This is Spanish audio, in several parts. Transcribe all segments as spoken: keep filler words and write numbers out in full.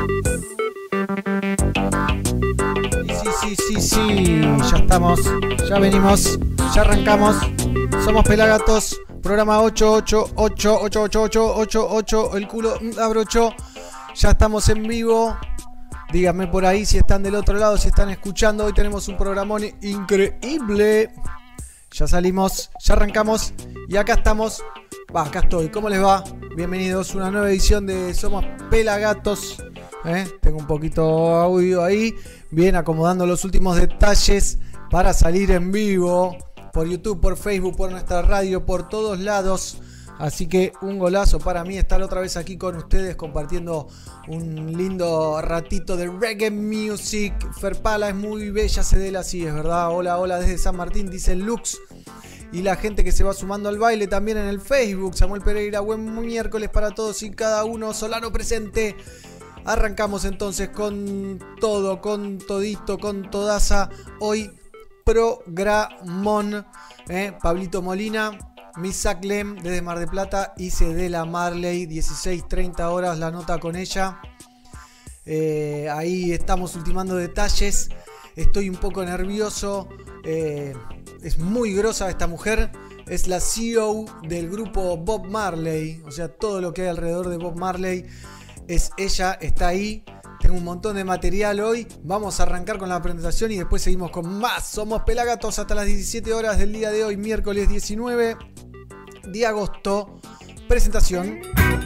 Sí, sí, sí, ya estamos, ya venimos, ya arrancamos. Somos Pelagatos, programa ocho ocho ocho ocho ocho ocho ocho ocho, el culo abrochó. Ya estamos en vivo. Díganme por ahí si están del otro lado, si están escuchando. Hoy tenemos un programón increíble. Ya salimos, ya arrancamos y acá estamos. Va, acá estoy. ¿Cómo les va? Bienvenidos a una nueva edición de Somos Pelagatos. ¿Eh? Tengo un poquito audio ahí. Bien, acomodando los últimos detalles para salir en vivo por YouTube, por Facebook, por nuestra radio, por todos lados. Así que un golazo para mí estar otra vez aquí con ustedes compartiendo un lindo ratito de reggae music. Ferpala es muy bella, Cedela, así es verdad. Hola, hola desde San Martín, dice Lux. Y la gente que se va sumando al baile también en el Facebook. Samuel Pereira, buen miércoles para todos y cada uno. Solano presente. Arrancamos entonces con todo, con todito, con todaza. Hoy programón. ¿eh? Pablito Molina, Misak Lem desde Mar del Plata y Cedela Marley, dieciséis treinta horas la nota con ella. Eh, ahí estamos ultimando detalles. Estoy un poco nervioso. Eh, es muy grosa esta mujer. Es la C E O del grupo Bob Marley. O sea, todo lo que hay alrededor de Bob Marley es ella, está ahí. Tengo un montón de material hoy. Vamos a arrancar con la presentación y después seguimos con más. Somos Pelagatos hasta las diecisiete horas del día de hoy, miércoles diecinueve de agosto. Presentación.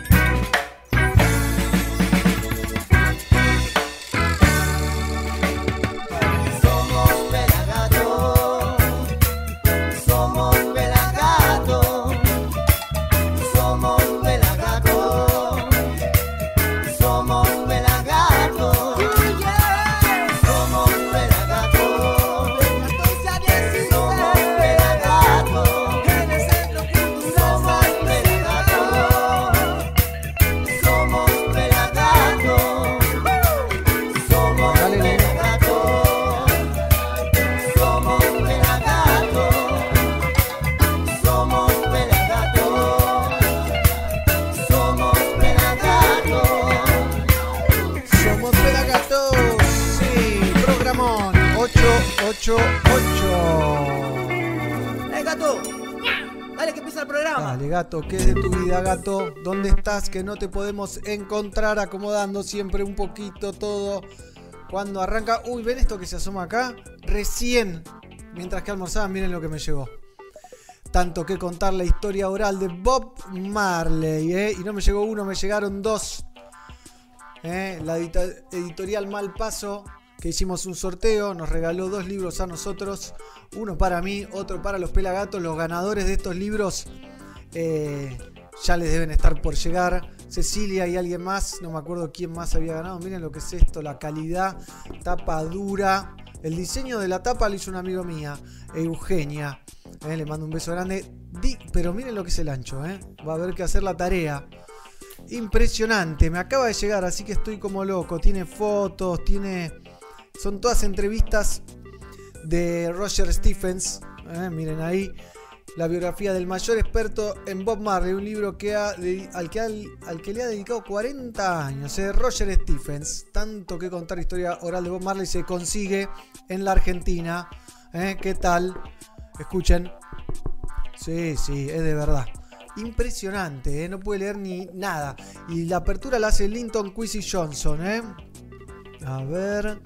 ocho ocho. ¡Eh, gato! Dale, que empieza el programa. Dale, gato, ¿qué es de tu vida, gato? ¿Dónde estás? Que no te podemos encontrar, acomodando siempre un poquito todo. Cuando arranca... Uy, ¿ven esto que se asoma acá? Recién, mientras que almorzaban, miren lo que me llegó. Tanto que contar la historia oral de Bob Marley, ¿eh? Y no me llegó uno, me llegaron dos. ¿Eh? La edita- editorial Malpaso, que hicimos un sorteo, nos regaló dos libros a nosotros, uno para mí, otro para los Pelagatos. Los ganadores de estos libros eh, ya les deben estar por llegar. Cecilia y alguien más, no me acuerdo quién más había ganado. Miren lo que es esto, la calidad, tapa dura. El diseño de la tapa lo hizo una amiga mía, Eugenia. Eh, le mando un beso grande. Di, pero miren lo que es el ancho, eh. Va a haber que hacer la tarea. Impresionante, me acaba de llegar, así que estoy como loco. Tiene fotos, tiene... Son todas entrevistas de Roger Stephens. Eh, miren ahí. La biografía del mayor experto en Bob Marley. Un libro que ha, de, al, que al, al que le ha dedicado cuarenta años. Eh, Roger Stephens. Tanto que contar historia oral de Bob Marley se consigue en la Argentina. Eh, ¿Qué tal? Escuchen. Sí, sí, es de verdad. Impresionante, ¿eh? No puede leer ni nada. Y la apertura la hace Linton Kwesi Johnson. ¿eh? A ver...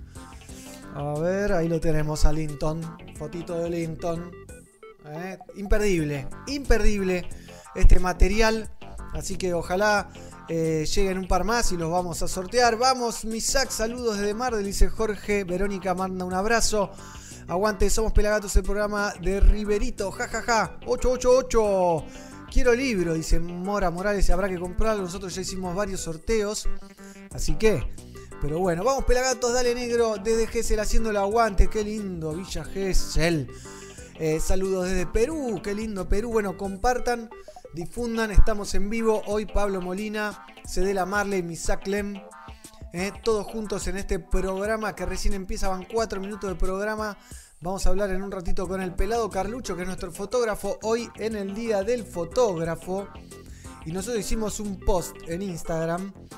A ver, ahí lo tenemos a Linton. Fotito de Linton. ¿Eh? Imperdible, imperdible este material. Así que ojalá eh, lleguen un par más y los vamos a sortear. Vamos, Misak, saludos desde Mar del, dice Jorge. Verónica manda un abrazo. Aguante, somos Pelagatos, el programa de Riverito. Ja, ja, ja. ocho ocho ocho. Quiero libro, dice Mora Morales. Habrá que comprarlo. Nosotros ya hicimos varios sorteos. Así que... Pero bueno, vamos Pelagatos, dale negro, desde Gesell haciendo el aguante, qué lindo, Villa Gesell. Eh, saludos desde Perú, qué lindo Perú. Bueno, compartan, difundan, estamos en vivo. Hoy Pablo Molina, Cedela Marley, Misak Lem, eh, todos juntos en este programa que recién empieza, van cuatro minutos de programa. Vamos a hablar en un ratito con el pelado Carlucho, que es nuestro fotógrafo, hoy en el Día del Fotógrafo. Y nosotros hicimos un post en Instagram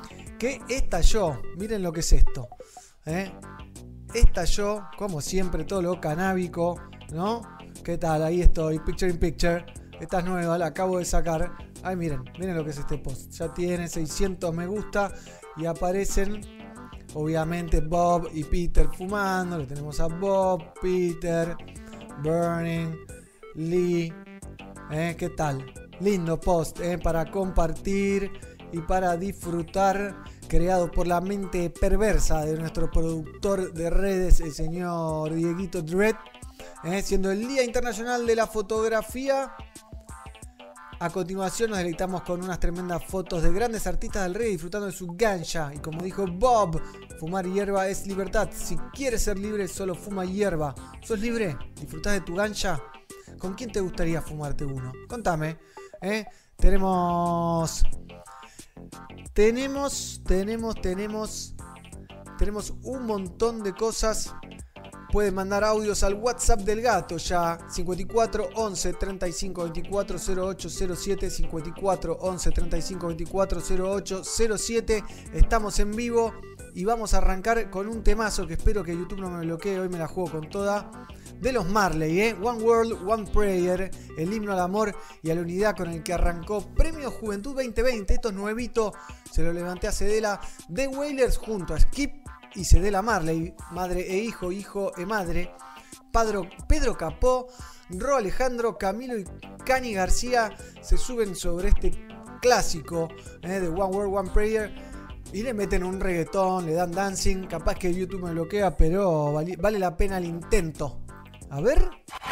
que estalló. Miren lo que es esto. ¿eh? Estalló, como siempre, todo lo canábico, ¿no? ¿Qué tal? Ahí estoy, Picture in Picture. Esta es nueva, la acabo de sacar. Ay, miren, miren lo que es este post. Ya tiene seiscientos me gusta y aparecen, obviamente, Bob y Peter fumando. Lo tenemos a Bob, Peter, Burning, Lee. ¿Eh? ¿Qué tal? Lindo post ¿eh? para compartir y para disfrutar, creado por la mente perversa de nuestro productor de redes, el señor Dieguito Dredd, ¿eh? siendo el Día Internacional de la Fotografía. A continuación nos deleitamos con unas tremendas fotos de grandes artistas del reggae disfrutando de su ganja. Y como dijo Bob, fumar hierba es libertad. Si quieres ser libre, solo fuma hierba. ¿Sos libre? ¿Disfrutás de tu ganja? ¿Con quién te gustaría fumarte uno? Contame. ¿eh? Tenemos... Tenemos, tenemos, tenemos... Tenemos un montón de cosas. Pueden mandar audios al WhatsApp del gato ya, cincuenta y cuatro once treinta y cinco veinticuatro cero ocho cero siete, cincuenta y cuatro once treinta y cinco veinticuatro cero ocho cero siete. Estamos en vivo y vamos a arrancar con un temazo que espero que YouTube no me bloquee, hoy me la juego con toda, de los Marley, ¿eh? One World, One Prayer, el himno al amor y a la unidad con el que arrancó Premio Juventud veinte veinte. Esto es nuevito, se lo levanté a Cedela, The Wailers junto a Skip y Cedela Marley, madre e hijo, hijo e madre, Pedro, Pedro Capó, Ro Alejandro, Camilo y Cani García se suben sobre este clásico eh, de One World, One Prayer y le meten un reggaetón, le dan dancing. Capaz que YouTube me bloquea, pero vale, vale la pena el intento. A ver.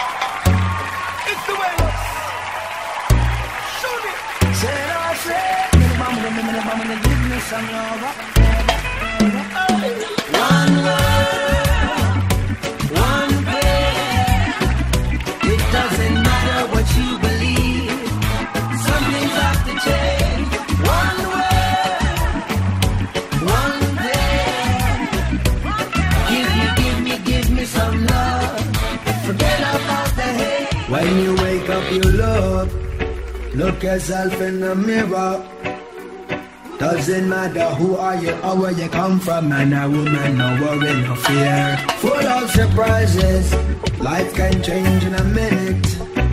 One world, one prayer. It doesn't matter what you believe. Some things have to change. One world, one prayer. Give me, give me, give me some love. Forget about the hate. When you wake up, you look. Look yourself in the mirror. Doesn't matter who are you or where you come from, man or woman, no worry, no fear. Full of surprises, life can change in a minute.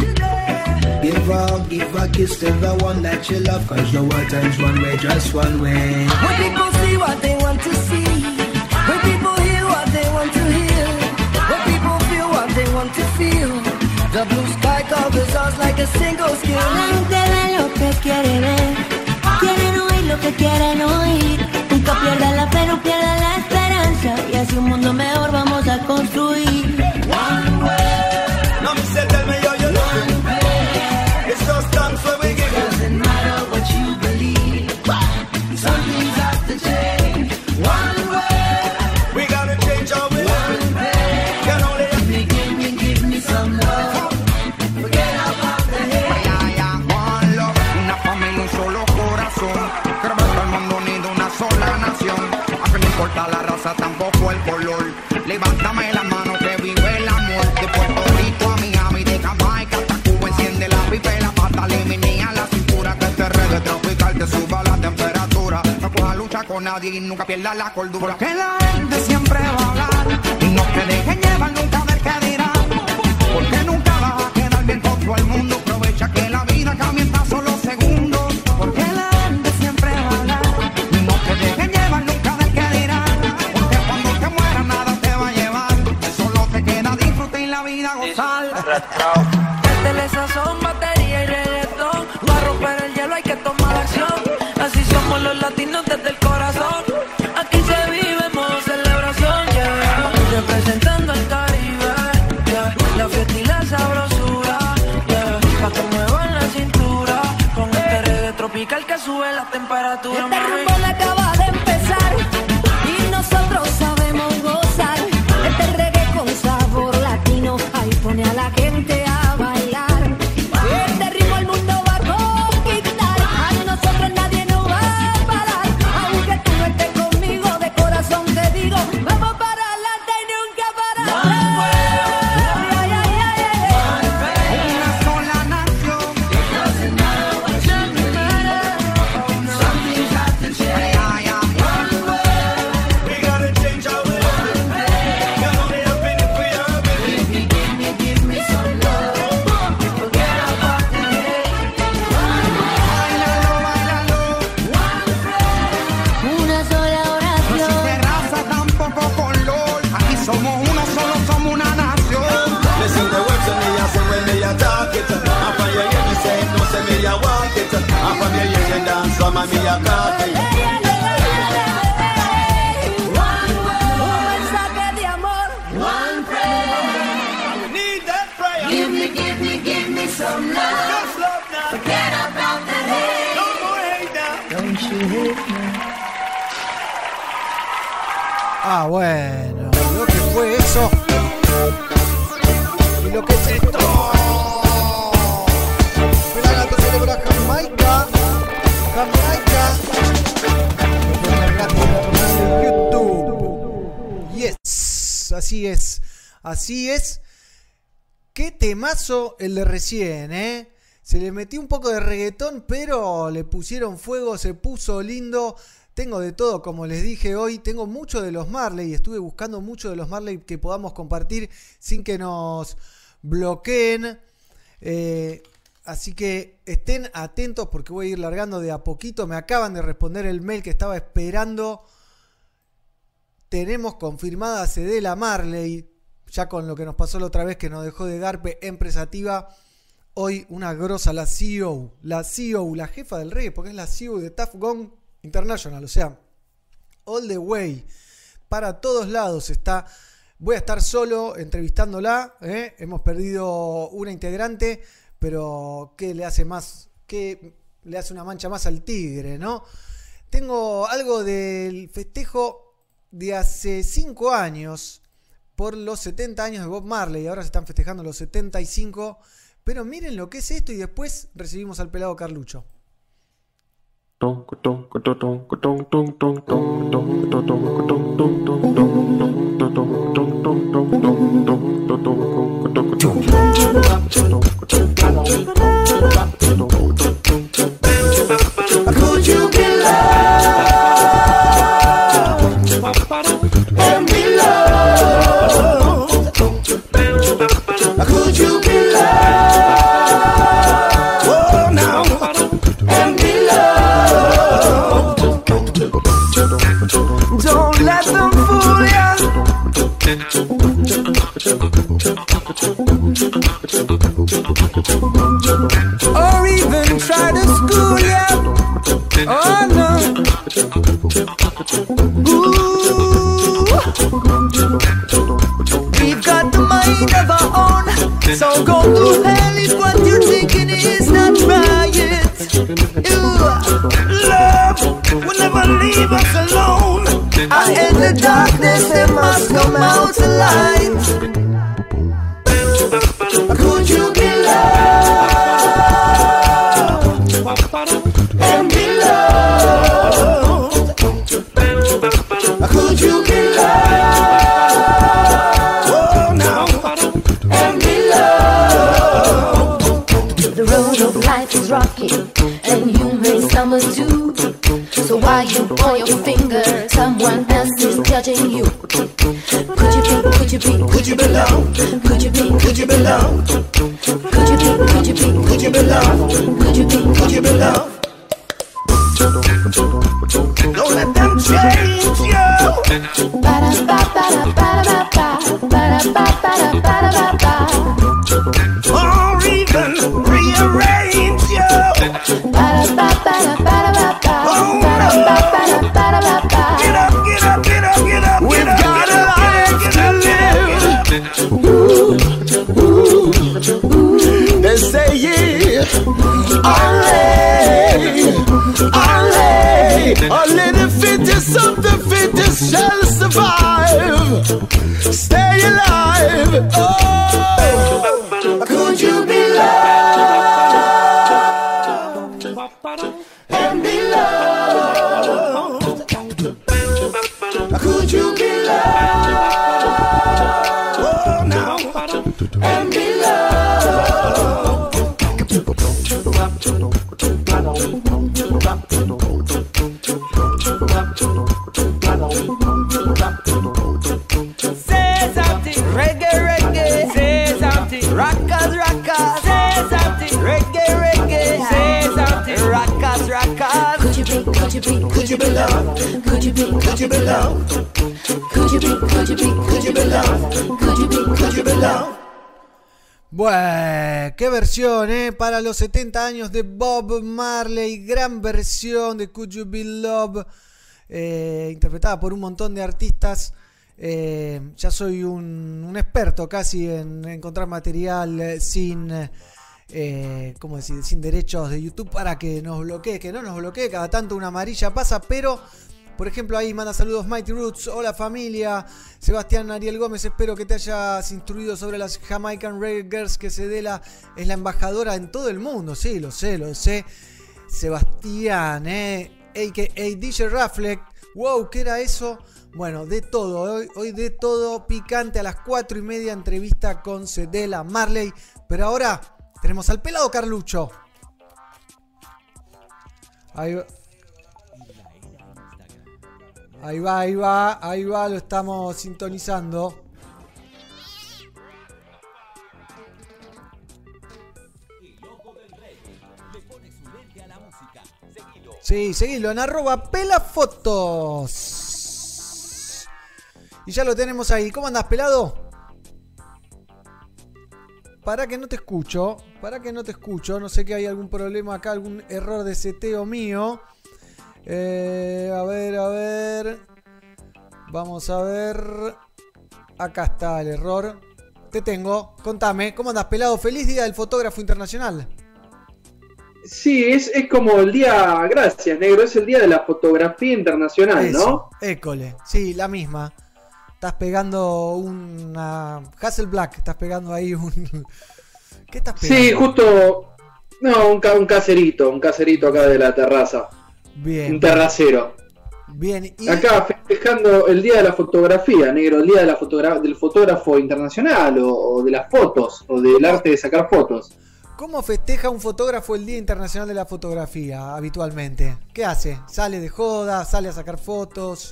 Give a, give a kiss to the one that you love, cause the world turns one way, just one way. When people see what they want to see, when people hear what they want to hear, when people feel what they want to feel, the blue sky covers us like a single skin. La gente ve lo que quiere ver, quieren oír lo que quieren oír. Nunca pierdan la fe, no pierdan la esperanza, y así un mundo mejor vamos a construir. One way, No me say tell me how you love one way. It's just dance where we give it. Doesn't matter what you believe, some things have to change. One way, We gotta change our way. one way. Can only Give me, give me, give me some love. Forget about the hate. One love, una familia, un solo corazón. Queremos todo el mundo unido, una sola nación. Aunque no importa la raza, tampoco el color. Levántame la mano que vive el amor. De Puerto Rico a Miami, de Jamaica hasta Cuba. Enciende la pipa y la pata, elimina la cintura. Que este reggae tropical te suba la temperatura. No coja lucha con nadie y nunca pierda la cordura. Que la gente siempre va a hablar y no te dejen llevar nunca ver qué dirán. Porque nunca vas a quedar bien con todo el mundo. Aprovecha que la vida cambia en tan solo segundos. Porque la gente siempre va a hablar y no te dejen llevar nunca ver qué dirán. Porque cuando te mueras nada te va a llevar. Solo te queda disfrutar y la vida gozar. Métele sazón, batería y reggaetón. Para romper el hielo hay que tomar acción. Así somos los latinos desde el corazón. Aquí se vive en modo celebración, yeah. Representando el Caribe, yeah. La fiesta y la sabrosura, yeah. Pa' que muevan la cintura con este reggae tropical que sube la temperatura. Este rumbo le acaba de empezar y nosotros sabemos gozar. Este reggae con sabor latino, ahí pone a la gente a bailar. Este ritmo el mundo va a conquistar, a nosotros nadie nos va a parar. Aunque tú no estés conmigo, de corazón te digo, vamos para adelante y nunca parar. Ay, ay, ay, ay, ay. Una sola nación. Doesn't matter what you matter. Some things have to change. And from your ears you dance from a me a coffee. One world, un mensaje de amor. One prayer. We need that prayer. Give me, give me, give me some love. Just love now. Forget about the hate. No more hate now. Don't you hate me? Ah, bueno, lo que fue eso. Y lo que es esto. Pelagato celebra Jamaica. Jamaica. YouTube. Yes, así es. Así es. Qué temazo el de recién, ¿eh? Se le metió un poco de reggaetón, pero le pusieron fuego, se puso lindo. Tengo de todo, como les dije hoy, tengo mucho de los Marley, estuve buscando mucho de los Marley que podamos compartir sin que nos bloqueen. Eh, así que estén atentos porque voy a ir largando de a poquito. Me acaban de responder el mail que estaba esperando. Tenemos confirmada C D la Marley, ya con lo que nos pasó la otra vez que nos dejó de Garpe Empresativa. Hoy una grosa, la C E O, la C E O, la jefa del reggae, porque es la C E O de Tuff Gong International, o sea, all the way, para todos lados está. Voy a estar solo entrevistándola, ¿eh? Hemos perdido una integrante, pero ¿qué le hace más? ¿Qué le hace una mancha más al tigre, no? Tengo algo del festejo de hace cinco años por los setenta años de Bob Marley, ahora se están festejando los setenta y cinco, pero miren lo que es esto y después recibimos al pelado Carlucho. Could you be loved and be loved? Could you be loved? Oh, now and be loved. Don't let them fool ya. Or even try to school ya. Oh no. Ooh. We've got the mind of our own, so go to hell if what you're thinking is not right. Ooh. Love will never leave us alone. I in the darkness, they must come out to light. Could you be loved and be loved? Could you be loved? Oh, now and be loved. The road of life is rocky, and you may stumble too. So while you point your finger, someone else is judging you. Could you be, could you be, Could you be loved? could you be, Could you be loved? could you be, could you be, Could you be loved? could you be, Could you be loved? Don't let them change you. Or even rearrange you. Oh, no. Get up, get up, get up, get up. We've get up, got get a up, life get up, to live. They say, yeah, allez, allez, only the fittest of the fittest shall survive. Stay alive. Oh, could you be loved and be loved? Could you be loved? Oh, now and be loved. Say something, reggae, reggae. Say something, rockers, rockers. Say something, reggae, reggae. Say something, rockers, rockers. could you be, could you be, Could you be loved? could you be, Could you be loved? could you be, could you be, Could you be loved? could you be, Could you be loved? Bueno, qué versión, ¿eh? Para los setenta años de Bob Marley, gran versión de Could You Be Love, eh, interpretada por un montón de artistas. Eh, ya soy un, un experto casi en encontrar material eh, sin, eh, ¿cómo decir? Sin derechos de YouTube para que nos bloquee, que no nos bloquee, cada tanto una amarilla pasa, pero... Por ejemplo, ahí manda saludos Mighty Roots. Hola familia. Sebastián Ariel Gómez, espero que te hayas instruido sobre las Jamaican Reggae Girls, que Cedela es la embajadora en todo el mundo. Sí, lo sé, lo sé. Sebastián, eh. A K A D J Rafleck. Wow, ¿qué era eso? Bueno, de todo. Hoy, hoy de todo picante a las cuatro y media. Entrevista con Cedela Marley. Pero ahora tenemos al pelado Carlucho. Ahí va. Ahí va, ahí va, ahí va, lo estamos sintonizando. Sí, seguilo en arroba pelafotos. Y ya lo tenemos ahí. ¿Cómo andás, pelado? Para que no te escucho, para que no te escucho. No sé que hay algún problema acá, algún error de seteo mío. Eh, a ver, a ver. Vamos a ver. Acá está el error. Te tengo. Contame. ¿Cómo andás, pelado? Feliz Día del Fotógrafo Internacional. Sí, es, es como el día... Gracias, negro. Es el día de la fotografía internacional, Eso, ¿no? École. Sí, la misma. Estás pegando una... Hasselblad. Estás pegando ahí un... ¿Qué estás pegando? Sí, justo... No, un, ca- un caserito. Un caserito acá de la terraza. Bien. Un terracero. Bien. Y... Acá festejando el día de la fotografía, negro. El día de la fotogra- del fotógrafo internacional o, o de las fotos o del arte de sacar fotos. ¿Cómo festeja un fotógrafo el Día Internacional de la Fotografía habitualmente? ¿Qué hace? ¿Sale de joda? ¿Sale a sacar fotos?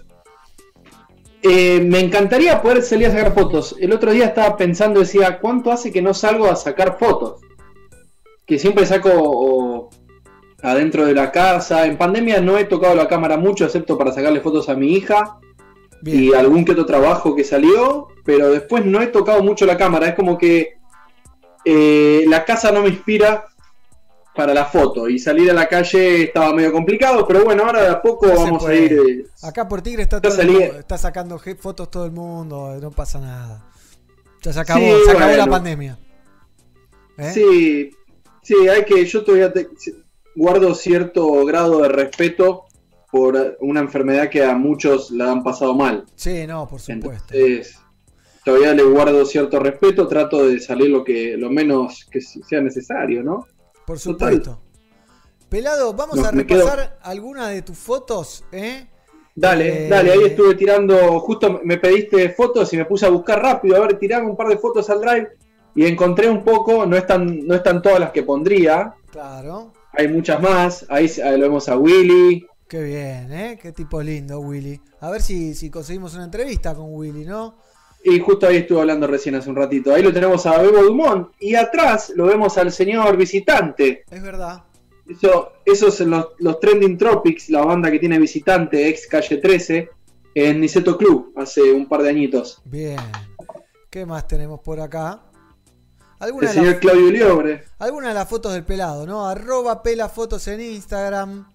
Eh, me encantaría poder salir a sacar fotos. El otro día estaba pensando, decía, ¿cuánto hace que no salgo a sacar fotos? Que siempre saco o, adentro de la casa. En pandemia no he tocado la cámara mucho, excepto para sacarle fotos a mi hija. Bien. Y algún que otro trabajo que salió, pero después no he tocado mucho la cámara. Es como que eh, la casa no me inspira para la foto, y salir a la calle estaba medio complicado, pero bueno, ahora de a poco no vamos a ir. Eh, Acá por Tigre está, todo el mundo, está sacando fotos todo el mundo, no pasa nada. Ya se acabó, sí, se acabó bueno. la pandemia. ¿Eh? Sí, sí, hay que, yo todavía te, guardo cierto grado de respeto por una enfermedad que a muchos la han pasado mal. Sí, no, por supuesto. Entonces, todavía le guardo cierto respeto, trato de salir lo que lo menos que sea necesario, ¿no? Por supuesto. Total. Pelado, vamos no, a repasar algunas de tus fotos, ¿eh? Dale, eh... dale, ahí estuve tirando, justo me pediste fotos y me puse a buscar rápido, a ver, tirame un par de fotos al Drive y encontré un poco, no están, no están todas las que pondría. Claro. Hay muchas más, ahí, ahí lo vemos a Willy. Qué bien, ¿eh? Qué tipo lindo, Willy. A ver si, si conseguimos una entrevista con Willy, ¿no? Y justo ahí estuve hablando recién hace un ratito. Ahí lo tenemos a Bebo Dumont. Y atrás lo vemos al señor Visitante. Es verdad. Eso, esos son los, los Trending Tropics, la banda que tiene Visitante, ex Calle trece, en Niceto Club, hace un par de añitos. Bien. ¿Qué más tenemos por acá? El señor la... Claudio Liobre. Algunas de las fotos del pelado, ¿no? Arroba pelafotos en Instagram.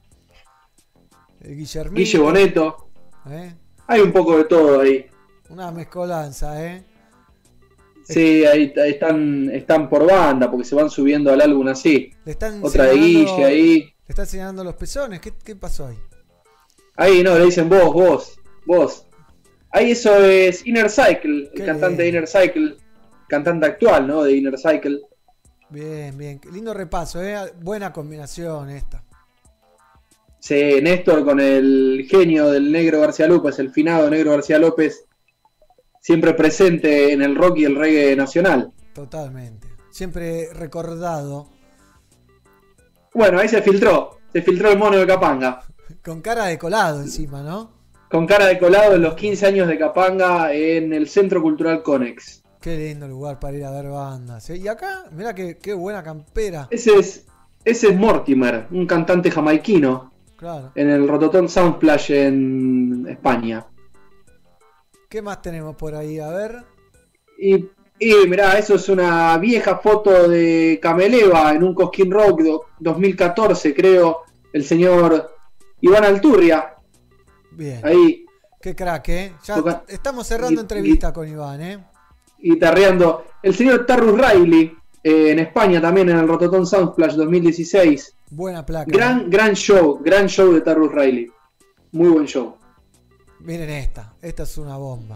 El Guillermito. Guille Boneto. ¿Eh? Hay un poco de todo ahí. Una mezcolanza, ¿eh? Sí, ahí, ahí están, están por banda, porque se van subiendo al álbum así. Le están Otra de Guille ahí. Le están señalando los pezones. ¿Qué, ¿Qué pasó ahí? Ahí no, le dicen vos, vos, vos. Ahí eso es Inner Cycle, el cantante bien. de Inner Cycle. Cantante actual, ¿no? De Inner Cycle. Bien, bien. Lindo repaso, ¿eh? Buena combinación esta. Sí, Néstor con el genio del Negro García López, el finado Negro García López, siempre presente en el rock y el reggae nacional. Totalmente, siempre recordado. Bueno, ahí se filtró, se filtró el mono de Capanga. Con cara de colado encima, ¿no? Con cara de colado en los quince años de Capanga en el Centro Cultural Conex. Qué lindo lugar para ir a ver bandas, ¿eh? Y acá, mirá qué, qué buena campera. Ese es, ese es Mortimer, un cantante jamaiquino. Claro. En el Rototom Soundflash en España. ¿Qué más tenemos por ahí? A ver. Y Y mirá, eso es una vieja foto de Cameleva en un Cosquín Rock do- dos mil catorce, creo. El señor Iván Alturria. Bien. Ahí, Qué crack, ¿eh? Ya Toca- estamos cerrando y- entrevista con Iván, ¿eh? guitarreando. El señor Tarrus Riley, eh, en España también, en el Rototom Soundsplash dos mil dieciséis. Buena placa. Gran, gran show, gran show de Tarrus Riley. Muy buen show. Miren esta. Esta es una bomba.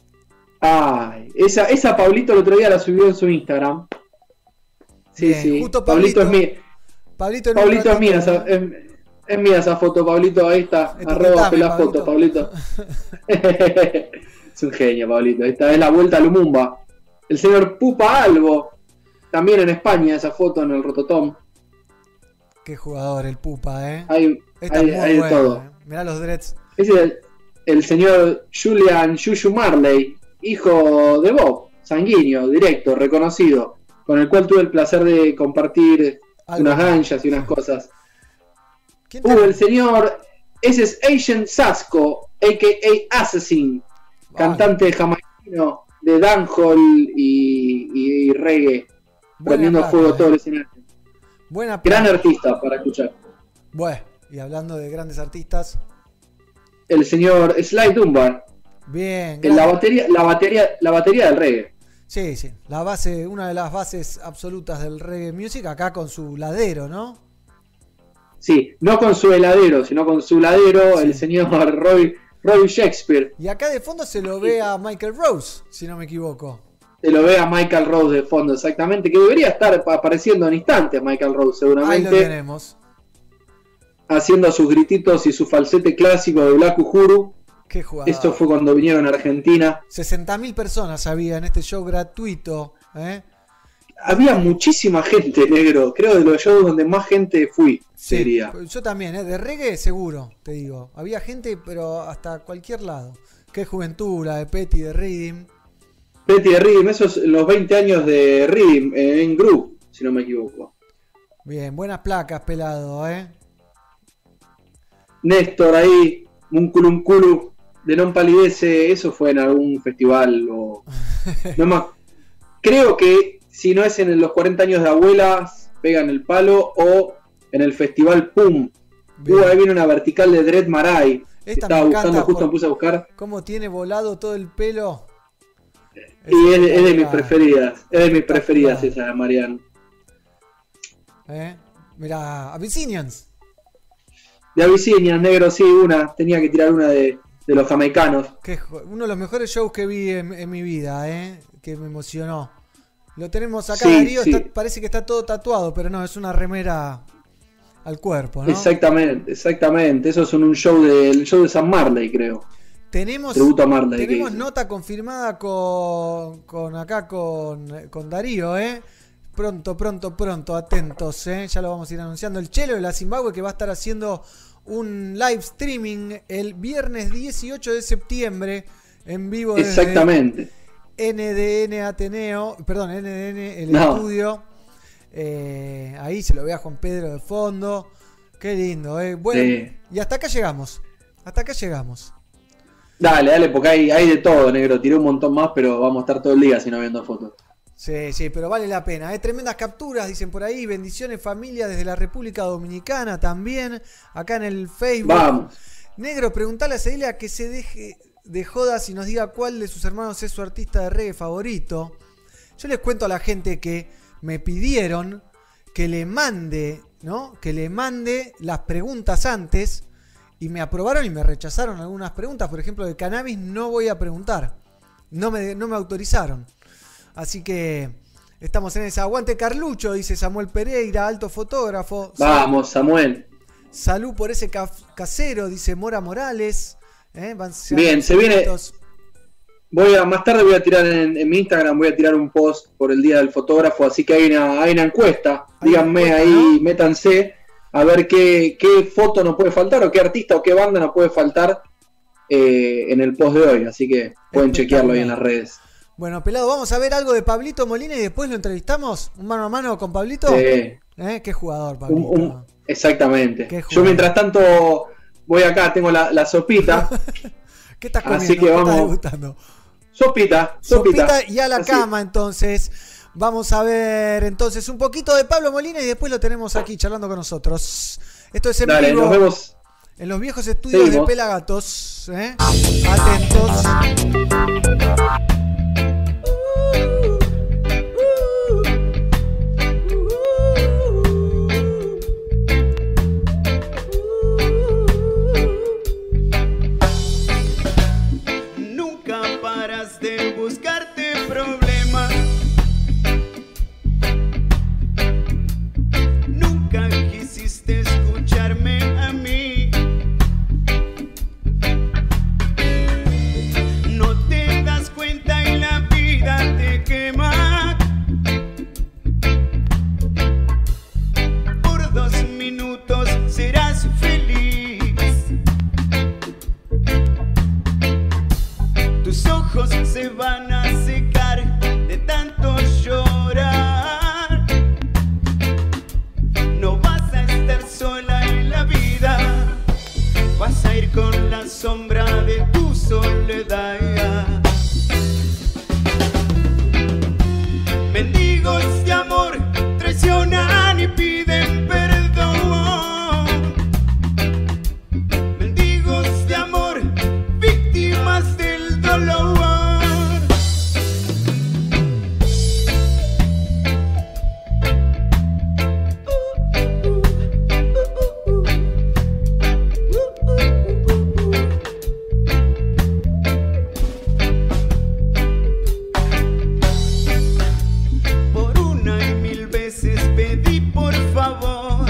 Ay, esa, esa Pablito el otro día la subió en su Instagram. Sí, Bien, sí. justo Pablito, Pablito. es mí. Pablito, en un Pablito es mía, ratito, esa, ¿eh? es, es mía esa foto, Pablito. Ahí está. Etiquetame, Arroba la Pablito. foto, Pablito. Es un genio, Pablito. Esta es la vuelta a Lumumba. El señor Pupa Albo. También en España, esa foto en el Rototom. Qué jugador, el Pupa, ¿eh? Hay, Esta hay, es muy hay de buena, todo. ¿eh? Mirá los dreads. Ese es el, el señor Julian Yuyu Marley, hijo de Bob, sanguíneo, directo, reconocido, con el cual tuve el placer de compartir Algo. unas ganchas y unas cosas. ¿Quién te- Uh, el señor, ese es Agent Sasco, a k a. Assassin, cantante jamaicano de dancehall y, y, y reggae, Buena prendiendo plata, fuego eh. todo el escenario. Buena Gran plata. artista para escuchar. Bueno, y hablando de grandes artistas. El señor Sly Dunbar, Bien, en la gran- batería, la batería, la batería del reggae. Sí, sí. La base, una de las bases absolutas del reggae music, acá con su ladero, ¿no? Sí, no con su heladero, sino con su ladero, Sí. el señor Roy, Roy Shakespeare. Y acá de fondo se lo ve a Michael Rose, si no me equivoco. Se lo ve a Michael Rose de fondo, exactamente, que debería estar apareciendo en instantes Michael Rose, Ahí lo seguramente, tenemos. haciendo sus grititos y su falsete clásico de Black Uhuru. Qué jugador. Esto fue cuando vinieron a Argentina. sesenta mil personas había en este show gratuito, ¿eh? Había muchísima gente, negro. Creo de los shows donde más gente fui, Sí, sería. yo también, ¿eh? De reggae seguro, te digo. Había gente, pero hasta cualquier lado. Qué juventud, la de Petty, de Rhythm. Petty de Rhythm, esos los veinte años de Rhythm eh, en Groove, si no me equivoco. Bien, buenas placas, pelado, ¿eh? Néstor ahí, un culunculu de Non Palidece, eso fue en algún festival o... No más. Creo que si no es en los cuarenta años de abuelas, pegan el palo, o en el festival Pum. Bien. Uh, ahí viene una vertical de Dread Marai. Esta Estaba me buscando, encanta justo por- me puse a buscar. ¿Cómo tiene volado todo el pelo? Y es, es de mis espectacular, preferidas. Es de mis preferidas Espectacular. esa, Mariano. ¿eh? Mira, Abyssinians. De Abyssinian, negro, sí, una. Tenía que tirar una de, de los jamaicanos. Que jo- uno de los mejores shows que vi en, en mi vida, ¿eh? Que me emocionó. Lo tenemos acá, Sí, Darío. sí. está- parece que está todo tatuado, pero no, es una remera al cuerpo, ¿no? Exactamente, exactamente. Eso es un, un show del show de San Marley, creo. Tenemos, Tributo a Marley. tenemos que- nota confirmada con, con acá con, con Darío, ¿eh? Pronto, pronto, pronto, atentos, ¿eh? Ya lo vamos a ir anunciando. El Chelo de la Zimbabue que va a estar haciendo un live streaming el viernes dieciocho de septiembre en vivo desde Exactamente. N D N Ateneo, perdón, N D N el No. estudio. Eh, ahí se lo ve a Juan Pedro de fondo. Qué lindo, ¿eh? Bueno, Sí. y hasta acá llegamos. Hasta acá llegamos. Dale, dale, porque hay, hay de todo, negro. Tiré un montón más, pero vamos a estar todo el día si no viendo fotos. Sí, sí, pero vale la pena. ¿eh? Tremendas capturas, dicen por ahí. Bendiciones, familia, desde la República Dominicana también. Acá en el Facebook. Vamos. Negro, preguntale a Celia que se deje de jodas y nos diga cuál de sus hermanos es su artista de reggae favorito. Yo les cuento a la gente que me pidieron que le mande, ¿no? Que le mande las preguntas antes y me aprobaron y me rechazaron algunas preguntas. Por ejemplo, de cannabis no voy a preguntar. No me, no me autorizaron. Así que estamos en esa. Aguante Carlucho, dice Samuel Pereira, alto fotógrafo. Vamos, Samuel. Salud por ese caf- casero, dice Mora Morales. ¿eh? Van- Bien, se viene- inscritos. Voy a, más tarde voy a tirar en, en mi Instagram, voy a tirar un post por el Día del Fotógrafo, así que hay una, hay una encuesta. Hay Díganme una encuesta, ahí, ¿no? métanse a ver qué, qué foto nos puede faltar o qué artista o qué banda nos puede faltar eh, en el post de hoy. Así que pueden chequearlo ahí en las redes. Bueno, pelado, vamos a ver algo de Pablito Molina y después lo entrevistamos. Un mano a mano con Pablito. Sí. ¿Eh? Qué jugador, Pablito. Un- un- exactamente. Qué Yo jugador. mientras tanto voy acá, tengo la, la sopita. ¿Qué estás así comiendo? que ¿Qué vamos. estás degustando? Sopita, sopita. Sopita y a la Así. cama, entonces. Vamos a ver entonces un poquito de Pablo Molina y después lo tenemos aquí charlando con nosotros. Esto es en Dale, vivo nos vemos. en los viejos estudios Seguimos. de Pelagatos. ¿eh? Atentos. Nunca paras de buscarte problemas. Nunca quisiste escucharme a mí. No te das cuenta y la vida te quema. Por dos minutos serás feliz. Tus ojos se van a secar de tanto llorar. No vas a estar sola en la vida. Vas a ir con la sombra de tu soledad. Mendigos de amor traicionan y piden perdón. Mendigos de amor, víctimas del dolor. Por una y mil veces pedí por favor.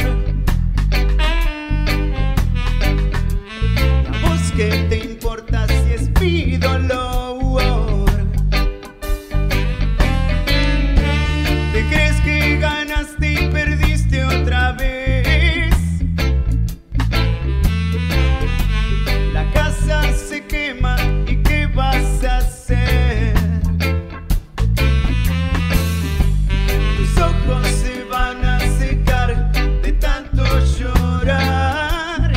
¿A vos qué te importa si es mi dolor? ¿Te crees que ganaste y perdiste otra vez? La casa se quema y ¿qué vas a hacer? Tus ojos se van a secar de tanto llorar.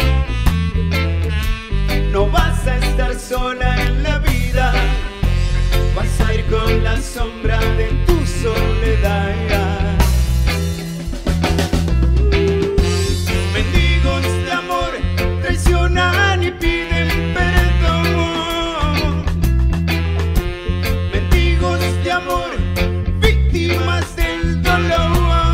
No vas a estar sola en la vida. Vas a ir con la sombra de tu soledad. Mendigos de amor traicionan y piden perdón. Mendigos de amor, víctimas del dolor.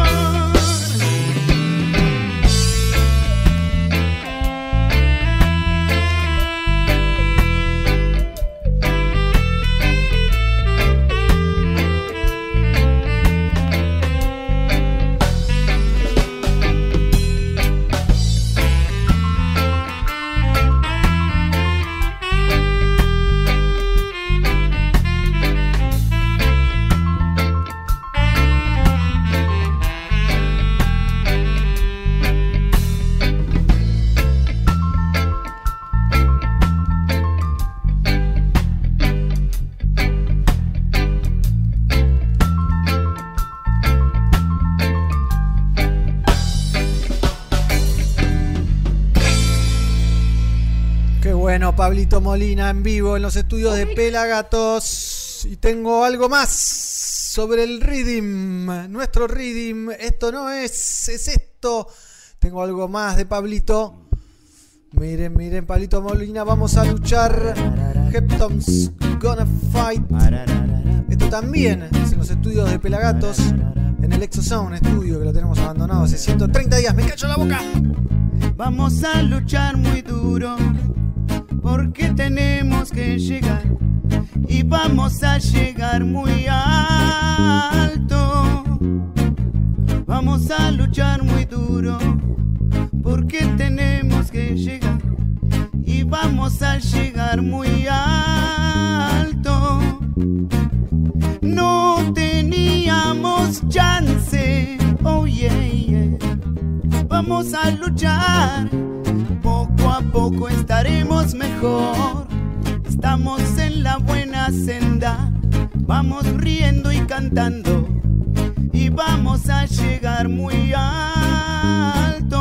Qué bueno, Pablito Molina en vivo en los estudios de Pelagatos. Y tengo algo más sobre el Rhythm. Nuestro Rhythm. Esto no es, es esto. Tengo algo más de Pablito. Miren, miren, Pablito Molina. Vamos a luchar. Heptom's Gonna Fight. Esto también es en los estudios de Pelagatos. En el Exosound estudio que lo tenemos abandonado hace ciento treinta días. ¡Me cacho la boca! Vamos a luchar muy duro porque tenemos que llegar y vamos a llegar muy alto. Vamos a luchar muy duro porque tenemos que llegar y vamos a llegar muy alto. No teníamos chance, oh yeah, yeah. Vamos a luchar, poco a poco estaremos mejor. Estamos en la buena senda, vamos riendo y cantando y vamos a llegar muy alto.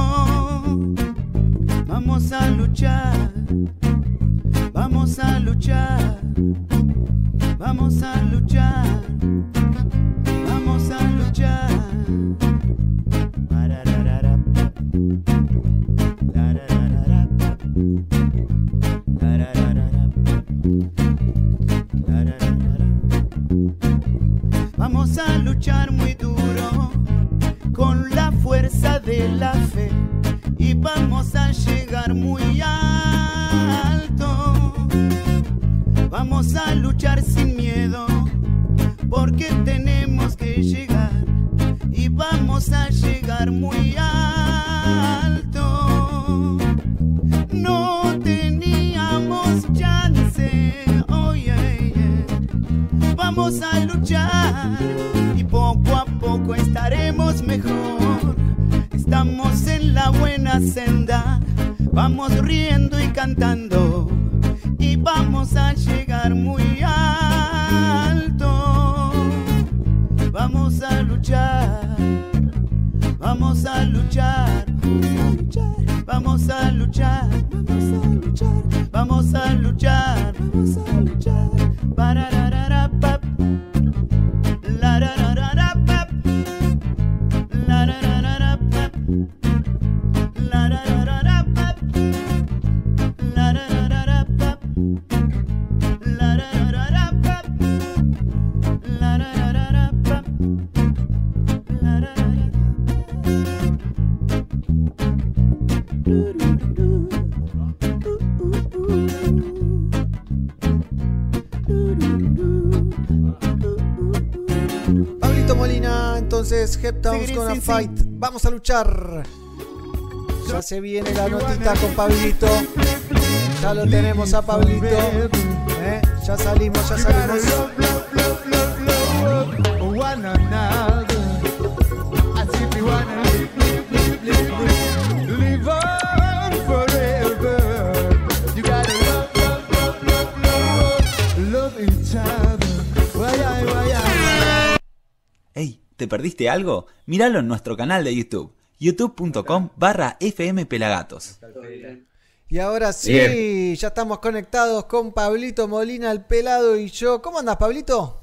Vamos a luchar, vamos a luchar, Vamos a luchar, vamos a luchar. Parararara, larararara, larararara, larararara. Vamos a luchar muy duro con la fuerza de la fe y vamos a llegar muy alto. Vamos a luchar sin miedo porque tenemos que llegar y vamos a llegar muy alto. No teníamos chance, oh yeah, yeah. Vamos a luchar y poco a poco estaremos mejor. Estamos en la buena senda, vamos riendo y cantando y vamos a llegar muy alto. Vamos a luchar, vamos a luchar, vamos a luchar, vamos a luchar, vamos a luchar, vamos a luchar. Parararara, pap, larararara, pap, larararara, pap, larararara, pap, larararara, pap, larararara, pap, larararara, pap, larararara. Pablito Molina, entonces Heptown's Sí, gonna sí, sí. fight. Vamos a luchar. Ya se viene la notita con Pablito. Ya lo tenemos a Pablito. ¿Eh? Ya salimos, ya salimos. Hey, ¿te perdiste algo? Míralo en nuestro canal de YouTube, youtube punto com barra F M Pelagatos. Y ahora sí, Bien. ya estamos conectados con Pablito Molina, el pelado y yo. ¿Cómo andas, Pablito?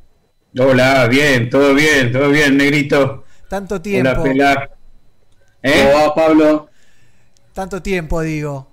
Hola, bien, todo bien, todo bien, negrito. Tanto tiempo. Hola, Pelá. ¿Eh? ¿Cómo va, Pablo? Tanto tiempo, digo.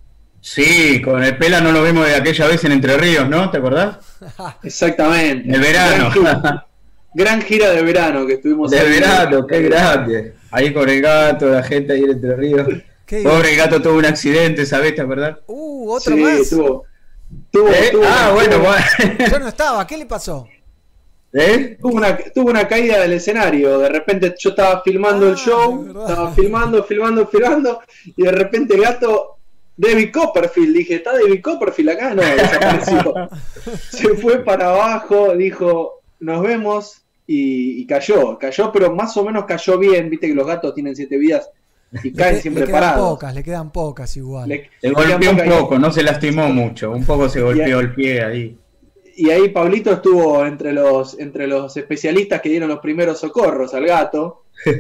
Sí, con el Pela no lo vemos de aquella vez en Entre Ríos, ¿no? ¿Te acordás? Exactamente. De verano. Gran gira, gran gira de verano que estuvimos De ahí. verano, qué grande. Ahí con el gato, la gente ahí en Entre Ríos. ¿Qué Pobre el gato tuvo un accidente, ¿sabés? ¿Te acordás? Uh, otro Sí, más. tuvo. Tuvo, ¿Eh? tuvo Ah, una- bueno, tuvo- bueno. Yo no estaba, ¿qué le pasó? ¿Eh? Tuvo una, tuvo una caída del escenario. De repente yo estaba filmando Ah, el show, de verdad. estaba filmando, filmando, filmando, y de repente el gato, David Copperfield, dije, ¿está David Copperfield acá? No, desapareció. Se fue para abajo, dijo, nos vemos, y, y cayó, cayó, pero más o menos cayó bien, viste que los gatos tienen siete vidas y Le, caen que- siempre le quedan parados. pocas, le quedan pocas igual. Le- Se le quedan golpeó un pocas y- poco, no se lastimó mucho. Un poco se golpeó el pie ahí. Y ahí Pablito estuvo entre los, entre los especialistas que dieron los primeros socorros al gato.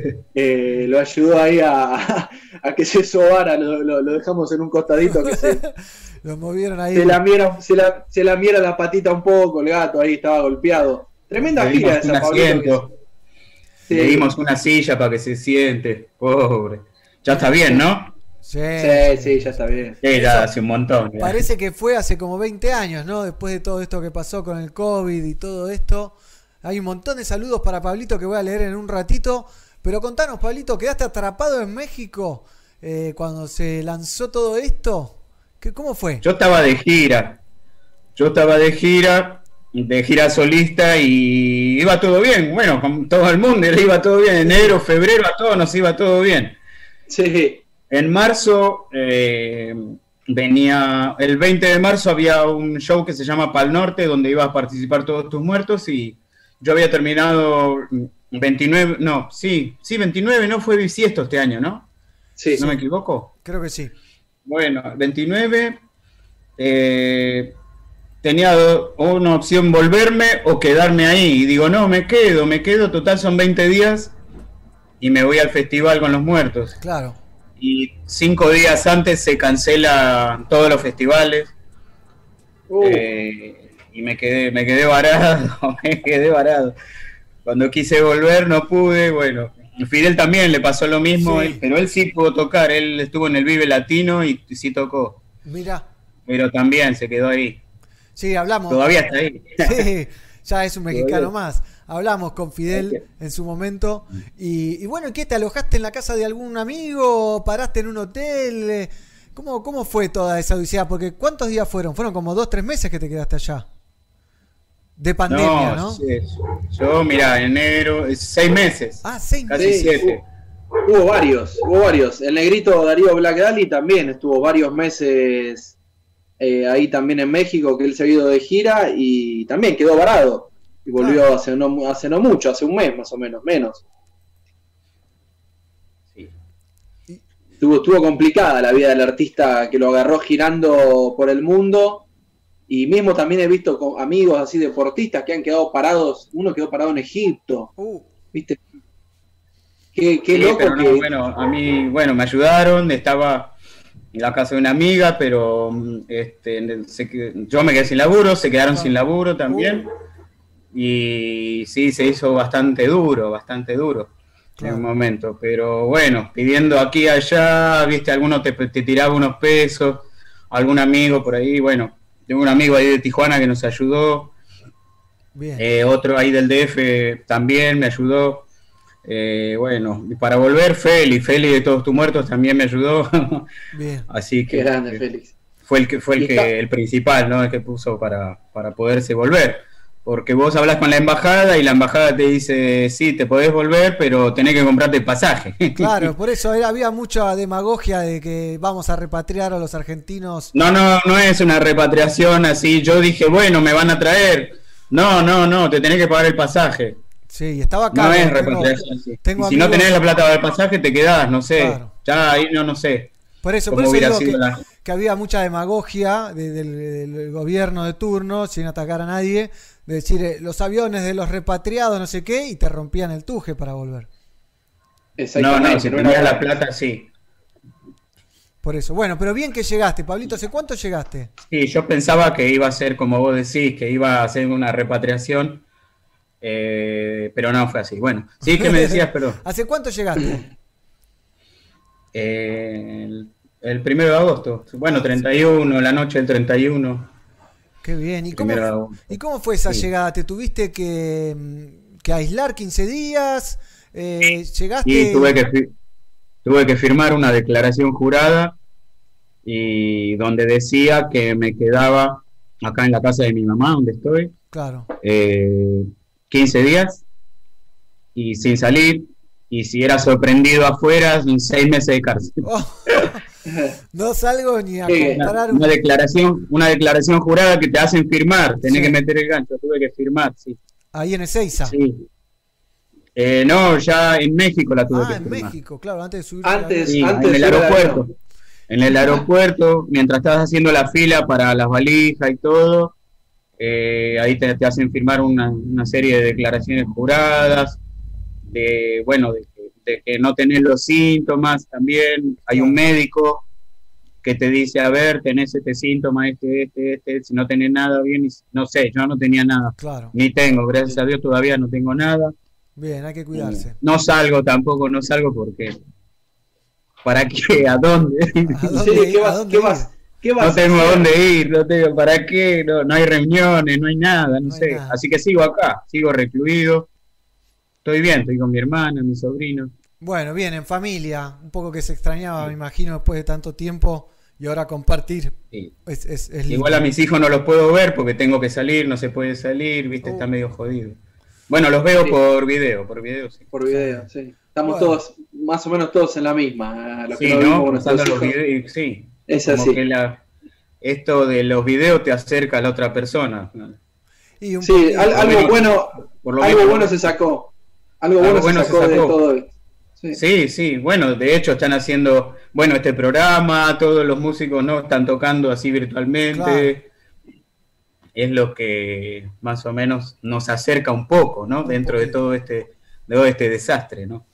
Eh, lo ayudó ahí a, a que se sobara, lo, lo- lo dejamos en un costadito que se, Lo movieron ahí. se, lamiera, se, la, se lamiera la patita un poco, el gato ahí estaba golpeado. Tremenda Le gira dimos un esa, Pablito. asiento, que- le sí, dimos una silla para que se siente. Pobre. Ya está bien, ¿no? Sí, sí, sí, ya está bien. Sí, ya hace un montón. ya. Parece que fue hace como veinte años, ¿no? Después de todo esto que pasó con el COVID y todo esto. Hay un montón de saludos para Pablito que voy a leer en un ratito. Pero contanos, Pablito, ¿quedaste atrapado en México eh, cuando se lanzó todo esto? ¿Qué, ¿Cómo fue? Yo estaba de gira. Yo estaba de gira, de gira solista y iba todo bien. Bueno, con todo el mundo le iba todo bien. Enero, febrero, a todos nos iba todo bien. Sí, En marzo eh, venía, el veinte de marzo había un show que se llama Pal Norte, donde iba a participar Todos Tus Muertos, y yo había terminado veintinueve, no, sí, sí, veintinueve, no fue bisiesto este año, ¿no? sí. ¿No me equivoco? Creo que sí. Bueno, veintinueve, eh, tenía do- una opción volverme o quedarme ahí, y digo, no, me quedo, me quedo, total son veinte días, y me voy al festival con los muertos. Claro. Y cinco días antes se cancela todos los festivales. Uh, Eh, y me quedé, me quedé varado, me quedé varado. Cuando quise volver no pude, bueno, Fidel también le pasó lo mismo, Sí. él- pero él sí pudo tocar, él estuvo en el Vive Latino y sí tocó, Mira, pero también se quedó ahí, sí, hablamos. todavía está ahí. Sí, ya es un mexicano Todavía. más. Hablamos con Fidel en su momento. Y, y bueno, ¿qué? ¿Te alojaste en la casa de algún amigo? ¿Paraste en un hotel? Eh, ¿Cómo, cómo fue toda esa odisea? Porque ¿cuántos días fueron? Fueron como dos, tres meses que te quedaste allá. De pandemia, ¿no? sí, yo, mira, enero, es seis meses, Ah, seis casi meses. siete. Hubo, hubo varios, hubo varios. El negrito Darío Black Dali también estuvo varios meses eh, ahí también en México, que él se ha ido de gira y también quedó varado. Y volvió Claro. hace, no, hace no mucho, hace un mes más o menos, menos. Sí. Estuvo, estuvo complicada la vida del artista que lo agarró girando por el mundo. Y mismo también he visto con amigos así deportistas que han quedado parados. Uno quedó parado en Egipto. Uh, ¿Viste? Qué, qué Sí, loco pero no, que. bueno, a mí, bueno, me ayudaron, estaba en la casa de una amiga, pero mm, este, en el- se que- yo me quedé sin laburo, se quedaron sin laburo también, y sí, se hizo bastante duro, bastante duro en un momento, pero bueno, pidiendo aquí y allá, viste, alguno te, te tiraba unos pesos, algún amigo por ahí, bueno, tengo un amigo ahí de Tijuana que nos ayudó, bien. eh, otro ahí del D F también me ayudó. Eh, bueno, y para volver, Feli, Feli de Todos Tus Muertos también me ayudó. Bien. Así que Qué grande, eh, Félix. fue el que fue el Y que está- el principal, ¿no? El que puso para, para poderse volver. Porque vos hablas con la embajada y la embajada te dice, sí, te podés volver, pero tenés que comprarte el pasaje. Claro, por eso era- había mucha demagogia de que vamos a repatriar a los argentinos. No, no, no es una repatriación así. Yo dije, bueno, me van a traer. No, no, no, te tenés que pagar el pasaje. Sí, estaba acá. No es tengo- repatriación, sí. tengo Y si no amigos- tenés la plata del pasaje, te quedás, no sé. Claro. Ya ahí no, no sé. Por eso, por cómo eso hubiera digo sido que, la- que había mucha demagogia de- del, del gobierno de turno, sin atacar a nadie, de decir eh, los aviones de los repatriados, no sé qué, y te rompían el tuje para volver. No, no, si no tenías era- la plata, sí. Por eso. Bueno, pero bien que llegaste, Pablito. ¿Hace cuánto llegaste? Sí, yo pensaba que iba a ser como vos decís, que iba a ser una repatriación, eh, pero no fue así. Bueno, sí, que me decías, perdón. ¿Hace cuánto llegaste? Eh, el, el primero de agosto, bueno, treinta y uno, la noche del treinta y uno. Qué bien. ¿Y cómo, Primero de fu- agosto. ¿y cómo fue esa Sí. llegada? ¿Te tuviste que, mm, que aislar quince días? Eh, ¿Llegaste? Y tuve que, fi- tuve que firmar una declaración jurada y donde decía que me quedaba acá en la casa de mi mamá, donde estoy, Claro. eh, quince días y sin salir, y si era sorprendido afuera, seis meses de cárcel. Oh, no salgo ni a Sí, comprar una, un... una declaración, una declaración jurada que te hacen firmar, tenés Sí. que meter el gancho, tuve que firmar, sí. Ahí en Ezeiza. Sí. Eh, no, ya en México la tuve Ah, que en firmar. México, claro, antes de subir. Antes- Sí, antes en el de subir al aeropuerto. avión. En el aeropuerto, mientras estás haciendo la fila para las valijas y todo, eh, ahí te, te hacen firmar una, una serie de declaraciones juradas, de, bueno, de, que- de que no tenés los síntomas también. Hay un médico que te dice, a ver, tenés este síntoma, este, este, este, si no tenés nada bien, y si- no sé, yo no tenía nada. Claro. Ni tengo, gracias a Dios todavía no tengo nada. Bien, hay que cuidarse. No salgo tampoco, no salgo porque... ¿Para qué? ¿A dónde? ¿A dónde, Sí, ¿qué ir? ¿A vas, dónde qué ir? vas, qué vas No a tengo a hacer? dónde ir, no tengo para qué, no, no hay reuniones, no hay nada, no, No hay sé. nada. Así que sigo acá, sigo recluido. Estoy bien, estoy con mi hermana, mi sobrino. Bueno, bien, en familia. Un poco que se extrañaba, me imagino, después de tanto tiempo. Y ahora compartir Sí. es, es, es lindo. Igual a mis hijos no los puedo ver porque tengo que salir, no se puede salir, viste, está Oh. medio jodido. Bueno, los veo Sí. por video, por video, sí. Por video, sí. Estamos Bueno. todos, más o menos todos en la misma. Los que Sí, no ¿no? vimos con nuestros Usando los hijos. videos, sí. Es Como así. que la, esto de los videos te acerca a la otra persona. Y un Sí, poquito- al- algo menos- bueno, por lo algo menos- bueno se sacó. Algo Algo bueno, bueno se se sacó de sacó. todo esto. Sí. Sí, sí, bueno, de hecho están haciendo, bueno, este programa, todos los músicos no están tocando así virtualmente. Es lo que más o menos nos acerca un poco, ¿no? Un Dentro de poquito. todo este, de todo este desastre, ¿no?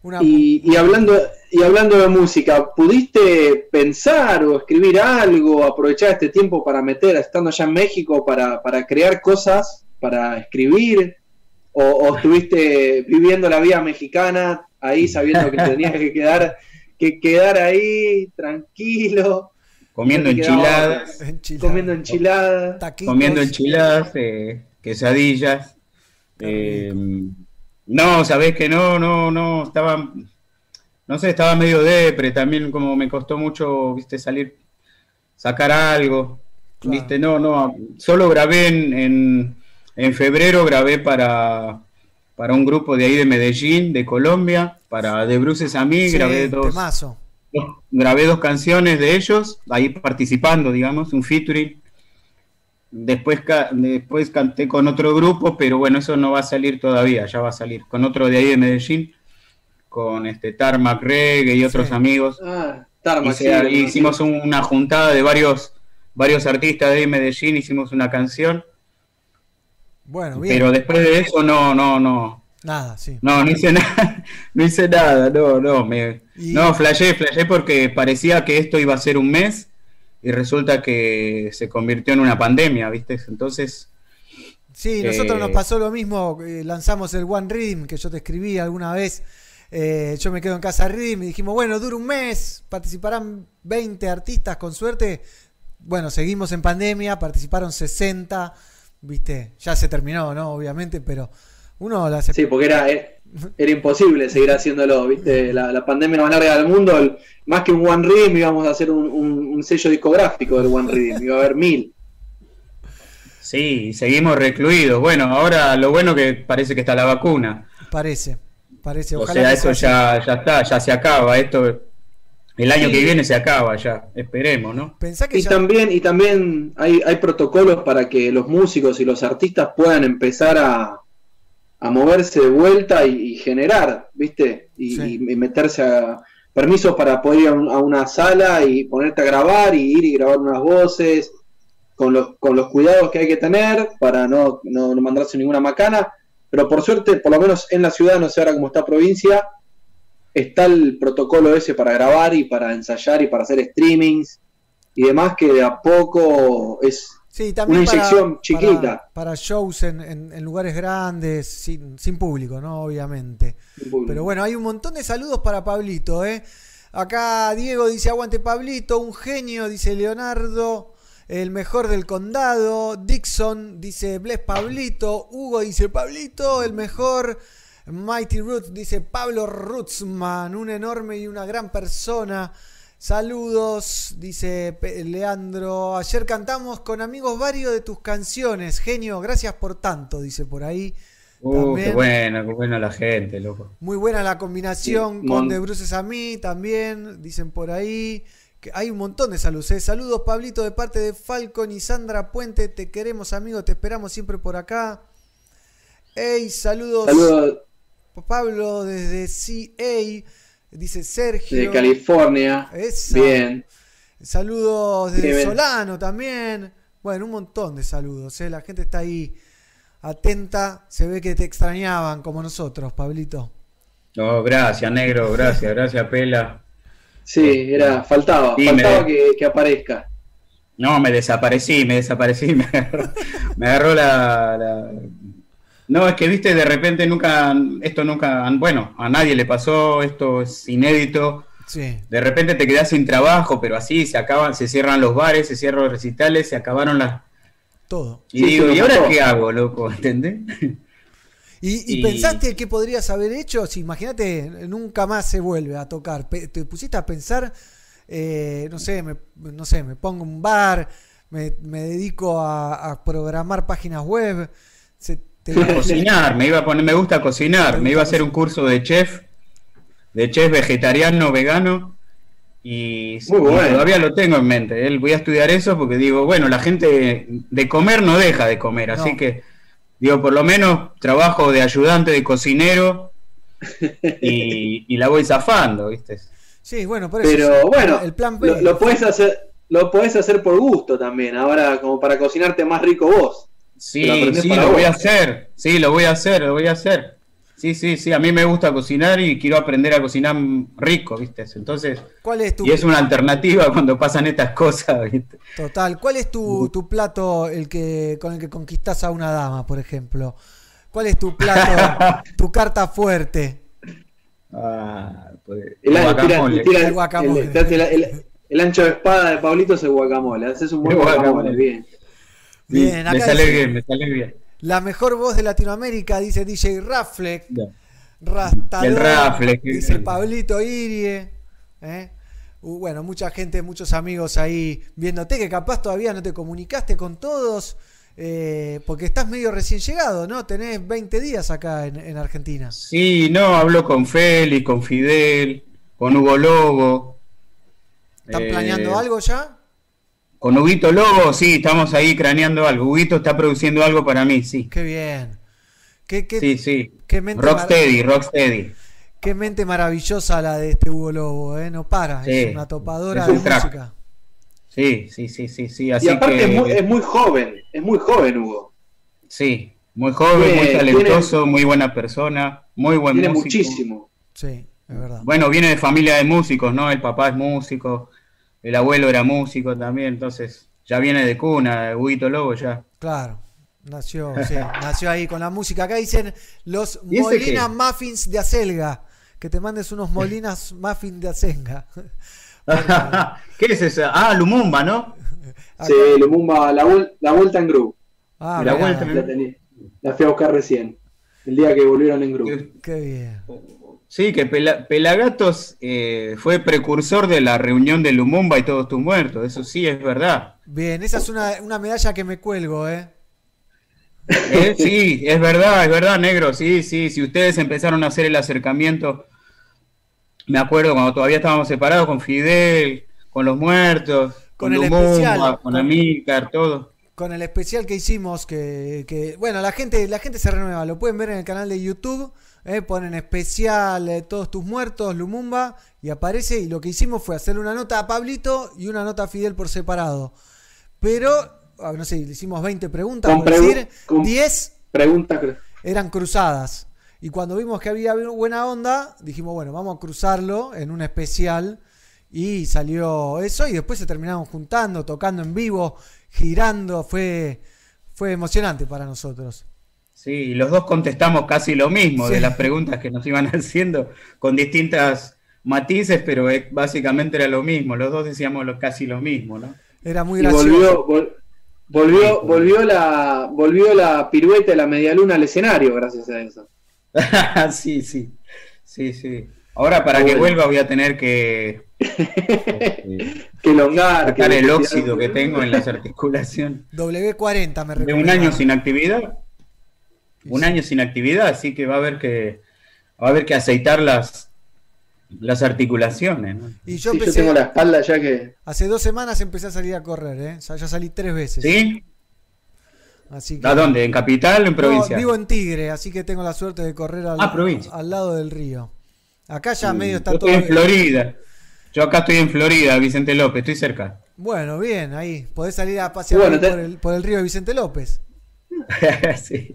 Una... Y, y hablando y hablando de música, ¿pudiste pensar o escribir algo, aprovechar este tiempo para meter, estando allá en México, para, para crear cosas, para escribir? ¿O, o estuviste viviendo la vida mexicana ahí sabiendo que tenías que quedar, que quedar ahí tranquilo? Comiendo enchiladas. Enchilada. Comiendo enchiladas. Taquitos. Comiendo enchiladas, eh, quesadillas. Eh, no, sabés que no, no, no, estaba, no sé, estaba medio depre, también como me costó mucho, viste, salir, sacar algo, Claro. viste, no, no, solo grabé en, en, en febrero, grabé para, para un grupo de ahí de Medellín, de Colombia, para De Bruces a mí, Sí, grabé dos, temazo. dos, grabé dos canciones de ellos, ahí participando, digamos, un featuring. Después, ca- después canté con otro grupo, pero bueno, eso no va a salir todavía, ya va a salir con otro de ahí de Medellín, con este Tarmac Reggae y otros Sí. amigos. Ah, Tarmac, Hice- sí, lo hicimos un- una juntada de varios, varios artistas de ahí de Medellín, hicimos una canción, Bueno, bien. pero después de eso no, no, no, Nada, sí. no, no hice nada, no hice nada, no, no, me, Y- no, flashé, flashé porque parecía que esto iba a ser un mes y resulta que se convirtió en una pandemia, ¿viste? Entonces, Sí, nosotros Eh, nos pasó lo mismo, eh, lanzamos el One Rhythm que yo te escribí alguna vez, eh, yo me quedo en casa Rhythm y dijimos, bueno, dura un mes, participarán veinte artistas con suerte, bueno, seguimos en pandemia, participaron sesenta, viste, ya se terminó, ¿no? Obviamente, pero uno la hace... Sí, porque era, era imposible seguir haciéndolo, ¿viste? La, la pandemia más larga del mundo, el- más que un One Rhythm íbamos a hacer un, un- un sello discográfico del One Rhythm, iba a haber mil. sí, seguimos recluidos. Bueno, ahora lo bueno que parece que está la vacuna. Parece, parece, O ojalá sea, que eso sea así. ya, ya está, ya se acaba. Esto, el año Sí. que viene se acaba ya. Esperemos, ¿no? Pensá que Y ya... también, y también hay, hay protocolos para que los músicos y los artistas puedan empezar a, a moverse de vuelta y, y generar, ¿viste? Y, Sí. y meterse a permisos para poder ir a, un- a una sala y ponerte a grabar y ir y grabar unas voces con los, con los cuidados que hay que tener para no, no, no mandarse ninguna macana. Pero por suerte, por lo menos en la ciudad, no sé ahora cómo está provincia, está el protocolo ese para grabar y para ensayar y para hacer streamings y demás, que de a poco es Sí, también una inyección para, chiquita. Para, para shows en, en- en lugares grandes, sin, sin público, ¿no? Obviamente. Pero bueno, hay un montón de saludos para Pablito, ¿eh? Acá Diego dice, aguante Pablito, un genio, dice Leonardo, el mejor del condado. Dixon dice, bless Pablito. Hugo dice, Pablito, el mejor. Mighty Roots dice, Pablo Rootsman, un enorme y una gran persona. Saludos, dice Pe- Leandro. Ayer cantamos con amigos varios de tus canciones. Genio, gracias por tanto, dice por ahí. Uh, También. qué buena, qué buena la gente, loco. Muy buena la combinación Sí, con mon- De Bruces a mí también, dicen por ahí. Que hay un montón de saludos. ¿eh? Saludos, Pablito, de parte de Falcon y Sandra Puente. Te queremos, amigo. Te esperamos siempre por acá. Hey, saludos. Saludos Pablo desde C A. Dice Sergio. de California. Esa. Bien. Saludos desde Bien. Solano también. Bueno, un montón de saludos. ¿eh? La gente está ahí atenta. Se ve que te extrañaban como nosotros, Pablito. No, gracias, negro, gracias, gracias, Pela. Sí, era, faltaba, Sí, faltaba me- que, que aparezca. No, me desaparecí, me desaparecí, me agarró, me agarró la, la- No, es que, viste, de repente nunca, esto nunca, bueno, a nadie le pasó, esto es inédito. Sí. De repente te quedás sin trabajo, pero así se acaban, se cierran los bares, se cierran los recitales, se acabaron las... Todo. Y Sí, digo, se ¿y nos ahora mató. qué hago, loco? ¿Entendés? ¿Y, y Y- pensaste qué podrías haber hecho? Si imagínate, nunca más se vuelve a tocar. Pe- ¿Te pusiste a pensar, eh, no sé, me, no sé, me pongo un bar, me, me dedico a, a programar páginas web? Se, te- A cocinar, me iba a poner, me gusta cocinar, Me me iba a gusta hacer un curso de chef, de chef vegetariano, vegano, y, Muy y bueno. todavía lo tengo en mente. Él, voy a estudiar eso porque digo, bueno, la gente de comer no deja de comer, así No. que digo, por lo menos trabajo de ayudante de cocinero y, y la voy zafando, ¿viste? Sí, bueno, por eso. Pero bueno, el plan B. lo, lo podés hacer, lo podés hacer por gusto también, ahora como para cocinarte más rico vos. Sí, Te lo aprendés sí, para lo voy vos. a hacer, sí, lo voy a hacer, lo voy a hacer. Sí, sí, sí, a mí me gusta cocinar y quiero aprender a cocinar rico, ¿viste? Entonces, ¿Cuál es tu y es una alternativa cuando pasan estas cosas, ¿viste? Total, ¿cuál es tu, tu plato el que con el que conquistás a una dama, por ejemplo? ¿Cuál es tu plato, tu carta fuerte? Ah, pues, El, el guacamole. tira- tira- El guacamole. el- el- el- el ancho de espada de Pablito es el guacamole. Haces un buen El guacamole, guacamole. bien. Bien, me acá sale dice- bien, me sale bien. La mejor voz de Latinoamérica, dice D J Rafleck. Ya. Rastador, El Rafleck, qué dice bien. Pablito Irie. ¿eh? Uh, bueno, mucha gente, muchos amigos ahí viéndote, que capaz todavía no te comunicaste con todos, eh, porque estás medio recién llegado, ¿no? Tenés veinte días acá en, en Argentina. Sí, no, hablo con Félix, con Fidel, con Hugo Lobo. ¿Están eh, planeando algo ya? Con Huguito Lobo, sí, estamos ahí craneando algo. Huguito está produciendo algo para mí, sí. Qué bien. Qué, qué, Sí, sí. qué mente Rocksteady, Rocksteady. Qué mente maravillosa la de este Hugo Lobo, ¿eh? No para, Sí, es una topadora es un de crack. música. Sí, sí, sí, sí, sí. Así Y aparte que, es, muy, es muy joven, es muy joven Hugo. sí, muy joven, Tiene- muy talentoso, muy buena persona, muy buen Tiene músico. muchísimo. Sí, es verdad. Bueno, viene de familia de músicos, ¿no? El papá es músico, el abuelo era músico también, entonces ya viene de cuna, Huguito Lobo ya. Claro, nació, sí, nació ahí con la música. Acá dicen los ¿Y ese Molina qué? Muffins de Acelga. Que te mandes unos Molinas Muffins de Acelga. ¿Qué es eso? Ah, Lumumba, ¿no? Sí, Lumumba, la, vuel- la vuelta en Group. Ah, la mirá, vuelta La, tenía- la fui a buscar recién. El día que volvieron en Group. Qué bien. Sí, que Pela- Pelagatos eh, fue precursor de la reunión de Lumumba y Todos tus muertos, eso sí es verdad. Bien, esa es una, una medalla que me cuelgo, ¿eh? Eh, Sí, es verdad, es verdad, negro, sí, sí, si ustedes empezaron a hacer el acercamiento, me acuerdo cuando todavía estábamos separados con Fidel, con los muertos, Con con, el Lumumba, especial, con con- Amílcar, todo. Con el especial que hicimos, que, que bueno, la gente, la gente se renueva, lo pueden ver en el canal de YouTube, eh, ponen especial eh, Todos tus muertos, Lumumba, y aparece, y lo que hicimos fue hacerle una nota a Pablito y una nota a Fidel por separado. Pero, ah, no sé, le hicimos veinte preguntas, Con por pregu- decir, con- diez Pregunta, creo. eran cruzadas. Y cuando vimos que había buena onda, dijimos, bueno, vamos a cruzarlo en un especial. Y salió eso y después se terminaron juntando, tocando en vivo, girando. Fue, fue emocionante para nosotros. Sí, y los dos contestamos casi lo mismo Sí. de las preguntas que nos iban haciendo, con distintas matices, pero eh, básicamente era lo mismo, los dos decíamos lo, casi lo mismo, ¿no? Era muy Y gracioso. volvió, vol- volvió, volvió, la, volvió la pirueta de la medialuna al escenario gracias a eso. Sí, sí, sí, sí. Ahora para Ah, que bueno. vuelva voy a tener que eh, Que elongar, que sacar el que- óxido que tengo en las articulaciones. W cuarenta me De recuerda. un año sin actividad, un año sin actividad, así que va a haber que va a haber que aceitar las las articulaciones, ¿no? Y yo Sí, yo empecé, tengo la espalda ya que. hace dos semanas empecé a salir a correr, ¿eh? O sea, ya salí tres veces. ¿Sí? Así que, ¿A dónde? ¿En capital o en No, provincia? vivo en Tigre, así que tengo la suerte de correr al, Ah, provincia. al lado del río. Acá ya medio está Yo todo. estoy en Florida. Yo acá estoy en Florida, Vicente López, estoy cerca. Bueno, bien, ahí. Podés salir a pasear Bueno, ahí te- por, el, por el río de Vicente López. Sí.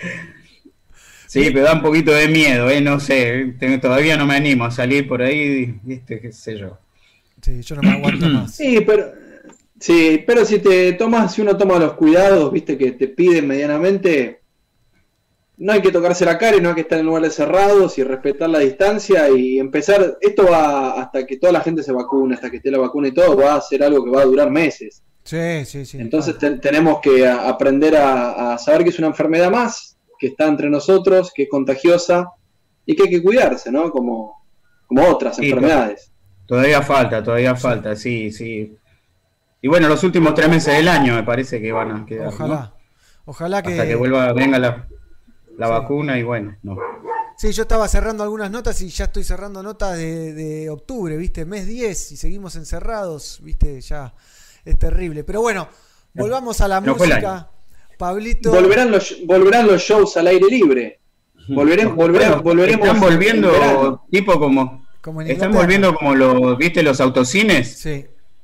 Sí, pero da un poquito de miedo, ¿eh? No sé, tengo- todavía no me animo a salir por ahí, ¿viste? ¿Qué sé yo? Sí, yo no me aguanto más. Sí, pero. Sí, pero si te tomas, si uno toma los cuidados, viste, que te piden medianamente, no hay que tocarse la cara y no hay que estar en lugares cerrados y respetar la distancia y empezar, esto va hasta que toda la gente se vacune, hasta que esté la vacuna y todo, va a ser algo que va a durar meses. Sí, sí, sí. Entonces te- tenemos que a- aprender a, a saber que es una enfermedad más, que está entre nosotros, que es contagiosa y que hay que cuidarse, ¿no? Como, como otras Sí, enfermedades. Todavía falta, todavía falta, sí, sí. Y bueno, los últimos tres meses del año me parece que van a quedar, ¿no? Ojalá. Ojalá que. Hasta que vuelva, venga la, la Sí. vacuna y bueno, no. Sí, yo estaba cerrando algunas notas y ya estoy cerrando notas de, de octubre, ¿viste? Mes diez y seguimos encerrados, ¿viste? Ya es terrible. Pero bueno, volvamos a la No fue el música. Pablito. Volverán los, volverán los shows al aire libre. Volveremos, volveremos, Bueno, volveremos están en verano. volviendo tipo como, Como en están Inglaterra. volviendo como los, ¿viste? Los autocines. Sí.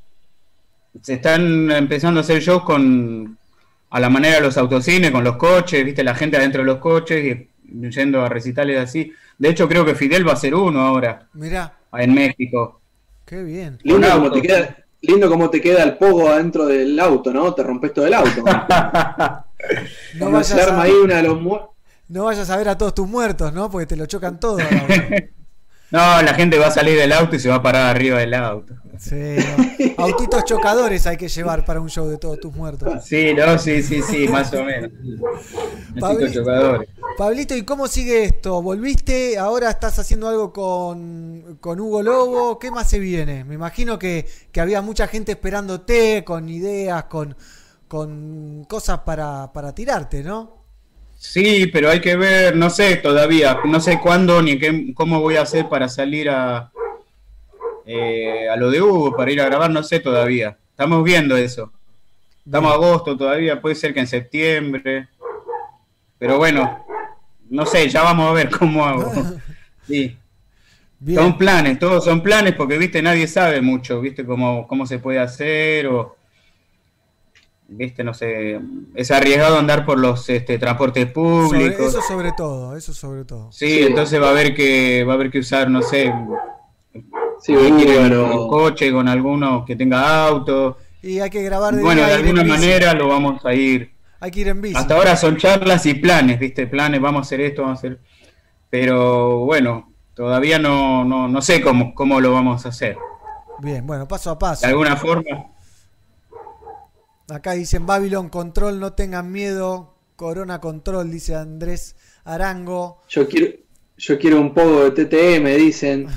Se están empezando a hacer shows con a la manera de los autocines, con los coches, viste, la gente adentro de los coches y yendo a recitales así. De hecho, creo que Fidel va a ser uno ahora. Mirá. En México. Qué bien. Lindo como te queda, lindo como te queda el pogo adentro del auto, ¿no? Te rompes todo el auto. No vayas, se arma a, ahí una de los mu- no vayas a ver a todos tus muertos, ¿no? Porque te lo chocan todos. No, la gente va a salir del auto y se va a parar arriba del auto. Sí, no. Autitos chocadores hay que llevar para un show de todos tus muertos. Sí, no, sí, sí, sí, más o menos. Autitos chocadores. Pablito, ¿y cómo sigue esto? ¿Volviste? ¿Ahora estás haciendo algo con, con Hugo Lobo? ¿Qué más se viene? Me imagino que, que había mucha gente esperándote, con ideas, con, con cosas para, para tirarte, ¿no? Sí, pero hay que ver, no sé todavía, no sé cuándo ni qué, cómo voy a hacer para salir a, eh, a lo de Hugo, para ir a grabar, no sé todavía. Estamos viendo eso. Estamos a agosto todavía, puede ser que en septiembre. Pero bueno, no sé, ya vamos a ver cómo hago. Sí. Bien. Son planes, todos son planes porque, viste, nadie sabe mucho, viste, cómo, cómo se puede hacer o... Viste, no sé, es arriesgado andar por los este, transportes públicos. Sobre, eso sobre todo, eso sobre todo. Sí, sí, entonces va a haber que va a haber que usar, no sé, sí, un pero... coche con alguno que tenga auto. Y hay que grabar de Bueno, de alguna manera lo vamos a ir. Hay que ir en bici. Hasta ahora son charlas y planes, viste, planes, vamos a hacer esto, vamos a hacer. Pero bueno, todavía no, no, no sé cómo, cómo lo vamos a hacer. Bien, bueno, paso a paso. De alguna forma. Acá dicen Babylon Control, no tengan miedo. Corona Control, dice Andrés Arango. Yo quiero, yo quiero un poco de T T M, dicen.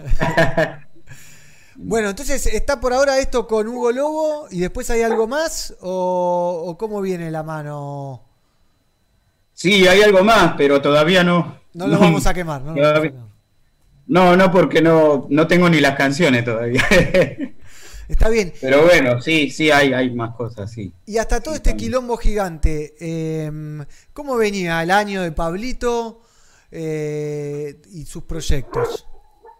Bueno, entonces, ¿está por ahora esto con Hugo Lobo y después hay algo más? ¿O, o cómo viene la mano? Sí, hay algo más, pero todavía no. No lo no, vamos a quemar, ¿no? Todavía, no, no, porque no, no tengo ni las canciones todavía. Está bien. Pero bueno, sí, sí, hay, hay más cosas, sí. Y hasta todo este quilombo gigante, eh, ¿cómo venía el año de Pablito eh, y sus proyectos?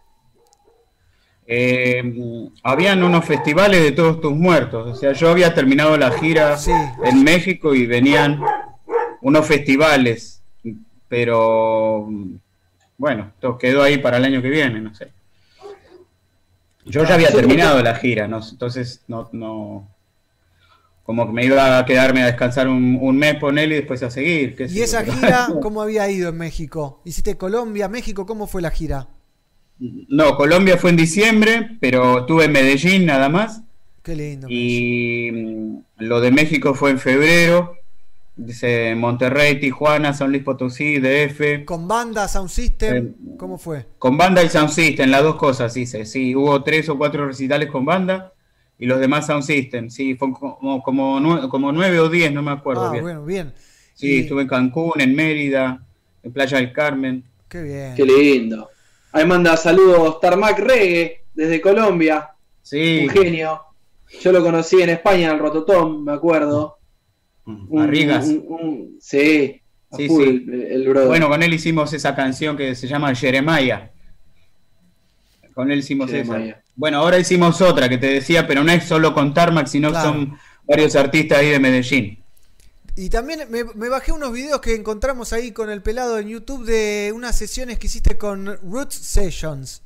Eh, habían unos festivales de todos tus muertos. O sea, yo había terminado la gira sí. en México y venían unos festivales. Pero bueno, todo quedó ahí para el año que viene, no sé. Yo ya había terminado la gira, ¿no? Entonces no, no, como que me iba a quedarme a descansar un, un mes con él y después a seguir. ¿Qué ¿Y esa gira cómo había ido en México? ¿Hiciste Colombia, México? ¿Cómo fue la gira? No, Colombia fue en diciembre, pero estuve en Medellín nada más. Qué lindo. Y Medellín. Lo de México fue en febrero. Dice Monterrey, Tijuana, San Luis Potosí, D F. ¿Con banda, Sound System? Eh, ¿Cómo fue? Con banda y Sound System, las dos cosas, dice. Sí, hubo tres o cuatro recitales con banda y los demás Sound System. Sí, fue como, como, nueve, como nueve o diez, no me acuerdo ah, bien. bueno, bien. Sí, y... estuve en Cancún, en Mérida, en Playa del Carmen. Qué bien. Qué lindo. Ahí manda saludos Tarmac Reggae desde Colombia. Sí. Un genio. Yo lo conocí en España, en el Rototom, me acuerdo. Barrigas. Un, un, un, sí, sí, full, sí. El, el brother. Bueno, con él hicimos esa canción que se llama Jeremiah. Con él hicimos Jeremiah. esa. Bueno, ahora hicimos otra que te decía, pero no es solo con Tarmac, sino claro. que son varios artistas ahí de Medellín. Y también me, me bajé unos videos que encontramos ahí con el pelado en YouTube de unas sesiones que hiciste con Roots Sessions.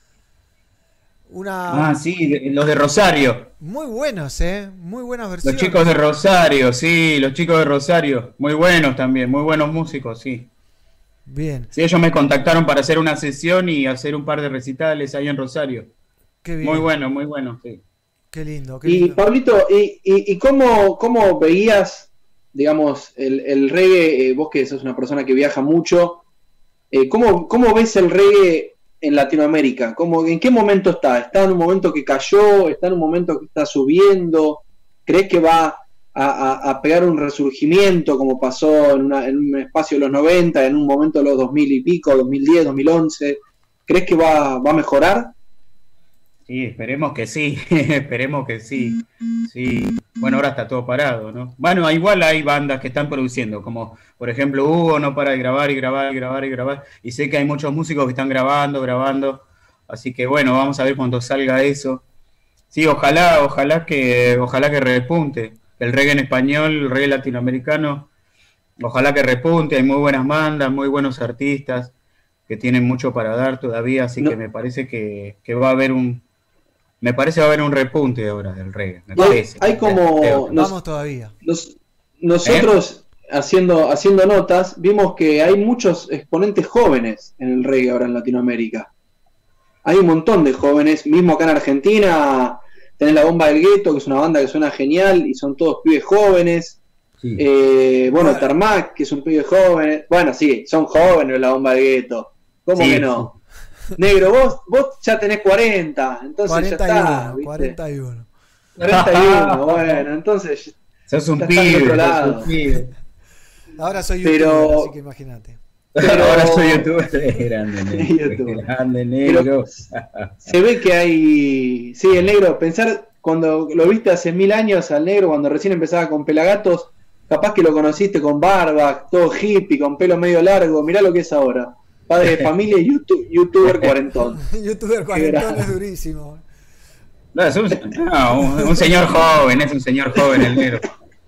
Una... Ah, sí, los de Rosario. Muy buenos, ¿eh? Muy buenas versiones. Los chicos de Rosario, sí, los chicos de Rosario. Muy buenos también, muy buenos músicos, sí. Bien. Sí, ellos me contactaron para hacer una sesión y hacer un par de recitales ahí en Rosario. Qué bien. Muy bueno, muy bueno, sí. Qué lindo, qué y lindo. Pablito, ¿y, y, y cómo, cómo veías, digamos, el, el reggae? Eh, vos que sos una persona que viaja mucho, eh, ¿cómo, ¿cómo ves el reggae en Latinoamérica? ¿Cómo, ¿En qué momento está? ¿Está en un momento que cayó? ¿Está en un momento que está subiendo? ¿Crees que va a, a, a pegar un resurgimiento como pasó en, una, en un espacio de los noventa, en un momento de los dos mil y pico, dos mil diez, dos mil once? ¿Crees que va, va a mejorar? Sí, esperemos que sí, esperemos que sí. Sí. Bueno, ahora está todo parado, ¿no? Bueno, igual hay bandas que están produciendo, como por ejemplo Hugo no para de grabar y grabar y grabar y grabar, y sé que hay muchos músicos que están grabando, grabando, así que bueno, vamos a ver cuando salga eso. Sí, ojalá, ojalá que, ojalá que repunte el reggae en español, el reggae latinoamericano, ojalá que repunte, hay muy buenas bandas, muy buenos artistas que tienen mucho para dar todavía, así no. que me parece que, que va a haber un me parece va a haber un repunte ahora del reggae. Me hay, parece. Hay como nos, vamos todavía. Nos, nosotros ¿Eh? haciendo haciendo notas vimos que hay muchos exponentes jóvenes en el reggae ahora en Latinoamérica. Hay un montón de jóvenes, mismo acá en Argentina tenés La Bomba del Gueto, que es una banda que suena genial y son todos pibes jóvenes. Sí. Eh, bueno, bueno, Tarmac, que es un pibe joven. Bueno, sí, son jóvenes La Bomba del Gueto. ¿Cómo sí, que no? Sí. Negro, vos vos ya tenés cuarenta, entonces cuarenta y uno, ya está. ¿viste? cuarenta y uno. cuarenta y uno, bueno, entonces. Sos un pibe, sos un pibe. Ahora soy youtuber, pero, así que imagínate. Pero ahora soy youtuber. Grande negro. Grande negro. Se ve que hay. Sí, el negro, pensar cuando lo viste hace mil años al negro, cuando recién empezaba con Pelagatos, capaz que lo conociste con barba, todo hippie, con pelo medio largo. Mirá lo que es ahora. Padre de familia y YouTube, youtuber cuarentón. Youtuber cuarentón es durísimo. No, es un, no, un, un señor joven, es un señor joven el negro.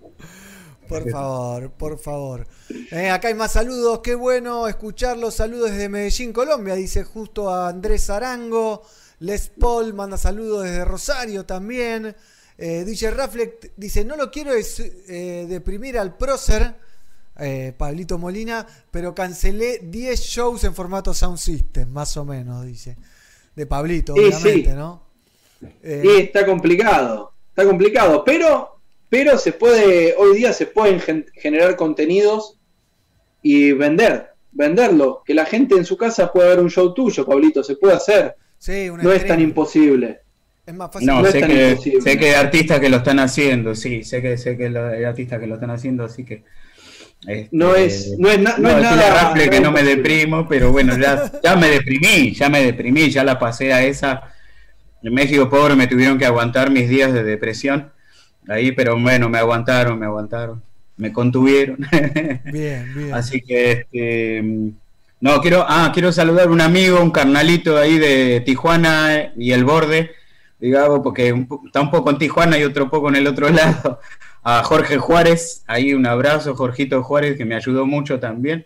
Por favor, por favor. Eh, acá hay más saludos, qué bueno escucharlos. Saludos desde Medellín, Colombia, dice justo a Andrés Arango. Les Paul manda saludos desde Rosario también. Eh, D J Raflex dice, no lo quiero es, eh, deprimir al prócer, eh, Pablito Molina, pero cancelé diez shows en formato Sound System, más o menos, dice. De Pablito, sí, obviamente, sí. ¿no? Eh, sí, está complicado, está complicado, pero, pero se puede, hoy día se pueden gen- generar contenidos y vender, venderlo, que la gente en su casa pueda ver un show tuyo, Pablito, se puede hacer. Sí, no es tan imposible. Es más fácil. No, no sé, es que, imposible. sé que hay artistas que lo están haciendo, sí, sé que sé que lo, hay artistas que lo están haciendo, así que este, no es no es, na, no no, es nada Rafle no que es no me imposible. deprimo, pero bueno, ya, ya me deprimí, ya me deprimí, ya la pasé a esa. En México pobre me tuvieron que aguantar mis días de depresión ahí, pero bueno, me aguantaron, me aguantaron, me contuvieron. Bien, bien. Así que este no quiero, ah, quiero saludar a un amigo, un carnalito ahí de Tijuana y el borde, digamos, porque un, está un poco en Tijuana y otro poco en el otro lado, a Jorge Juárez, ahí un abrazo, Jorgito Juárez, que me ayudó mucho también.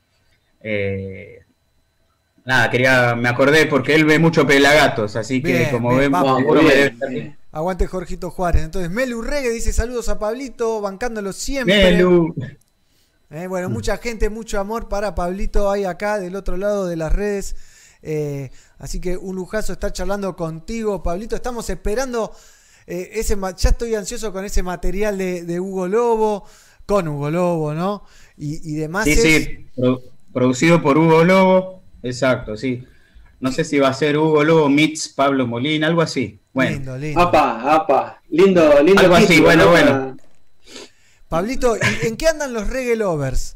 Eh, nada, quería, me acordé porque él ve mucho Pelagatos, así que bien, como bien, vemos, vamos, seguro bien, me debe estar bien. Aguante Jorgito Juárez. Entonces, Melu Reggae dice saludos a Pablito, bancándolo siempre. Melu. Eh, bueno, mucha gente, mucho amor para Pablito hay acá del otro lado de las redes. Eh, así que un lujazo estar charlando contigo, Pablito. Estamos esperando eh, ese, ya estoy ansioso con ese material de, de Hugo Lobo, con Hugo Lobo, ¿no? Y, y demás. Sí, es... sí, Pro, producido por Hugo Lobo, exacto, sí. No sé si va a ser Hugo Lobo meets Pablo Molina, algo así. Bueno. Lindo, lindo. Apa, apa, lindo, lindo. Algo así, bueno, ¿no? bueno. Pablito, ¿y en qué andan los reggae lovers?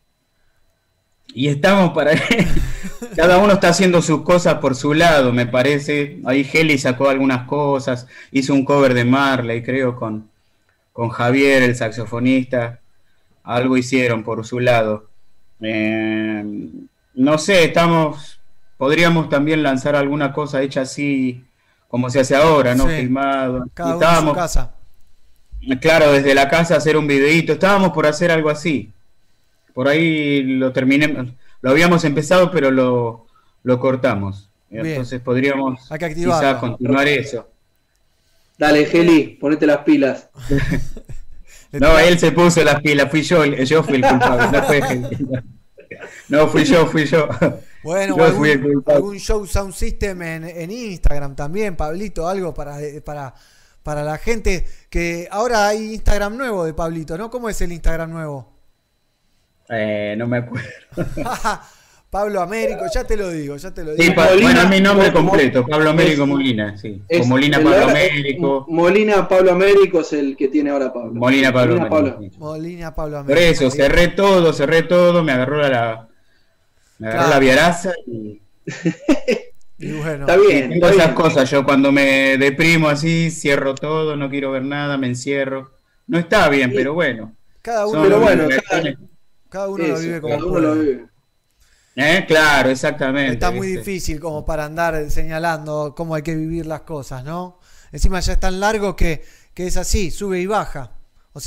Y estamos para... Cada uno está haciendo sus cosas por su lado, me parece. Ahí Heli sacó algunas cosas, hizo un cover de Marley, creo, con, con Javier, el saxofonista. Algo hicieron por su lado. Eh, no sé, estamos... Podríamos también lanzar alguna cosa hecha así, como se hace ahora, ¿no? Sí. Filmado. Cada y uno estábamos, en su casa. Claro, desde la casa hacer un videíto. Estábamos por hacer algo así. Por ahí lo terminé, lo habíamos empezado, pero lo, lo cortamos. Bien. Entonces podríamos Hay que quizá continuar eso. Dale, Geli, ponete las pilas. No, él se puso las pilas, fui yo, yo fui el culpable, no fue Geli. No, fui yo, fui yo. Bueno, yo algún, fui el culpable. algún show Sound System en, en Instagram también, Pablito, algo para, para, para la gente, que ahora hay Instagram nuevo de Pablito, ¿no? ¿Cómo es el Instagram nuevo? Eh, no me acuerdo. Pablo Américo, ya te lo digo, ya te lo digo. Sí, pa, bueno, es mi nombre completo, Pablo Américo Molina, sí. O Molina Pablo Américo. Molina Pablo Américo es el que tiene ahora Pablo. Molina Pablo Molina Américo. Pablo, Molina Pablo Américo. Por eso, cerré todo, cerré todo, me agarró la, me agarró claro. la viaraza y... y bueno, está bien. Tengo está esas bien. cosas, yo cuando me deprimo así, cierro todo, no quiero ver nada, me encierro. No está bien, sí. pero bueno. Cada uno, pero lo, bueno, vive, cada, cada uno eso, lo vive como cada uno puede. lo vive. ¿Eh? Claro, exactamente. Está muy ¿viste? difícil como para andar señalando cómo hay que vivir las cosas, ¿no? Encima ya es tan largo que, que es así, sube y baja. O sea,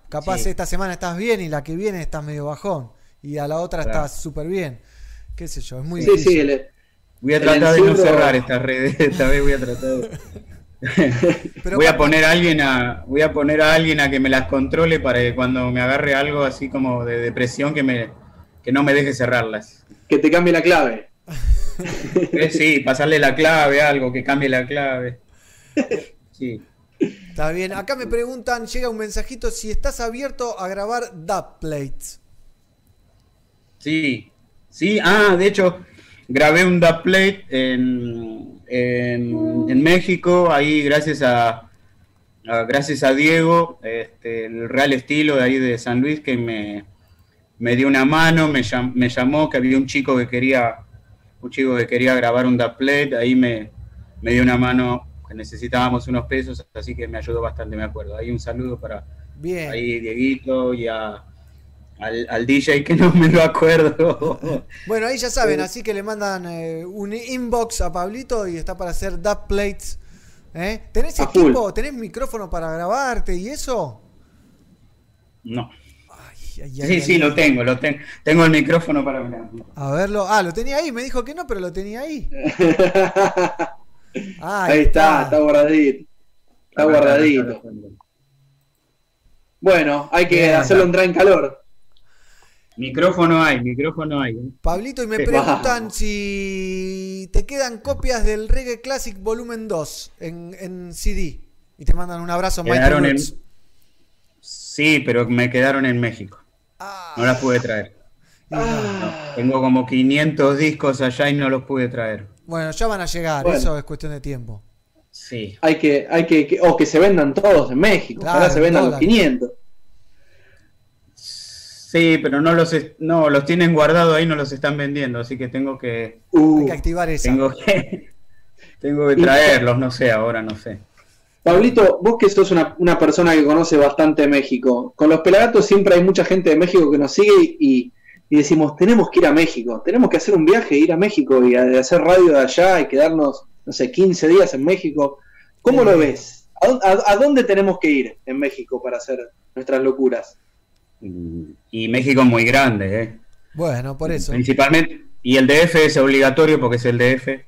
Capaz Sí. esta semana estás bien y la que viene estás medio bajón. Y a la otra Claro. estás súper bien. Qué sé yo, es muy Sí, difícil. sí, el- Voy a el tratar de no encierro- cerrar esta red, esta vez voy a tratar de... Pero voy a capaz- poner a alguien a voy a poner a alguien a que me las controle para que cuando me agarre algo así como de depresión que me que no me deje cerrarlas. que te cambie la clave. Eh, sí, pasarle la clave, algo que cambie la clave. Sí. Está bien. Acá me preguntan, llega un mensajito, si estás abierto a grabar dubplates. Sí. Sí, ah, de hecho grabé un dubplate en, en en México, ahí gracias a, a gracias a Diego, este, el Real Estilo de ahí de San Luis que me me dio una mano, me, llam, me llamó que había un chico que quería un chico que quería grabar un dubplate, ahí me, me dio una mano, que necesitábamos unos pesos, así que me ayudó bastante, me acuerdo. Ahí un saludo para Bien. ahí Dieguito y a, al, al D J que no me lo acuerdo. Bueno, ahí ya saben, así que le mandan eh, un inbox a Pablito y está para hacer dubplates. ¿Eh? ¿Tenés A equipo? full. ¿Tenés micrófono para grabarte y eso? No. Ay, ay, Sí, ay, sí, ay. lo tengo, lo tengo. Tengo el micrófono para mirar. A verlo. Ah, lo tenía ahí. Me dijo que no, pero lo tenía ahí. Ah, Ahí está, está guardadito. Está guardadito. Bueno, hay que Bien, hacerlo está. entrar en calor. Micrófono hay, micrófono hay. Pablito, y me Sí. preguntan si te quedan copias del Reggae Classic Volumen dos en, en C D. Y te mandan un abrazo, Quedaron Michael en... Roots. Sí, pero me quedaron en México. No las pude traer. No, tengo como quinientos discos allá y no los pude traer. Bueno, ya van a llegar. Bueno. Eso es cuestión de tiempo. Sí. Hay que, hay que, que- o que se vendan todos en México. Claro, Ojalá se vendan los dólares. quinientos. Sí, pero no los es- no los tienen guardados ahí, no los están vendiendo, así que tengo que Uh, Hay que activar esa. tengo que tengo que traerlos, no sé, ahora no sé. Pablito, vos que sos una, una persona que conoce bastante México, con los Pelagatos siempre hay mucha gente de México que nos sigue y, y decimos, tenemos que ir a México, tenemos que hacer un viaje, ir a México y a- de hacer radio de allá y quedarnos, no sé, quince días en México. ¿Cómo lo ves? ¿A, dó- a- a dónde tenemos que ir en México para hacer nuestras locuras? Y México es muy grande, ¿eh? Bueno, por eso. Principalmente, y el D F es obligatorio porque es el D F.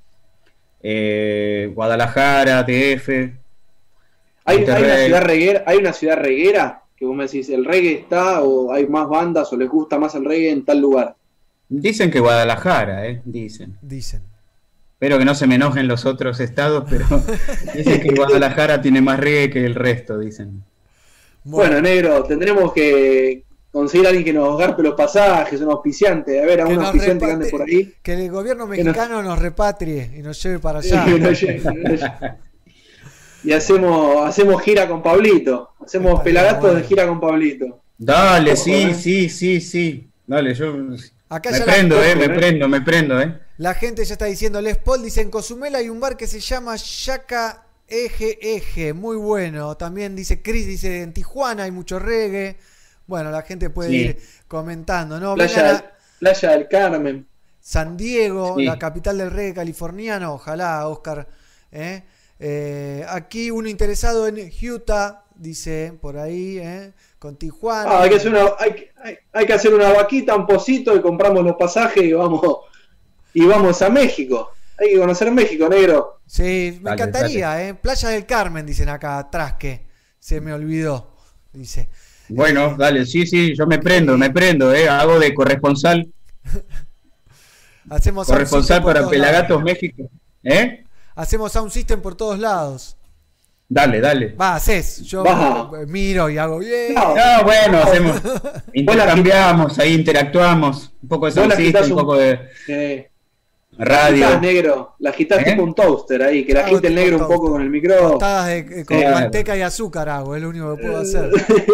Eh, Guadalajara, D F. ¿Hay, hay una Monterrey. ciudad reguera, ¿Hay una ciudad reguera que vos me decís, el reggae está o hay más bandas o les gusta más el reggae en tal lugar? Dicen que Guadalajara, ¿eh? Dicen. Dicen. Espero que no se me enojen los otros estados, pero dicen que Guadalajara tiene más reggae que el resto, dicen. Bueno, negro, tendremos que conseguir a alguien que nos garpe los pasajes, un auspiciante, a ver, a Que un nos auspiciante que reparte- ande por ahí. Que el gobierno Que nos- mexicano nos repatrie y nos lleve para allá. Que nos lleve, que nos lleve. Y hacemos, hacemos gira con Pablito, hacemos Estaría pelagatos bueno. de gira con Pablito. Dale, Ojo, sí, eh. sí, sí, sí. Dale, yo Acá me ya la- prendo, eh, ojo, me eh. prendo, me prendo, eh. La gente ya está diciendo, Les Paul dice, en Cozumel hay un bar que se llama Yaca Eje Eje, muy bueno. También dice Chris, dice, en Tijuana hay mucho reggae. Bueno, la gente puede Sí. ir comentando, ¿no? Vengan Playa, a Playa del Carmen. San Diego, Sí. la capital del reggae californiano, ojalá, Oscar. ¿eh? Eh, aquí uno interesado en Utah, dice por ahí, ¿eh? Con Tijuana. Ah, hay, que hacer una, hay, que- hay, hay que hacer una vaquita, un pocito y compramos los pasajes y vamos, y vamos a México. Hay que conocer México, negro. Sí, me Dale, encantaría, ¿eh? Playa del Carmen, dicen acá atrás, que se me olvidó, dice. Bueno, dale, sí, sí, yo me prendo, me prendo, eh. Hago de corresponsal, Hacemos sound corresponsal system por para todos Pelagatos lados. México. ¿Eh? Hacemos sound system por todos lados. Dale, dale. Va, haces. Yo Va. eh, miro y hago bien. No. No, bueno, hacemos, intercambiamos, ahí interactuamos, un poco de Vos la sound system, agitás un un- poco de Eh, radio. agitás, negro. La agitás ¿Eh? tipo un toaster ahí, que la Hago agite el tipo negro un toaster. poco con el micrófono. Tostadas de- eh, con Sí. manteca y azúcar hago, es lo único que puedo hacer.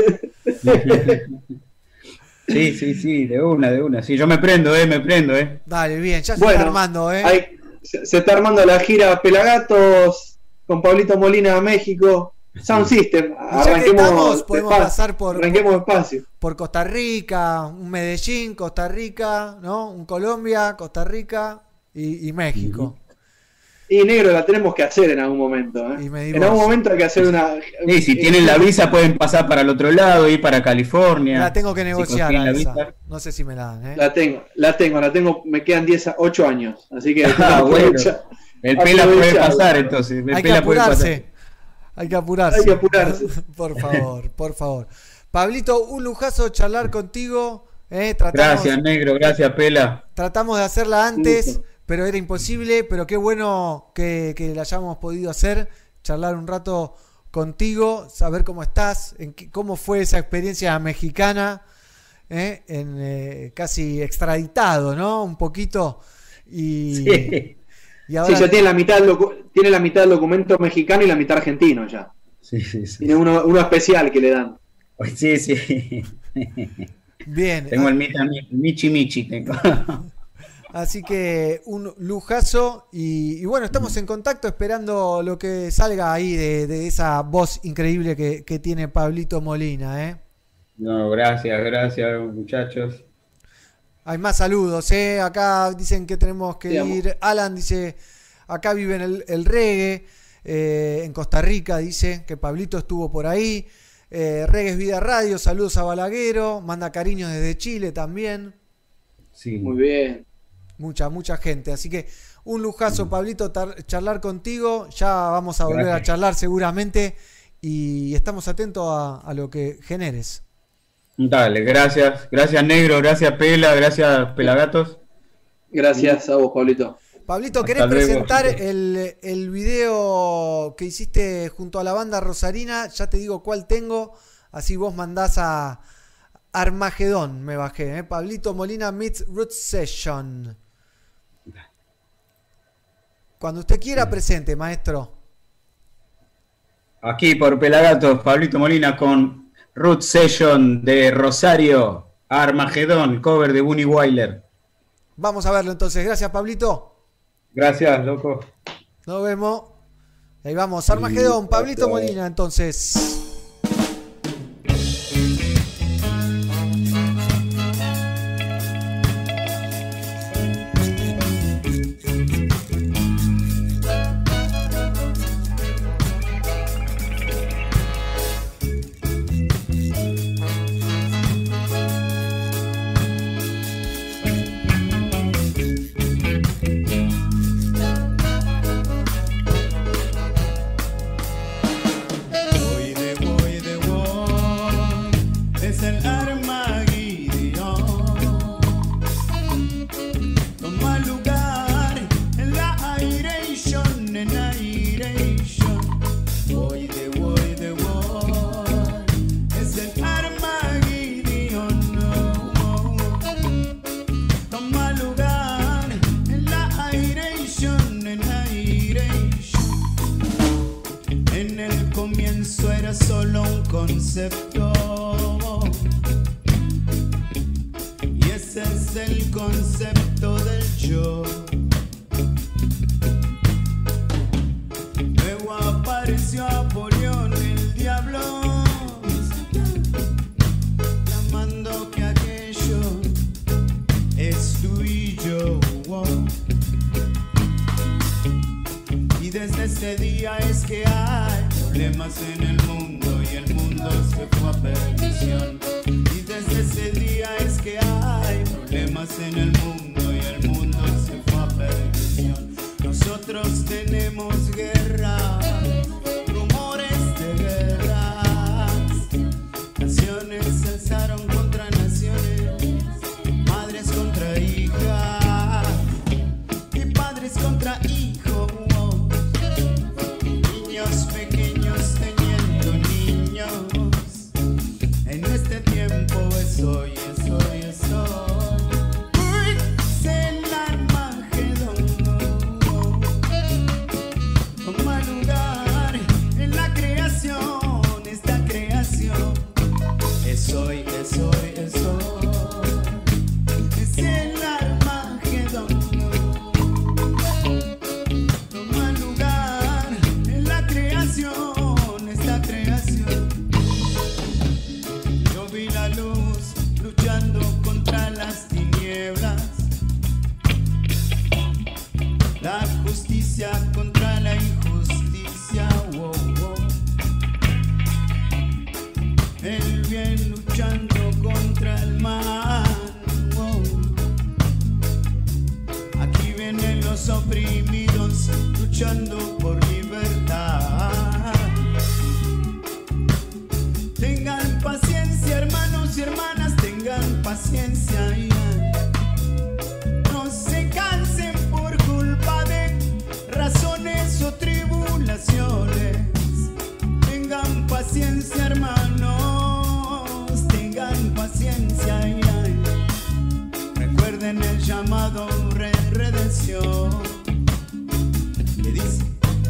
Sí, sí, sí, de una, de una. Sí, yo me prendo, eh, me prendo, eh. Dale, bien, ya se Bueno, está armando, ¿eh? Hay- se, se está armando la gira Pelagatos con Pablito Molina a México. Sound System. Y ya que Arranquemos, estamos, podemos despacio, pasar por- arranquemos despacio. Por Costa Rica, un Medellín, Costa Rica, ¿no? Un Colombia, Costa Rica y, y México. Y negro, la tenemos que hacer en algún momento. ¿eh? En algún momento hay que hacer una. Sí, si tienen la visa pueden pasar para el otro lado, ir para California. La tengo que negociar. Si a esa. visa. No sé si me la dan. ¿eh? La tengo, la tengo, la tengo. Me quedan diez, ocho años. Así que. Ah, bueno. El Pela puede pasar entonces. El Hay Pela que apurarse. puede pasar. Hay que apurarse. Hay que apurarse. Por favor, por favor. Pablito, un lujazo charlar contigo. ¿eh? Tratamos, gracias, negro. Gracias, Pela. Tratamos de hacerla antes, pero era imposible. Pero qué bueno que, que la hayamos podido hacer. Charlar un rato contigo, saber cómo estás, en qué, cómo fue esa experiencia mexicana, ¿eh? en, eh, casi extraditado, ¿no? Un poquito. Y, sí. y ahora... sí, ya tiene la, mitad del docu- tiene la mitad del documento mexicano y la mitad argentino ya. Sí, sí, sí. Tiene uno, uno especial que le dan. Sí, sí. Bien. Tengo el Michi Michi. Tengo. Así que un lujazo y, y bueno, estamos en contacto esperando lo que salga ahí de, de esa voz increíble que, que tiene Pablito Molina. ¿eh? No, gracias, gracias muchachos. Hay más saludos, ¿eh? Acá dicen que tenemos que Digamos. ir. Alan dice, acá viven el, el reggae, eh, en Costa Rica dice que Pablito estuvo por ahí. Eh, Reggae es Vida Radio, saludos a Balaguero, manda cariños desde Chile también. Sí. Muy bien. Mucha, mucha gente. Así que un lujazo, Pablito, tar- charlar contigo. Ya vamos a volver Gracias. a charlar seguramente y estamos atentos a, a lo que generes. Dale, gracias. Gracias, negro. Gracias, Pela. Gracias, Pelagatos. Gracias a vos, Pablito. Pablito, ¿querés Hasta luego, presentar chicos. el, el video que hiciste junto a la banda Rosarina? Ya te digo cuál tengo. Así vos mandás a Armagedón, me bajé. ¿eh? Pablito Molina meets Root Session. Cuando usted quiera, presente, maestro. Aquí por Pelagatos, Pablito Molina con Root Session de Rosario, Armagedón, cover de Bunny Wyler. Vamos a verlo entonces. Gracias, Pablito. Gracias, loco. Nos vemos. Ahí vamos, Armagedón, Pablito Molina, entonces. Voy de voy de voy, es el Armageddon. Toma lugar en la airation, en airation. Voy de voy de voy, es el Armageddon. Toma lugar en la airation, en airation. En el comienzo era solo un concepto y ese es el concepto del yo. Luego apareció Apolión, el diablo, llamando que aquello es tú y yo. Y desde ese día es que hay problemas en el mundo y el mundo se fue a perdición. Y desde ese día es que hay problemas en el mundo y el mundo se fue a perdición. Nosotros tenemos guerra, rumores de guerras, naciones se alzaron contra naciones, madres contra hijas y padres contra hijos. Niños pequeños teniendo niños. En este tiempo es hoy, es hoy, es hoy. Uy, justicia contra la injusticia. Wow, wow. El bien luchando contra el mal. Wow. Aquí vienen los oprimidos luchando por libertad. Tengan paciencia, hermanos y hermanas, tengan paciencia. No se cansen por culpa de razones o tribulaciones. Tengan paciencia, hermanos, tengan paciencia. Recuerden el llamado re redención. Que dice: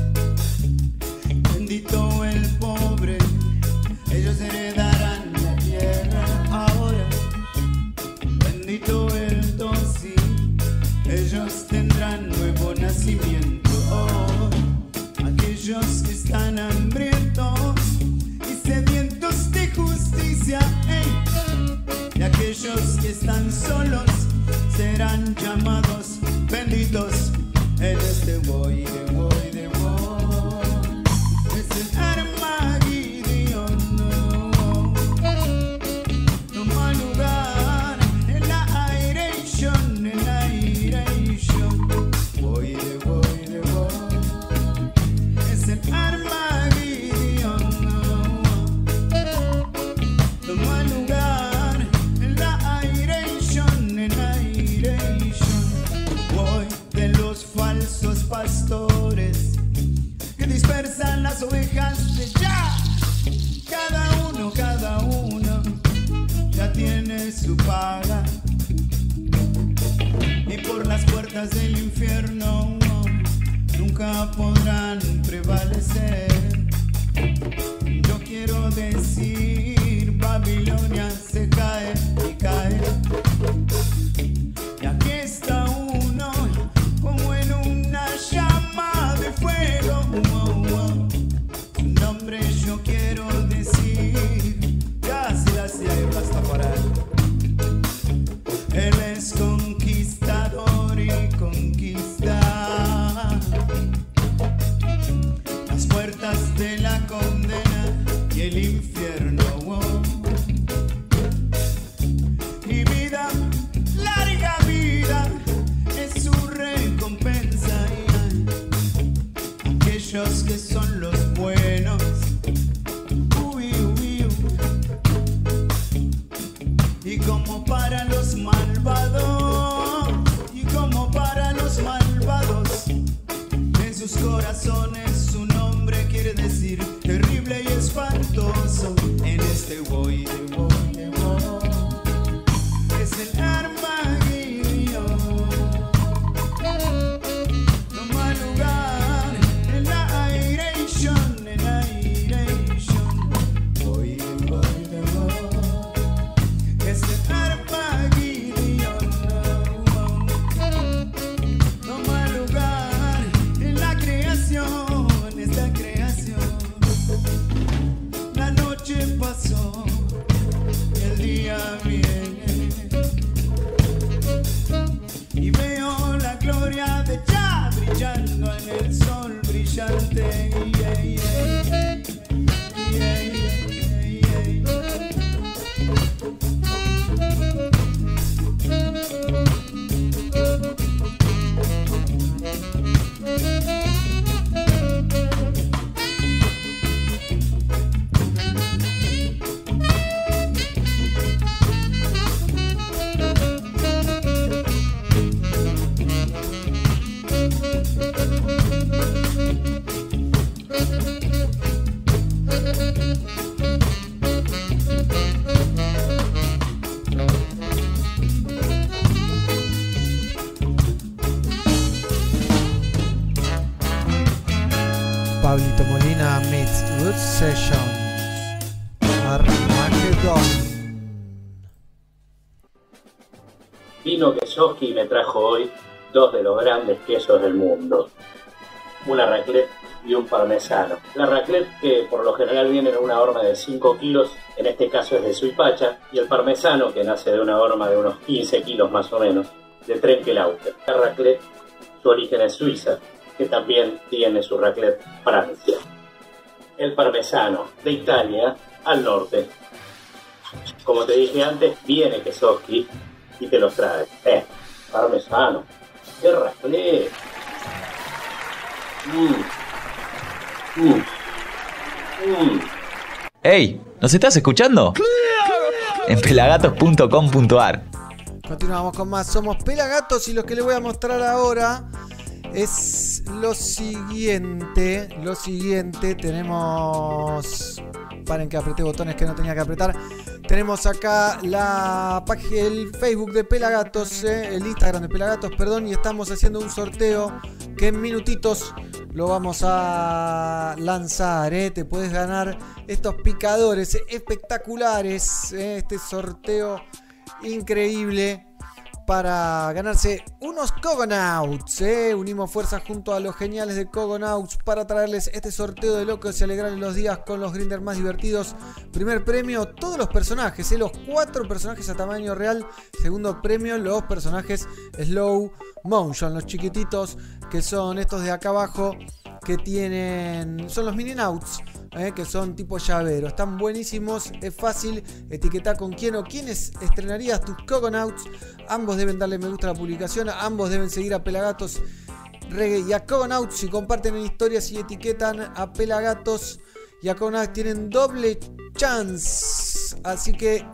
bendito el pobre, ellos heredarán la tierra. Ahora, bendito el dócil, ellos tendrán nuevo nacimiento. Oh, aquellos que están hambrientos y sedientos de justicia, hey, y aquellos que están solos serán llamados benditos en este voy de voy de voy. Es el Armageddon. Toma lugar en la airation, en la airation. Voy de voy de voy. Es el Armageddon. Toma lugar en la airation, en la airation. Voy de los falsos pastores que dispersan las ovejas de ya. Cada uno, cada uno ya tiene su paga. Y por las puertas del infierno nunca podrán prevalecer. Yo quiero decir, Babilonia se cae y cae. Y aquí está uno como en una llama de fuego. Oh, oh. Su nombre yo quiero decir, casi hacia el Rastafari. Él es conquistador y conquista las puertas de la condena y el infierno. Oh. Y vida, larga vida, es su recompensa. Aquellos que son los buenos, uy, uy, uy. Y como para los malvados, y como para los malvados, en sus corazones su nombre quiere decir terrible y espantoso. En este voy de voy de voy, es el Armageddon. Toma lugar en la airation, en la airation. Voy de voy de voy, es el Armageddon. Toma lugar en la creación, esta creación. La noche pasó y el día viene, y veo la gloria de Jah brillando en el sol brillante. Yeah, yeah, yeah, yeah, Pablito Molina meets Root Sessions. Armageddon. Vino Quesoski me trajo hoy dos de los grandes quesos del mundo, una raclette y un parmesano. La raclette, que por lo general viene en una horma de cinco kilos, en este caso es de Suipacha, y el parmesano, que nace de una horma de unos quince kilos más o menos, de Trenkelauter. La raclette, su origen es Suiza, que también tiene su raclette Francia. El parmesano de Italia al norte. Como te dije antes, viene Kesoski y te los trae. Eh, parmesano. ¡Qué raclette! Mmm. Mmm. Mmm. ¡Ey! ¿Nos estás escuchando? En pelagatos punto com punto ar. Continuamos con más. Somos Pelagatos y lo que les voy a mostrar ahora es lo siguiente. Lo siguiente, tenemos... Paren que apreté botones que no tenía que apretar. Tenemos acá la página, el Facebook de Pelagatos, eh, el Instagram de Pelagatos, perdón, y estamos haciendo un sorteo que en minutitos lo vamos a lanzar. Eh. Te puedes ganar estos picadores espectaculares, eh, este sorteo increíble para ganarse unos Cogonauts. ¿eh? Unimos fuerzas junto a los geniales de Cogonauts para traerles este sorteo de locos y alegrarles los días con los grinders más divertidos. Primer premio, todos los personajes, ¿eh? los cuatro personajes a tamaño real. Segundo premio, los personajes slow motion, los chiquititos que son estos de acá abajo, que tienen, son los Mininauts. Eh, que son tipo llavero, están buenísimos, es fácil, etiquetá con quién o quiénes estrenarías tus Cogonauts. Ambos deben darle me gusta a la publicación, ambos deben seguir a Pelagatos Reggae y a Cogonauts. Si comparten en historias y etiquetan a Pelagatos y a Cogonauts tienen doble chance. Así que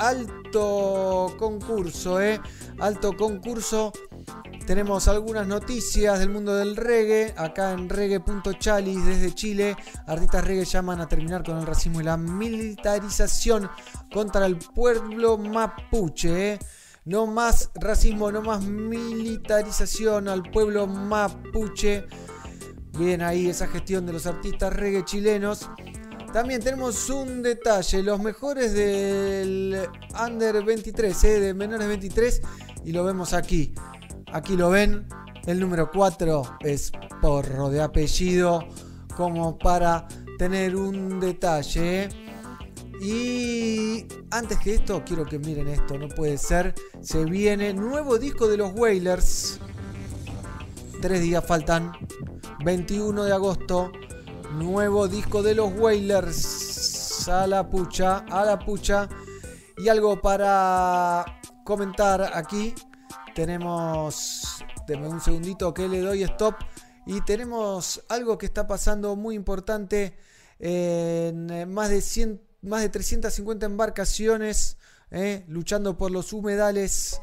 alto concurso, eh, alto concurso. Tenemos algunas noticias del mundo del reggae. Acá en reggae punto chalis desde Chile, artistas reggae llaman a terminar con el racismo y la militarización contra el pueblo mapuche. ¿eh? No más racismo, no más militarización al pueblo mapuche. Bien ahí esa gestión de los artistas reggae chilenos. También tenemos un detalle, los mejores del Under veintitrés, ¿eh? de menores veintitrés, y lo vemos aquí. Aquí lo ven, el número cuatro es Porro de apellido, como para tener un detalle. ¿eh? Y antes que esto, quiero que miren esto, no puede ser. Se viene nuevo disco de los Wailers. Tres días faltan, veintiuno de agosto. Nuevo disco de los Wailers. A la pucha, a la pucha. Y algo para comentar aquí. Tenemos, denme un segundito que le doy stop, y tenemos algo que está pasando muy importante en más de cien, más de trescientas cincuenta embarcaciones eh, luchando por los humedales.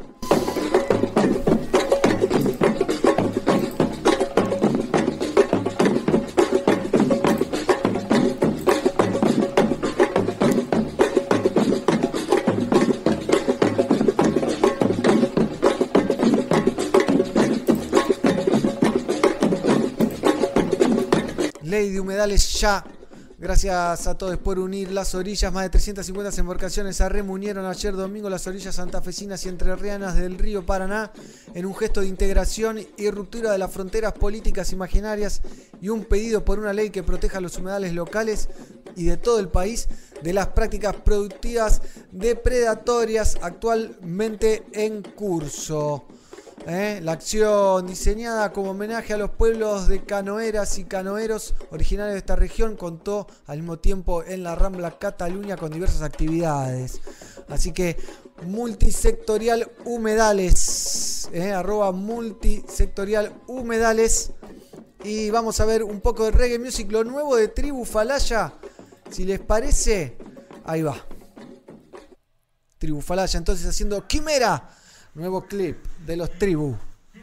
Ley de humedales ya. Gracias a todos por unir las orillas. Más de trescientas cincuenta embarcaciones se reunieron ayer domingo las orillas santafesinas y entrerrianas del río Paraná en un gesto de integración y ruptura de las fronteras políticas imaginarias y un pedido por una ley que proteja los humedales locales y de todo el país de las prácticas productivas depredatorias actualmente en curso. ¿Eh? La acción, diseñada como homenaje a los pueblos de canoeras y canoeros originarios de esta región, contó al mismo tiempo en la Rambla Cataluña con diversas actividades. Así que multisectorial humedales, ¿eh? arroba multisectorial humedales. Y vamos a ver un poco de reggae music, lo nuevo de Tribu Falaya. Si les parece, ahí va. Tribu Falaya entonces haciendo Quimera. Nuevo clip de los Tribu.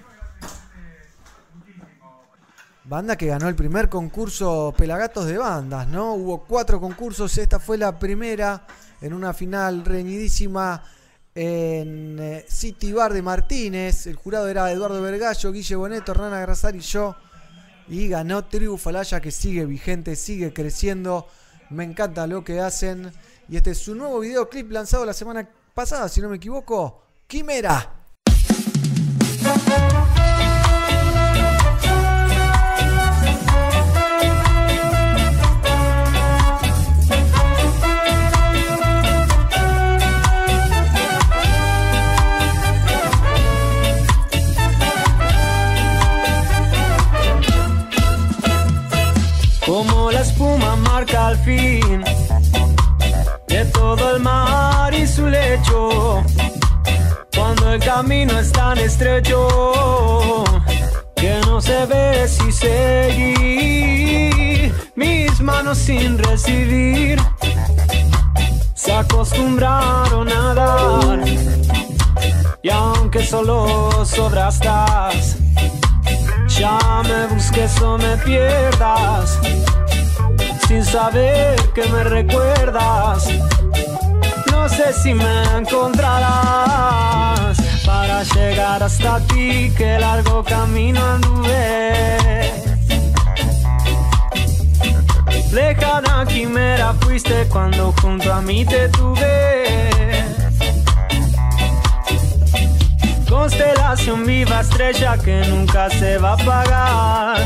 Banda que ganó el primer concurso Pelagatos de bandas, ¿no? Hubo cuatro concursos, esta fue la primera en una final reñidísima en eh, City Bar de Martínez. El jurado era Eduardo Vergallo, Guille Boneto, Hernán Agrazar y yo. Y ganó Tribu Falaya, que sigue vigente, sigue creciendo. Me encanta lo que hacen. Y este es su nuevo videoclip lanzado la semana pasada, si no me equivoco. Quimera. fin de todo el mar y su lecho. Cuando el camino es tan estrecho que no se ve si seguir, mis manos sin recibir se acostumbraron a dar. Y aunque solo sobrastas, ya me busques o me pierdas, sin saber que me recuerdas. No sé si me encontrarás para llegar hasta ti, que largo camino anduve. Lejana quimera fuiste cuando junto a mí te tuve. Constelación viva, estrella que nunca se va a apagar.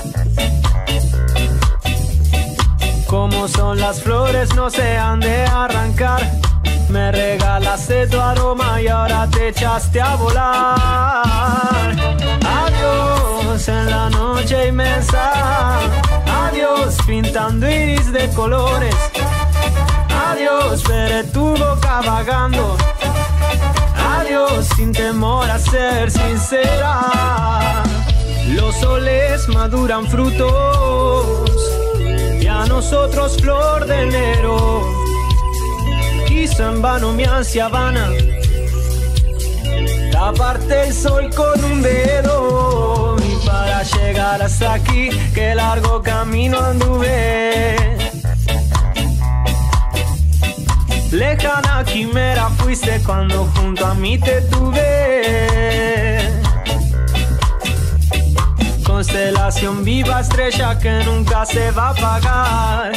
Como son las flores no se han de arrancar. Me regalaste tu aroma y ahora te echaste a volar. Adiós en la noche inmensa. Adiós pintando iris de colores. Adiós veré tu boca vagando. Adiós sin temor a ser sincera. Los soles maduran frutos y a nosotros flor de enero. Quiso en vano mi ansia vana taparte el sol con un dedo. Y para llegar hasta aquí, qué largo camino anduve. Lejana quimera fuiste cuando junto a mí te tuve. Constelación viva, estrella que nunca se va a apagar.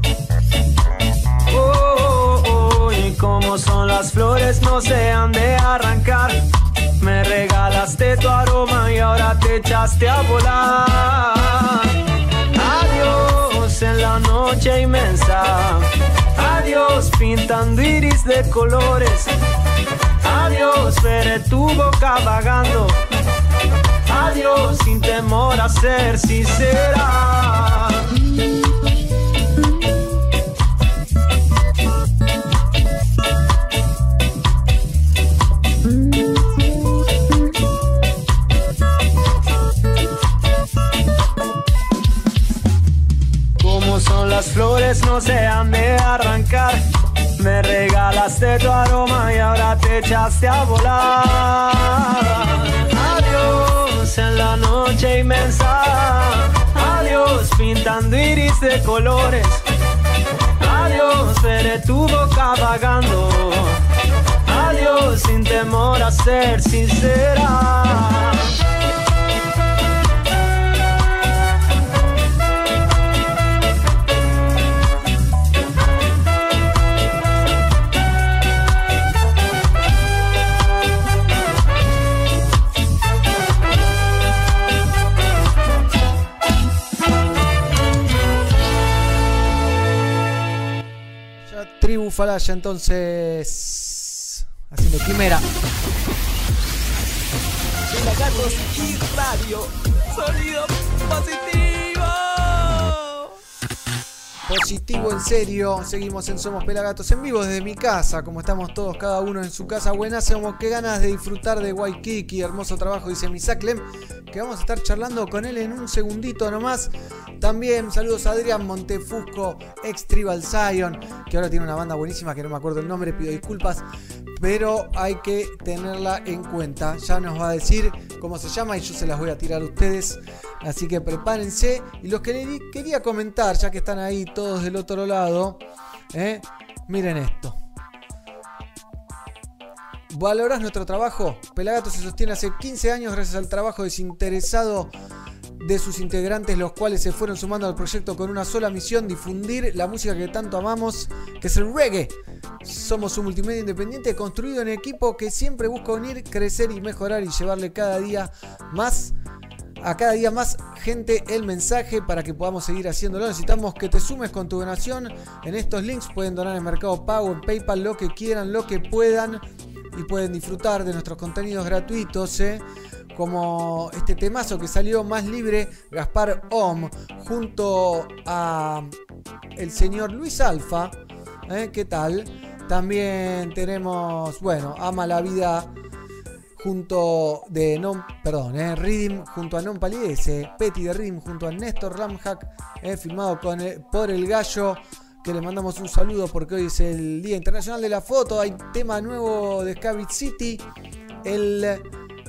Oh, oh, oh, y como son las flores no se han de arrancar. Me regalaste tu aroma y ahora te echaste a volar. Adiós en la noche inmensa. Adiós pintando iris de colores. Adiós veré tu boca vagando. Adiós sin temor a ser sincera. Como son las flores no se han de arrancar. Me regalaste tu aroma y ahora te echaste a volar. Adiós en la noche inmensa. Adiós pintando iris de colores. Adiós veré tu boca vagando. Adiós sin temor a ser sincera. Tribu Falaya entonces haciendo quimera. Pelagatos y radio, sonido positivo. Positivo en serio. Seguimos en Somos Pelagatos en vivo desde mi casa, como estamos todos cada uno en su casa. Buenísimo, qué ganas de disfrutar de Waikiki. Hermoso trabajo, dice Misaklem, que vamos a estar charlando con él en un segundito nomás. También saludos a Adrián Montefusco, ex Tribal Zion, que ahora tiene una banda buenísima que no me acuerdo el nombre, pido disculpas, pero hay que tenerla en cuenta. Ya nos va a decir cómo se llama y yo se las voy a tirar a ustedes, así que prepárense. Y los que le quería comentar, ya que están ahí todos del otro lado, ¿eh? Miren esto. ¿Valorás nuestro trabajo? Pelagatos se sostiene hace quince años gracias al trabajo desinteresado de sus integrantes, los cuales se fueron sumando al proyecto con una sola misión: difundir la música que tanto amamos, que es el reggae. Somos un multimedia independiente construido en equipo que siempre busca unir, crecer y mejorar y llevarle cada día más a cada día más gente el mensaje para que podamos seguir haciéndolo. Necesitamos que te sumes con tu donación en estos links. Pueden donar en Mercado Pago, en PayPal, lo que quieran, lo que puedan, y pueden disfrutar de nuestros contenidos gratuitos, ¿eh? Como este temazo que salió, Más Libre, Gaspar Om, junto a el señor Luis Alfa. ¿Eh? ¿Qué tal? También tenemos, bueno, Ama la Vida junto de Non, perdón, eh, Rhythm junto a Non Palidece, Petty de Rhythm junto a Néstor Ramhack, eh, filmado con el, por el Gallo, que le mandamos un saludo porque hoy es el Día Internacional de la Foto. Hay tema nuevo de Ska Beat City. El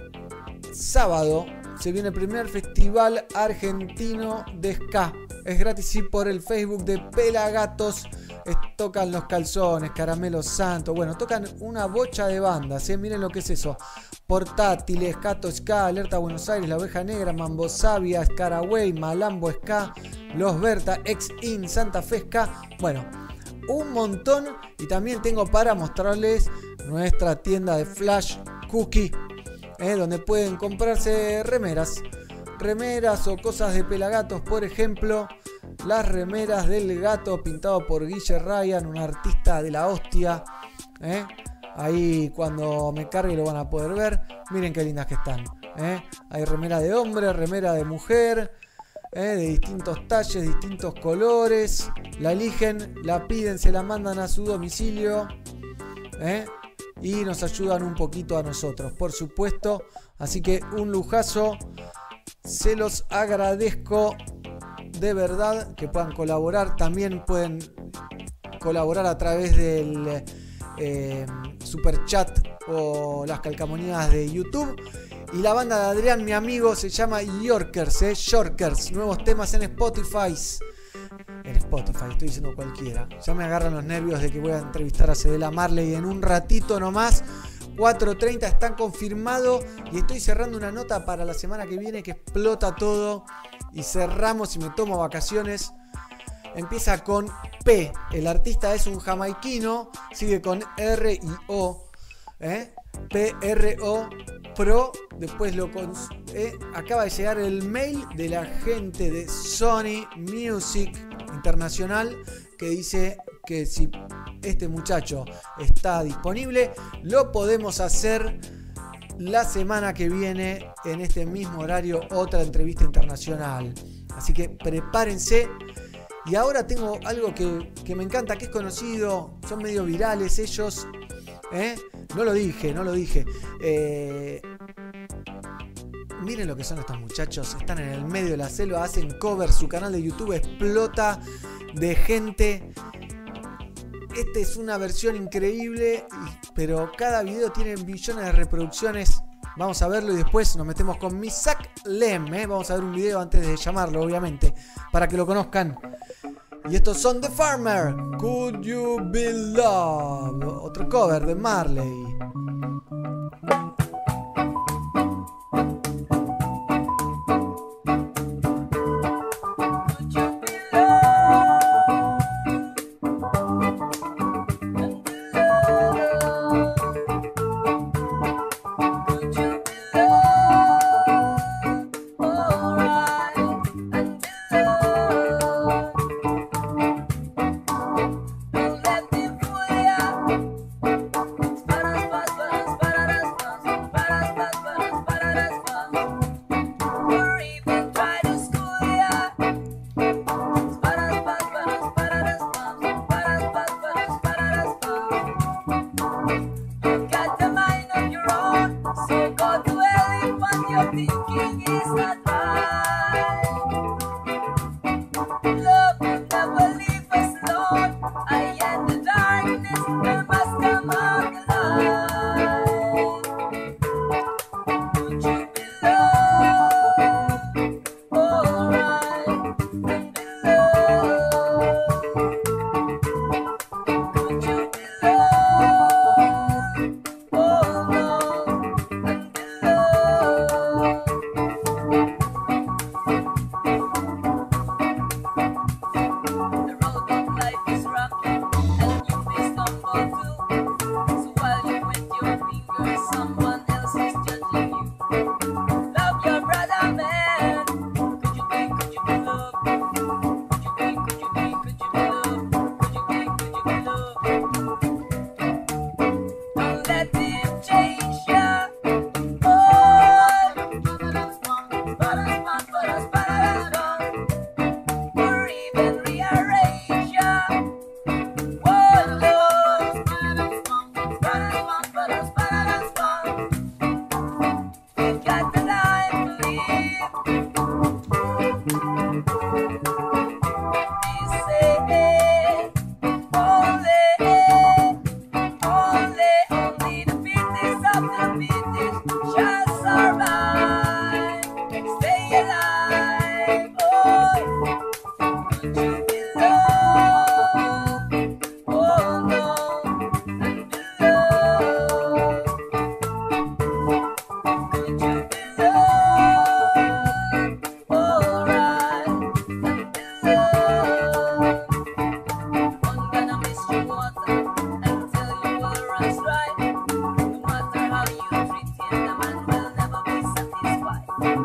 sábado se viene el primer festival argentino de ska. Es gratis y por el Facebook de Pelagatos. Es, tocan Los Calzones, Caramelo Santo. Bueno, tocan una bocha de bandas. ¿eh? Miren lo que es eso. Portátiles, Cato Ska, Alerta Buenos Aires, La Oveja Negra, Mambo Sabia, Scaraway, Malambo Ska, Los Berta, Ex-In, Santa Fe Ska. Bueno, un montón. Y también tengo para mostrarles nuestra tienda de Flash Cookie, ¿eh? donde pueden comprarse remeras. Remeras o cosas de Pelagatos, por ejemplo. Las remeras del gato pintado por Guille Ryan, un artista de la hostia. ¿eh? Ahí cuando me cargue lo van a poder ver. Miren qué lindas que están. ¿eh? Hay remera de hombre, remera de mujer, ¿eh? de distintos talles, distintos colores. La eligen, la piden, se la mandan a su domicilio. ¿eh? Y nos ayudan un poquito a nosotros, por supuesto. Así que un lujazo. Se los agradezco de verdad que puedan colaborar. También pueden colaborar a través del eh, super chat o las calcamonías de YouTube. Y la banda de Adrián, mi amigo, se llama Yorkers, eh, Yorkers. Nuevos temas en Spotify. En Spotify, estoy diciendo cualquiera. Ya me agarran los nervios de que voy a entrevistar a Cedela Marley en un ratito nomás. cuatro treinta están confirmados. Y estoy cerrando una nota para la semana que viene que explota todo. Y cerramos y me tomo vacaciones. Empieza con P. El artista es un jamaiquino. Sigue con R y O. ¿eh? P R O Pro. Después lo cons eh, acaba de llegar el mail de la gente de Sony Music Internacional que dice que si este muchacho está disponible, lo podemos hacer la semana que viene en este mismo horario, otra entrevista internacional. Así que prepárense. Y ahora tengo algo que, que me encanta, que es conocido, son medio virales ellos. ¿eh? No lo dije, no lo dije. Eh, miren lo que son estos muchachos, están en el medio de la selva, hacen covers, su canal de YouTube explota de gente. Esta es una versión increíble, pero cada video tiene billones de reproducciones. Vamos a verlo y después nos metemos con Misak Lem. ¿eh? Vamos a ver un video antes de llamarlo, obviamente, para que lo conozcan. Y estos son The Farmer, Could You Be Love, otro cover de Marley.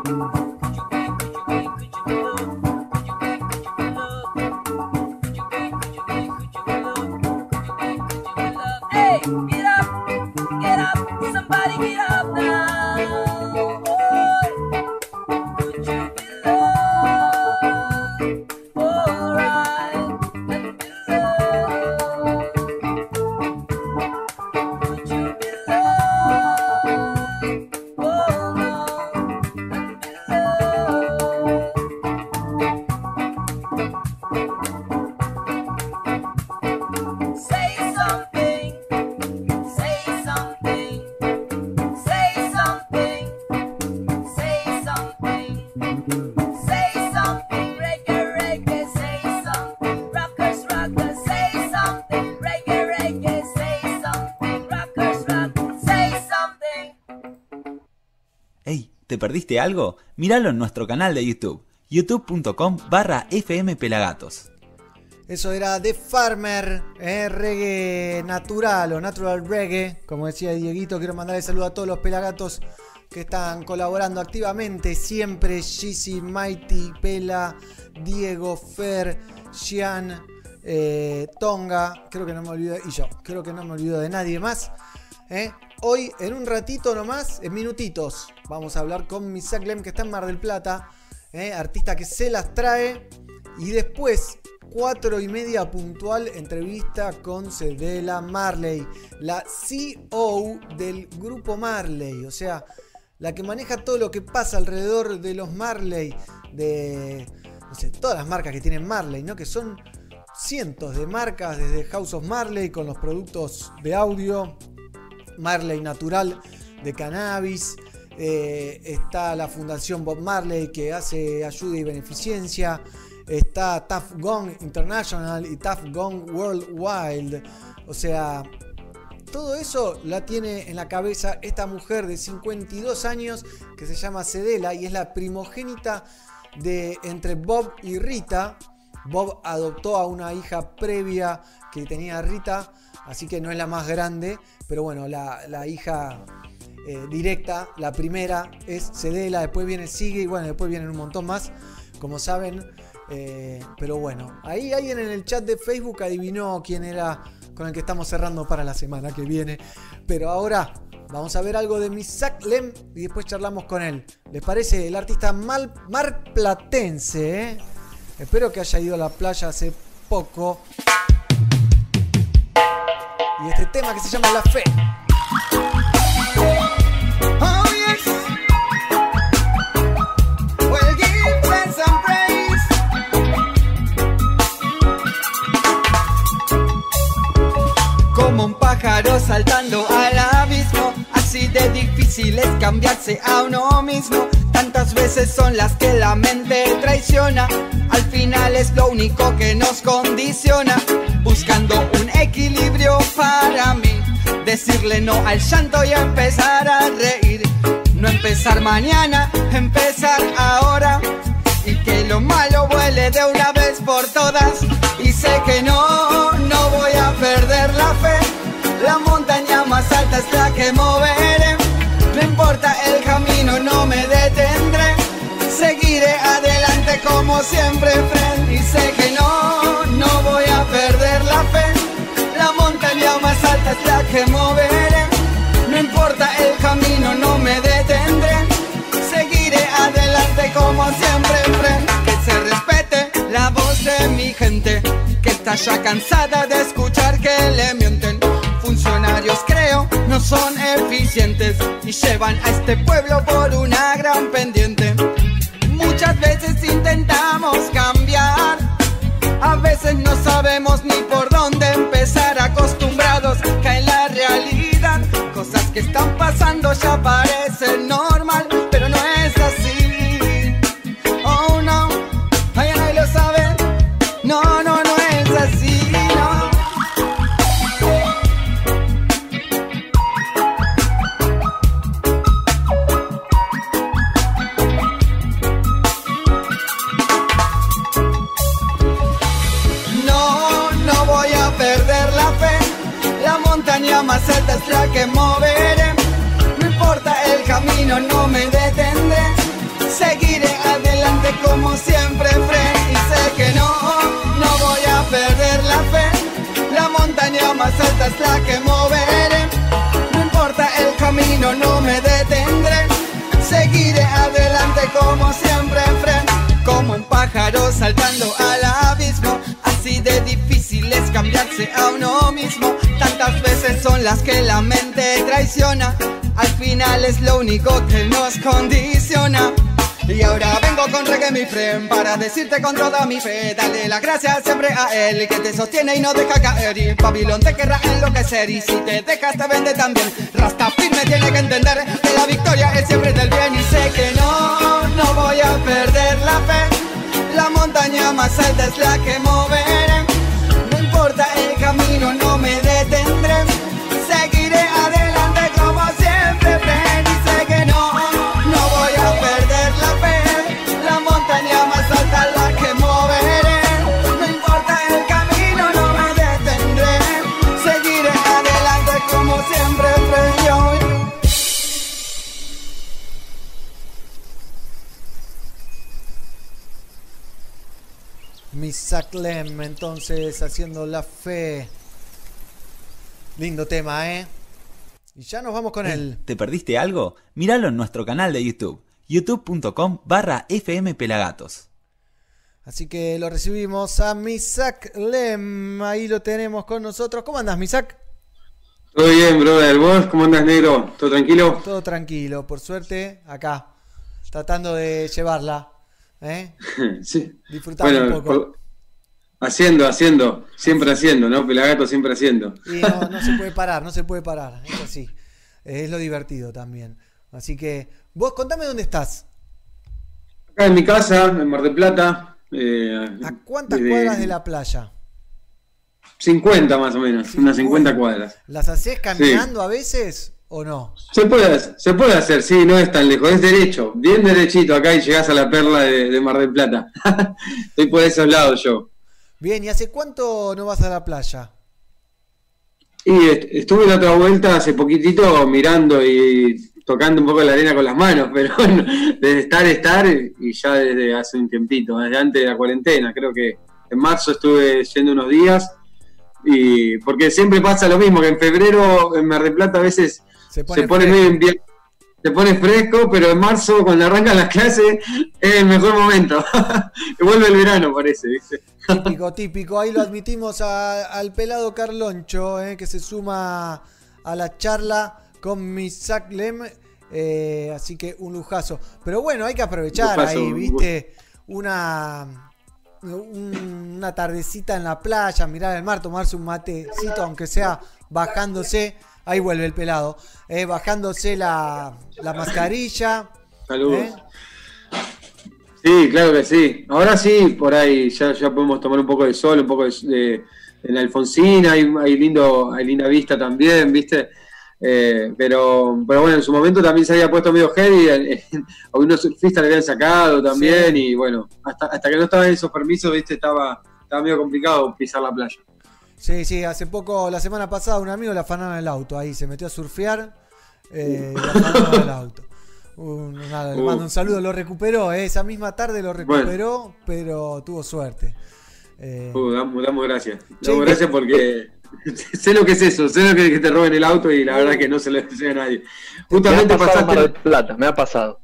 Hey, get up, get up, somebody get up now. Boy, could you be loved? Alright, let me be loved. Could you be loved? Oh no, let me be loved. Say something, say something, say something, say something, say something, reggae, reggae, say something, rockers, rockers, say something, reggae, reggae, say something, rockers, rockers, say something. Ey, ¿te perdiste algo? Míralo en nuestro canal de YouTube, youtube.com barra fmpelagatos. Eso era The Farmer, eh, reggae natural o natural reggae. Como decía Dieguito, quiero mandarle saludo a todos los pelagatos que están colaborando activamente siempre. Gizzy, Mighty, Pela, Diego, Fer, Gian, eh, Tonga, creo que no me olvido, y yo, creo que no me olvido de nadie más. Eh. Hoy, en un ratito nomás, en minutitos, vamos a hablar con Misak Lem, que está en Mar del Plata, eh, artista que se las trae. Y después, cuatro y media puntual, entrevista con Cedela Marley, la C E O del grupo Marley, o sea, la que maneja todo lo que pasa alrededor de los Marley, de, no sé, todas las marcas que tienen Marley, ¿no? Que son cientos de marcas, desde House of Marley con los productos de audio, Marley Natural de cannabis, eh, está la Fundación Bob Marley que hace ayuda y beneficencia, está Tough Gong International y Tough Gong Worldwide. O sea, todo eso la tiene en la cabeza esta mujer de cincuenta y dos años que se llama Cedela y es la primogénita de entre Bob y Rita. Bob adoptó a una hija previa que tenía Rita, así que no es la más grande, pero bueno, la, la hija eh, directa, la primera es Cedela, después viene Sigue y bueno, después vienen un montón más, como saben. Eh, pero bueno, ahí alguien en el chat de Facebook adivinó quién era con el que estamos cerrando para la semana que viene. Pero ahora vamos a ver algo de Misak Lem y después charlamos con él. ¿Les parece? El artista mal, marplatense, ¿eh? Espero que haya ido a la playa hace poco. Y este tema que se llama La Fe. Oh yes. Well, give them some praise. Como un pájaro saltando al abismo, así de difícil es cambiarse a uno mismo. Tantas veces son las que la mente traiciona, al final es lo único que nos condiciona. Buscando un equilibrio para mí, decirle no al llanto y empezar a reír. No empezar mañana, empezar ahora, y que lo malo vuele de una vez por todas. Y sé que no, no voy a perder la fe. La montaña más alta es la que moveré. No importa el camino, no me detendré. Seguiré adelante como siempre, friend. Y sé que no, no voy a perder la fe. La montaña más alta es la que moveré. No importa el camino, no me detendré. Seguiré adelante como siempre, friend. Que se respete la voz de mi gente, que está ya cansada de escuchar que le mienten. Funcionarios creo no son eficientes y llevan a este pueblo por una gran pendiente. Muchas veces intentamos cambiar, a veces no sabemos ni por dónde empezar. Acostumbrados que en la realidad cosas que están pasando ya parecen normal, pero no es así. Oh no, ay, ay, lo saben. No, no, no es así, no. Más alta es la que moveré. No importa el camino, no me detendré. Seguiré adelante como siempre, friend. Y sé que no, no voy a perder la fe. La montaña más alta es la que moveré. No importa el camino, no me detendré. Seguiré adelante como siempre, friend. Como un pájaro saltando al abismo. Así de difícil es cambiarse a uno mismo. Tantas veces son las que la mente traiciona. Al final es lo único que nos condiciona. Y ahora vengo con reggae, mi friend, para decirte con toda mi fe. Dale las gracias siempre a él, que te sostiene y no deja caer. Y Babilón te querrá enloquecer, y si te dejas te vende también. Rasta firme tiene que entender que la victoria es siempre del bien. Y sé que no, no voy a perder la fe. La montaña más alta es la que moveré. No importa el camino, no me detendré. Seguiré adelante como siempre, friend. Y sé que no, no voy a perder la fe. La montaña más alta es la que moveré. No importa el camino, no me detendré. Seguiré adelante como siempre, friend. Yo. Misak Lem, entonces, haciendo la fe. Lindo tema, ¿eh? Y ya nos vamos con él. ¿Te perdiste algo? Míralo en nuestro canal de YouTube, youtube.com barra FM Pelagatos. Así que lo recibimos a Misak Lem. Ahí lo tenemos con nosotros. ¿Cómo andás, Misak? Todo bien, brother. ¿Vos cómo andás, negro? ¿Todo tranquilo? Todo tranquilo, por suerte, acá. Tratando de llevarla. ¿Eh? Sí. Disfrutando bueno, un poco. Por... Haciendo, haciendo. Siempre haciendo, ¿no? Pelagato siempre haciendo. Y no, no se puede parar, no se puede parar. Es así. Es lo divertido también. Así que, vos contame dónde estás. Acá en mi casa, en Mar del Plata. Eh, ¿A cuántas desde... cuadras de la playa? cincuenta más o menos, Sí, unas cincuenta bueno. cuadras. ¿Las hacés caminando Sí. a veces o no? Se puede, hacer, se puede hacer, sí, no es tan lejos, es derecho, bien derechito acá y llegás a la perla de, de Mar del Plata. Estoy por esos lados yo. Bien, ¿y hace cuánto no vas a la playa? Y est- estuve la otra vuelta hace poquitito mirando y tocando un poco la arena con las manos, pero bueno, desde estar, estar, y ya desde hace un tiempito, desde antes de la cuarentena, creo que en marzo estuve yendo unos días, y porque siempre pasa lo mismo, que en febrero en Mar del Plata a veces Se pone, se pone fresco. medio invierno, se pone fresco, pero en marzo cuando arrancan las clases es el mejor momento. Que vuelve el verano, parece, ¿viste? Típico, típico. Ahí lo admitimos a- al pelado Carloncho, eh, que se suma a la charla con Misak Lem. Eh, así que un lujazo. Pero bueno, hay que aprovechar Lujazo, ahí, ¿viste? Una, un- una tardecita en la playa, mirar el mar, tomarse un matecito, aunque sea bajándose. Ahí vuelve el pelado. Eh, bajándose la, la mascarilla. Saludos. ¿eh? Sí, claro que sí. Ahora sí, por ahí ya, ya podemos tomar un poco de sol, un poco de, de- en Alfonsina, hay, hay lindo, hay linda vista también, ¿viste? Eh, pero, pero bueno, en su momento también se había puesto medio heavy, eh, a unos surfistas le habían sacado también, Sí. y bueno, hasta, hasta que no estaban esos permisos, ¿viste? Estaba, estaba medio complicado pisar la playa. Sí, sí, hace poco, la semana pasada, un amigo le afanaron el auto ahí, se metió a surfear eh, y le afanaron el auto. Un, nada, le Uh. mando un saludo, lo recuperó, eh, esa misma tarde lo recuperó, pero tuvo suerte. Eh, Uh, damos, damos gracias. Che, Damos ¿qué- gracias porque sé lo que es eso, sé lo que es que te roben el auto y la verdad que no se lo deseo a nadie. Justamente me ha pasado en Mar pasaste. del Plata, me ha pasado.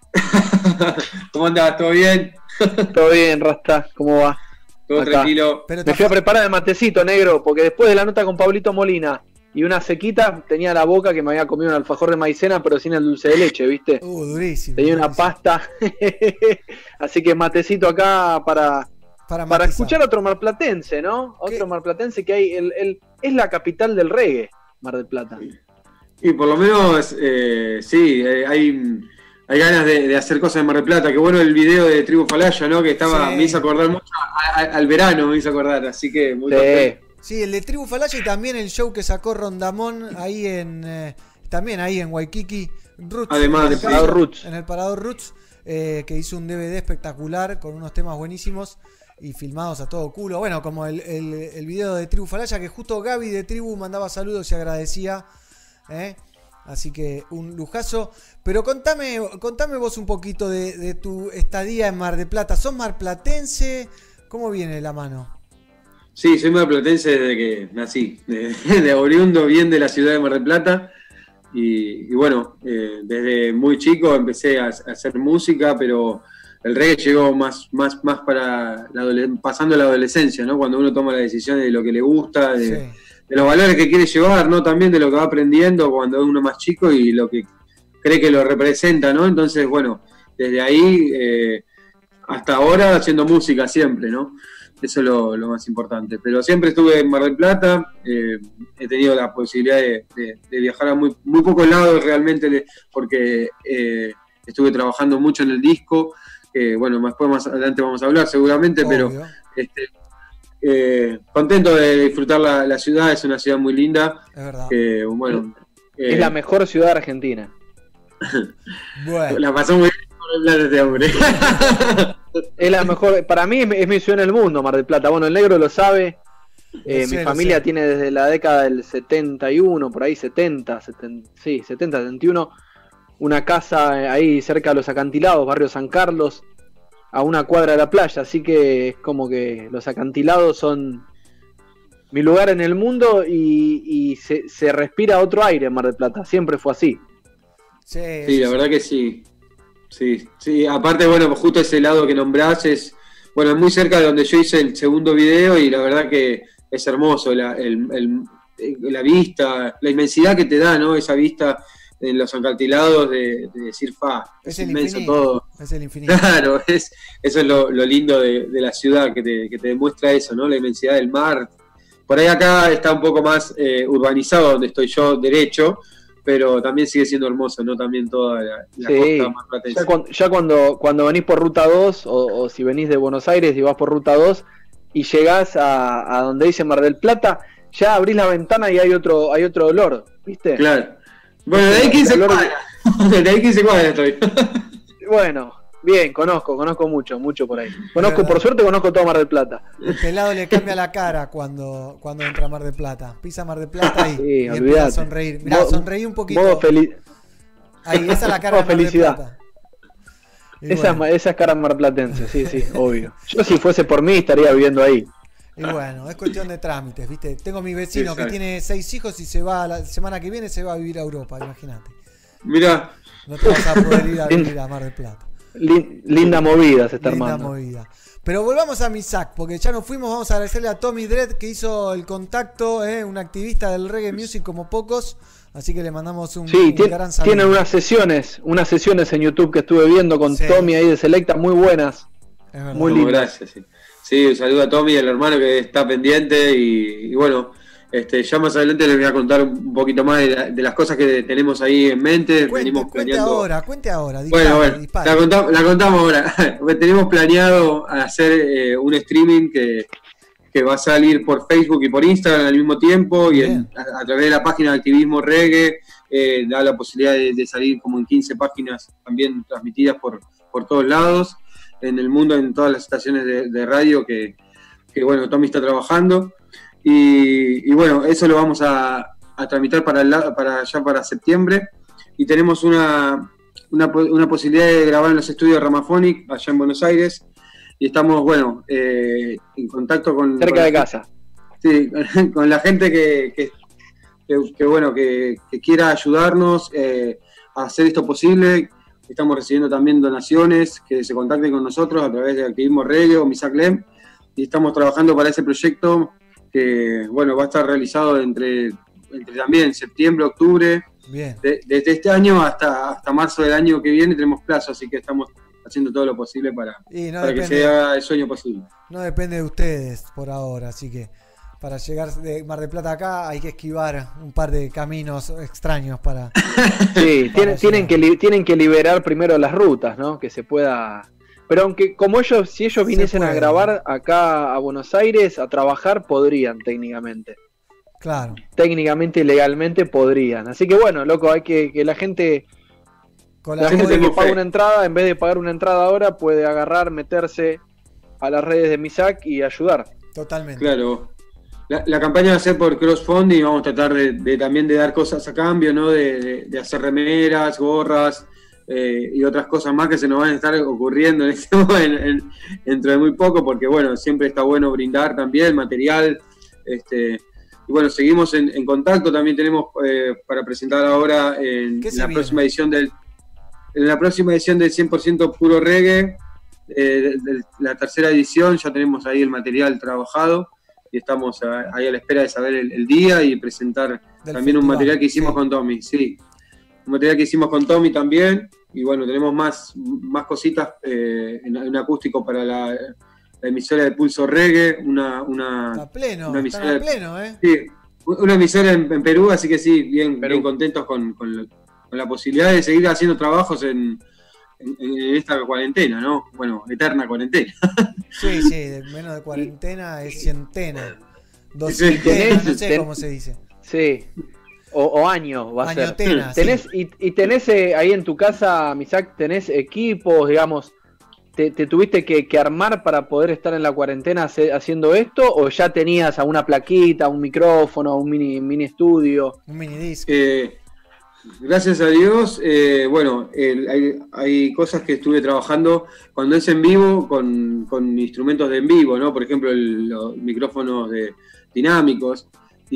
¿Cómo andás? ¿Todo bien? Todo bien, Rasta, ¿cómo va? Todo Acá. tranquilo. pero Me fui a preparar el matecito, negro, porque después de la nota con Pablito Molina y una sequita, tenía la boca que me había comido un alfajor de maicena, pero sin el dulce de leche, ¿viste? uh, durísimo. Tenía una durísimo. pasta. Así que matecito acá para, Para, para matizar. escuchar a otro marplatense, ¿no? ¿Qué? Otro marplatense que hay. El, el, es la capital del reggae, Mar del Plata. Y por lo menos, eh, sí, eh, hay, hay ganas de, de hacer cosas en Mar del Plata. Qué bueno el video de Tribu Falaya, ¿no? Que estaba, Sí. me hizo acordar mucho a- a- al verano, me hizo acordar. Así que muy Sí. contento. Sí, el de Tribu Falaya y también el show que sacó Rondamón ahí en eh, también ahí en Waikiki Roots, Además en de el Parador Roots. en el Parador Roots, eh, que hizo un D V D espectacular con unos temas buenísimos y filmados a todo culo. Bueno, como el, el, el video de Tribu Falaya, que justo Gaby de Tribu mandaba saludos y agradecía. ¿eh? Así que un lujazo. Pero contame, contame vos un poquito de, de tu estadía en Mar del Plata. ¿Sos marplatense? ¿Cómo viene la mano? Sí, soy marplatense desde que nací, de, de oriundo, bien de la ciudad de Mar del Plata. Y, y bueno, eh, desde muy chico empecé a, a hacer música, pero el reggae llegó más, más, más para la, pasando la adolescencia, ¿no? Cuando uno toma la decisión de lo que le gusta, de, sí. de los valores que quiere llevar, ¿no? También de lo que va aprendiendo cuando es uno más chico y lo que cree que lo representa, ¿no? Entonces, bueno, desde ahí eh, hasta ahora haciendo música siempre, ¿no? Eso es lo, lo más importante. Pero siempre estuve en Mar del Plata, eh, he tenido la posibilidad de, de, de viajar a muy, muy pocos lados realmente, porque eh, estuve trabajando mucho en el disco, que bueno, después más adelante vamos a hablar seguramente, Obvio. pero este, eh, contento de disfrutar la, la ciudad, es una ciudad muy linda. Es verdad. Que, bueno, es eh, la mejor ciudad de Argentina. Bueno. La pasó muy bien con el plan de este hombre. Es la mejor, para mí es, es mi ciudad en el mundo, Mar del Plata. Bueno, el negro lo sabe. Eh, sí, mi familia sí. tiene desde la década del setenta y uno, por ahí setenta, setenta, sí, setenta, setenta y uno, una casa ahí cerca de los acantilados, barrio San Carlos, a una cuadra de la playa. Así que es como que los acantilados son mi lugar en el mundo y, y se, se respira otro aire en Mar del Plata. Siempre fue así. Sí, sí, la verdad que sí. Sí, sí, aparte, bueno, justo ese lado que nombrás es, bueno, es muy cerca de donde yo hice el segundo video y la verdad que es hermoso, la, el, el, la vista, la inmensidad que te da, ¿no? Esa vista en los acantilados de, de decir, fa, es, es inmenso infinito, todo. Es el infinito. Claro, es, eso es lo, lo lindo de, de la ciudad, que te, que te demuestra eso, ¿no? La inmensidad del mar. Por ahí acá está un poco más eh, urbanizado donde estoy yo derecho, pero también sigue siendo hermoso, ¿no? También toda la, la sí, costa marplatense. Ya, cuando, ya cuando, cuando venís por Ruta dos, o, o si venís de Buenos Aires y vas por Ruta dos, y llegás a, a donde dice Mar del Plata, ya abrís la ventana y hay otro, hay otro olor, ¿viste? Claro. Bueno, de ahí quince cuadras. De ahí quince cuadras estoy. Bueno, bien, conozco, conozco mucho, mucho por ahí. Conozco, por suerte conozco todo Mar del Plata. El pelado le cambia la cara cuando, cuando entra a Mar del Plata. Pisa Mar del Plata y, sí, y empieza a sonreír. Mirá, Mo, sonreí un poquito. Modo feliz. Ahí, esa es la cara de Mar felicidad. del Plata. Esa, bueno. esa es cara marplatense, sí, sí, obvio. Yo si fuese por mí estaría viviendo ahí. Y bueno, es cuestión de trámites, ¿viste? Tengo mi vecino sí, que tiene seis hijos y se va la semana que viene se va a vivir a Europa, imagínate. Mirá. No te vas a poder ir a vivir a Mar del Plata. Linda movida se está Linda armando. Movida. Pero volvamos a Misak, porque ya nos fuimos. Vamos a agradecerle a Tommy Dread que hizo el contacto, ¿eh? Un activista del reggae music como pocos. Así que le mandamos un, sí, un tiene, gran saludo. Tienen unas sesiones, unas sesiones en YouTube que estuve viendo con sí. Tommy ahí de Selecta, muy buenas. Es verdad. Muy lindas. Gracias. Sí. sí, un saludo a Tommy, el hermano que está pendiente. Y, y bueno, este, ya más adelante les voy a contar un poquito más de, la, de las cosas que tenemos ahí en mente. Cuente, Venimos cuente planeando... ahora, cuente ahora. Dispare, bueno, bueno, dispare. La, contamos, la contamos ahora. Tenemos planeado hacer eh, un streaming que... que va a salir por Facebook y por Instagram al mismo tiempo y en, a, a través de la página de Activismo Reggae eh, da la posibilidad de, de salir como en quince páginas también transmitidas por, por todos lados en el mundo, en todas las estaciones de, de radio que, que bueno, Tommy está trabajando y, y bueno, eso lo vamos a, a tramitar para, el, para ya para septiembre y tenemos una, una, una posibilidad de grabar en los estudios Ramaphonic allá en Buenos Aires. Y estamos, bueno, eh, en contacto con... Cerca con de casa. Sí, con la gente que, que, que, que bueno, que, que quiera ayudarnos eh, a hacer esto posible. Estamos recibiendo también donaciones, que se contacten con nosotros a través de Activismo Reggae o Misak Lem. Y estamos trabajando para ese proyecto que, bueno, va a estar realizado entre, entre también septiembre, octubre. Bien. De, desde este año hasta, hasta marzo del año que viene tenemos plazo, así que estamos... haciendo todo lo posible para, no para depende, que se haga el sueño posible. No depende de ustedes por ahora, así que para llegar de Mar del Plata acá hay que esquivar un par de caminos extraños para... Sí, para tienen, tienen, que li, tienen que liberar primero las rutas, ¿no? Que se pueda... Pero aunque como ellos, si ellos viniesen a grabar acá a Buenos Aires, a trabajar, podrían técnicamente. Claro. Técnicamente y legalmente podrían. Así que bueno, loco, hay que que la gente... Con la, la gente que paga una entrada, en vez de pagar una entrada ahora, puede agarrar, meterse a las redes de Misak y ayudar. Totalmente. Claro. la, la campaña va a ser por crowdfunding y vamos a tratar de, de también de dar cosas a cambio, ¿no? De, de, de hacer remeras, gorras eh, y otras cosas más que se nos van a estar ocurriendo en este, en, en, dentro de muy poco, porque bueno, siempre está bueno brindar también material. Este, y bueno, seguimos en, en contacto, también tenemos eh, para presentar ahora en, en la próxima edición del en la próxima edición del cien por ciento Puro Reggae, eh, de, de la tercera edición, ya tenemos ahí el material trabajado y estamos a, ahí a la espera de saber el, el día y presentar del también festival, un material que hicimos sí. con Tommy, sí, un material que hicimos con Tommy también, y bueno, tenemos más, más cositas eh, en, en acústico para la, la emisora de Pulso Reggae, una, una, está pleno, una emisora está pleno, ¿eh? Sí, una emisora en, en Perú, así que sí, bien, bien contentos con, con, lo, con la posibilidad de seguir haciendo trabajos en, en, en esta cuarentena, ¿no? Bueno, eterna cuarentena. Sí, sí, de menos de cuarentena es cientena, docentena, no sé cómo se dice. Sí, o, o año va a Añotena, ser. ¿Tenés, sí. y, y tenés eh, ahí en tu casa, Misak, tenés equipos, digamos, te, te tuviste que, que armar para poder estar en la cuarentena hace, haciendo esto, o ya tenías alguna plaquita, un micrófono, un mini, mini estudio? Un mini disco. Eh, Gracias a Dios, eh, bueno, eh, hay, hay cosas que estuve trabajando cuando es en vivo con, con instrumentos de en vivo, ¿no? Por ejemplo, el, los micrófonos de, dinámicos,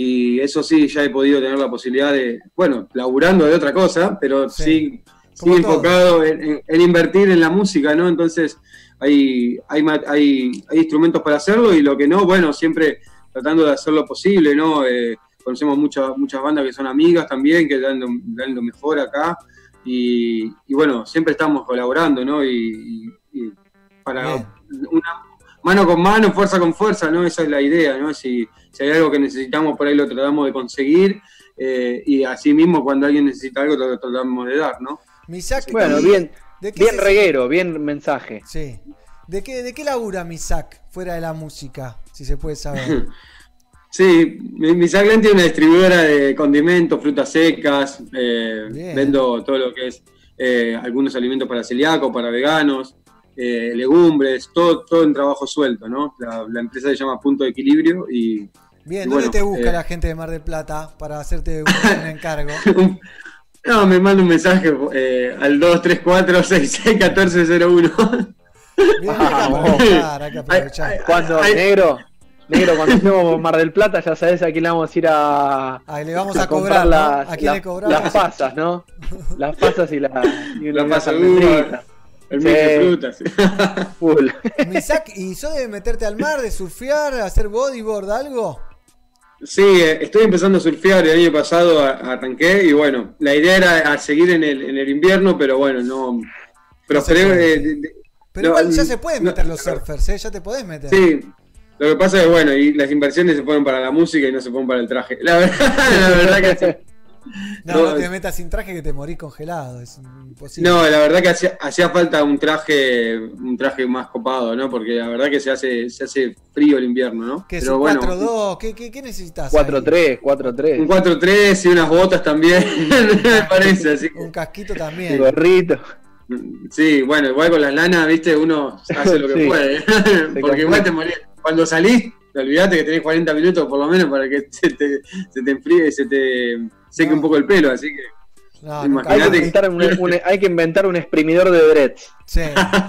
y eso sí, ya he podido tener la posibilidad de, bueno, laburando de otra cosa, pero sí, sí, sí enfocado en, en, en invertir en la música, ¿no? Entonces hay, hay, hay, hay instrumentos para hacerlo y lo que no, bueno, siempre tratando de hacer lo posible, ¿no? Eh, Conocemos muchas muchas bandas que son amigas también, que dan lo, dan lo mejor acá. Y, y bueno, siempre estamos colaborando, ¿no? Y, y, y para Bien. una mano con mano, fuerza con fuerza, ¿no? Esa es la idea, ¿no? Si, si hay algo que necesitamos, por ahí lo tratamos de conseguir. Eh, y así mismo, cuando alguien necesita algo, lo tratamos de dar, ¿no? Misak, bueno, bien, bien reguero, bien mensaje. Sí. ¿De qué, de qué labura Misak fuera de la música, si se puede saber? Sí, Misak Glenn tiene una distribuidora de condimentos, frutas secas, eh, vendo todo lo que es eh, algunos alimentos para celíacos, para veganos, eh, legumbres, todo, todo en trabajo suelto, ¿no? La, la empresa se llama Punto de Equilibrio y... Bien, y ¿dónde bueno, te busca eh, la gente de Mar del Plata para hacerte un, un encargo? No, me manda un mensaje eh, al dos tres cuatro, seis seis, uno cuatro cero uno. Bien, hay que aprovechar, hay que aprovechar. Cuando, ay, negro... Negro, cuando estemos Mar del Plata, ya sabes a quién le vamos a ir a. Ahí le vamos a, a cobrar, ¿no? las, ¿A quién las, le cobramos? Las pasas, ¿no? Las pasas y la. Y la la pasadura, el mix de frutas. Full. Misak, ¿y sos de meterte al mar, de surfear, hacer bodyboard, algo? Sí, eh, estoy empezando a surfear. El año pasado arranqué y bueno, la idea era a seguir en el, en el invierno, pero bueno, no. Pero, no pero, eh, de, de, pero no, igual ya se pueden meter no, los surfers, ¿eh? Ya te podés meter. Sí. Lo que pasa es que, bueno, y las inversiones se ponen para la música y no se ponen para el traje. La verdad, la verdad que sí. No, no, no te metas sin traje que te morís congelado, es imposible. No, la verdad que hacía, hacía falta un traje un traje más copado, ¿no? Porque la verdad que se hace se hace frío el invierno, ¿no? ¿Qué es Pero un bueno, cuatro dos? ¿Qué, qué, qué necesitas? cuatro tres, cuatro tres. Un cuatro tres y unas botas también, me parece. Así que... Un casquito también. Un gorrito. Sí, bueno, igual con las lanas, viste, uno hace lo que sí. puede. Porque igual te morís. Cuando salís, te olvidaste que tenés cuarenta minutos por lo menos para que se te, se te enfríe y se te seque no. un poco el pelo, así que... No, hay, que inventar un, un, hay que inventar un exprimidor de dreads. Sí.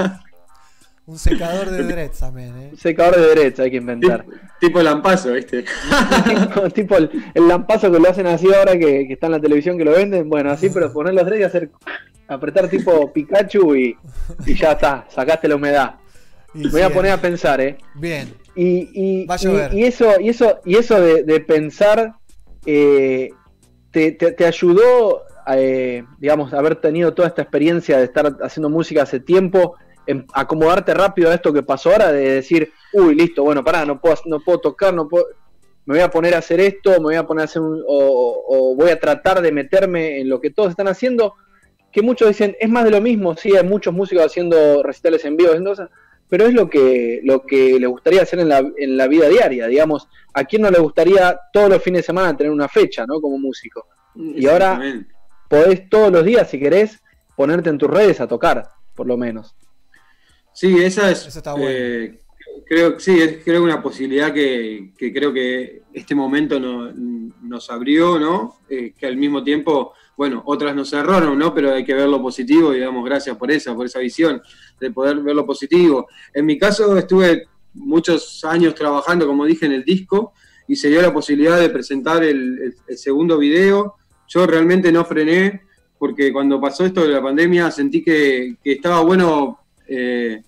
Un secador de dreads también, ¿eh? Un secador de dreads hay que inventar. Tipo, tipo lampazo, ¿viste? tipo tipo el, el lampazo que lo hacen así ahora que, que está en la televisión que lo venden. Bueno, así, pero poner los dreads y hacer... apretar tipo Pikachu y, y ya está, sacaste la humedad. Y me voy a poner a pensar, ¿eh? Bien. Y, y, y, y eso, y eso, y eso de, de pensar eh, te, te, te ayudó, eh, digamos, haber tenido toda esta experiencia de estar haciendo música hace tiempo, en acomodarte rápido a esto que pasó ahora, de decir, uy, listo, bueno, pará, no puedo, no puedo tocar, no puedo, me voy a poner a hacer esto, me voy a poner a hacer un, o, o voy a tratar de meterme en lo que todos están haciendo, que muchos dicen, es más de lo mismo, sí, hay muchos músicos haciendo recitales en vivo, entonces, pero es lo que lo que le gustaría hacer en la, en la vida diaria, digamos, a quién no le gustaría todos los fines de semana tener una fecha, ¿no? Como músico. Y ahora podés todos los días, si querés, ponerte en tus redes a tocar, por lo menos. Sí, esa es Eso está bueno. eh, creo sí, es creo una posibilidad que, que creo que este momento no, nos abrió, ¿no? Eh, que al mismo tiempo, bueno, otras nos cerraron, ¿no? Pero hay que ver lo positivo y damos gracias por esa, por esa visión de poder ver lo positivo. En mi caso estuve muchos años trabajando, como dije, en el disco y se dio la posibilidad de presentar el, el, el segundo video. Yo realmente no frené porque cuando pasó esto de la pandemia sentí que, que estaba bueno eh,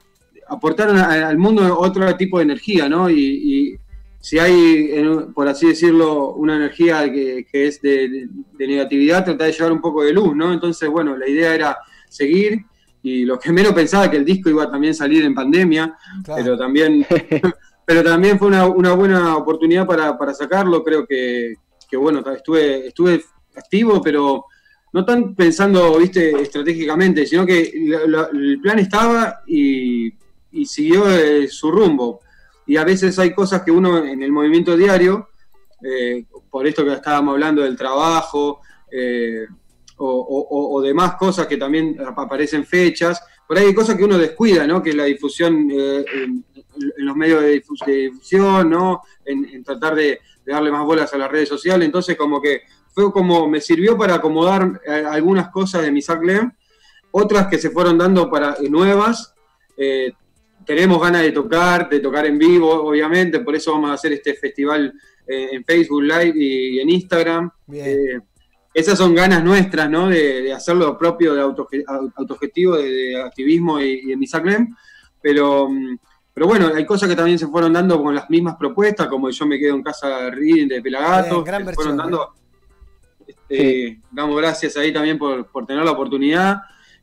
aportar a, al mundo otro tipo de energía, ¿no? Y, y si hay, por así decirlo, una energía que, que es de, de, de negatividad, tratar de llevar un poco de luz, ¿no? Entonces, bueno, la idea era seguir, y lo que menos pensaba que el disco iba a también salir en pandemia, claro. pero también pero también fue una, una buena oportunidad para, para sacarlo. Creo que, que bueno, estuve, estuve activo, pero no tan pensando, viste, estratégicamente, sino que la, la, el plan estaba y, y siguió eh, su rumbo. Y a veces hay cosas que uno en el movimiento diario, eh, por esto que estábamos hablando del trabajo, eh, o, o, o demás cosas que también aparecen fechas, por ahí hay cosas que uno descuida, ¿no? Que es la difusión eh, en, en los medios de difusión, ¿no? En, en tratar de, de darle más bolas a las redes sociales. Entonces como que fue como, me sirvió para acomodar eh, algunas cosas de Misak Lem, otras que se fueron dando para eh, nuevas. Eh, tenemos ganas de tocar, de tocar en vivo, obviamente, por eso vamos a hacer este festival eh, en Facebook Live y, y en Instagram. Eh, esas son ganas nuestras, ¿no? De, de hacer lo propio de auto, autogestivo, de, de activismo y, y de Misak Lem, pero, pero bueno, hay cosas que también se fueron dando con las mismas propuestas, como Yo me quedo en casa Reading de Pelagatos, Bien, gran que se versión, fueron dando. ¿eh? Eh, sí. Damos gracias ahí también por, por tener la oportunidad.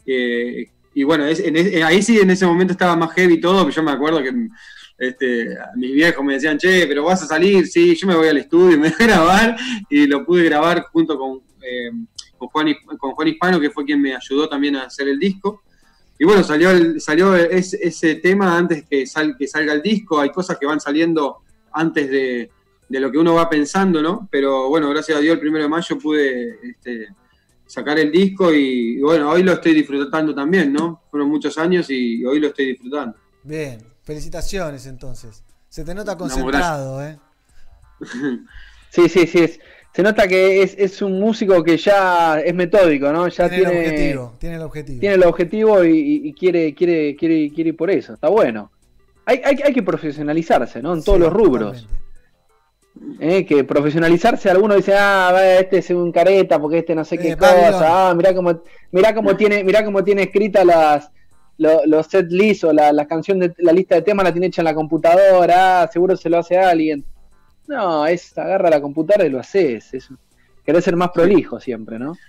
Eh, y bueno, es, en, en, ahí sí en ese momento estaba más heavy todo, pero yo me acuerdo que este, mis viejos me decían, che, pero vas a salir, sí, yo me voy al estudio y me voy a grabar, y lo pude grabar junto con, eh, con, Juan, con Juan Hispano, que fue quien me ayudó también a hacer el disco. Y bueno, salió, el, salió ese, ese tema antes que, sal, que salga el disco. Hay cosas que van saliendo antes de, de lo que uno va pensando, ¿no? Pero bueno, gracias a Dios el primero de mayo pude este, sacar el disco y, y bueno, hoy lo estoy disfrutando también, ¿no? Fueron muchos años y, y hoy lo estoy disfrutando. Bien, felicitaciones entonces. Se te nota concentrado, ¿eh? Sí, sí, sí. Es, se nota que es, es un músico que ya es metódico, ¿no? Ya tiene, tiene el objetivo. Tiene el objetivo. Tiene el objetivo y, y quiere, quiere, quiere, quiere ir por eso. Está bueno. Hay, hay, hay que profesionalizarse, ¿no? En todos sí, los rubros. Eh, que profesionalizarse, algunos dicen, ah, este es un careta porque este no sé qué eh, cosa, ah, mirá cómo, mirá cómo tiene, mirá cómo tiene escritas las lo, los set lists o la, la canción de la lista de temas la tiene hecha en la computadora, ah, seguro se lo hace a alguien. No, es agarra la computadora y lo haces. Es, querés ser más prolijo siempre, ¿no?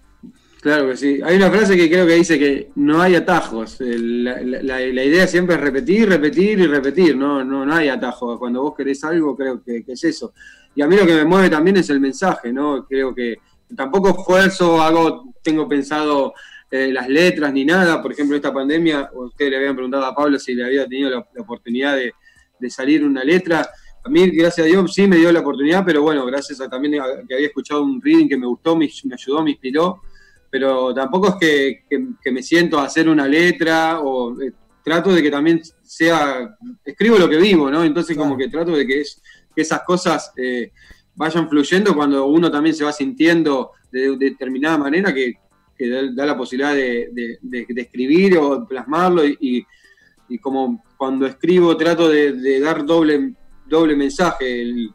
Claro que sí. Hay una frase que creo que dice que no hay atajos. La, la, la idea siempre es repetir, repetir y repetir. No, no, no hay atajos. Cuando vos querés algo, creo que, que es eso. Y a mí lo que me mueve también es el mensaje, ¿no? Creo que tampoco esfuerzo, hago, tengo pensado eh, las letras ni nada. Por ejemplo, esta pandemia, ustedes le habían preguntado a Pablo si le había tenido la, la oportunidad de, de salir una letra. A mí, gracias a Dios, sí me dio la oportunidad, pero bueno, gracias a también a, que había escuchado un reading que me gustó, me, me ayudó, me inspiró. Pero tampoco es que, que, que me siento a hacer una letra, o eh, trato de que también sea, escribo lo que vivo, ¿no? Entonces claro. Como que trato de que, es, que esas cosas eh, vayan fluyendo cuando uno también se va sintiendo de, de determinada manera, que, que da, da la posibilidad de, de, de, de escribir o plasmarlo, y, y, y como cuando escribo trato de, de dar doble, doble mensaje, el,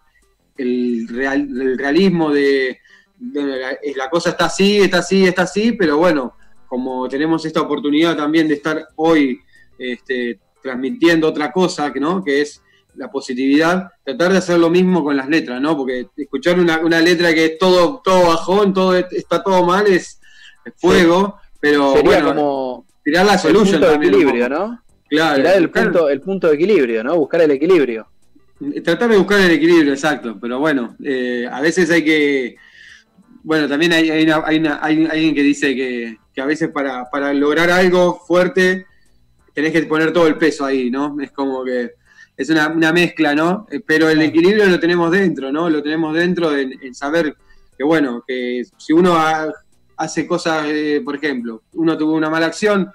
el, real, el realismo de... La, la cosa está así, está así, está así, pero bueno, como tenemos esta oportunidad también de estar hoy este, transmitiendo otra cosa, ¿no? Que es la positividad, tratar de hacer lo mismo con las letras, ¿no? Porque escuchar una, una letra que es todo, todo bajón, todo está todo mal, es, es fuego, sí. Pero sería bueno, como tirar la solution el punto también. De equilibrio, ¿no? Claro. Tirar el punto, el punto de equilibrio, ¿no? Buscar el equilibrio. Tratar de buscar el equilibrio, exacto, pero bueno, eh, a veces hay que... Bueno, también hay, hay, una, hay, una, hay alguien que dice que, que a veces para, para lograr algo fuerte tenés que poner todo el peso ahí, ¿no? Es como que es una, una mezcla, ¿no? Pero el equilibrio lo tenemos dentro, ¿no? Lo tenemos dentro en, en saber que, bueno, que si uno ha, hace cosas, eh, por ejemplo, uno tuvo una mala acción,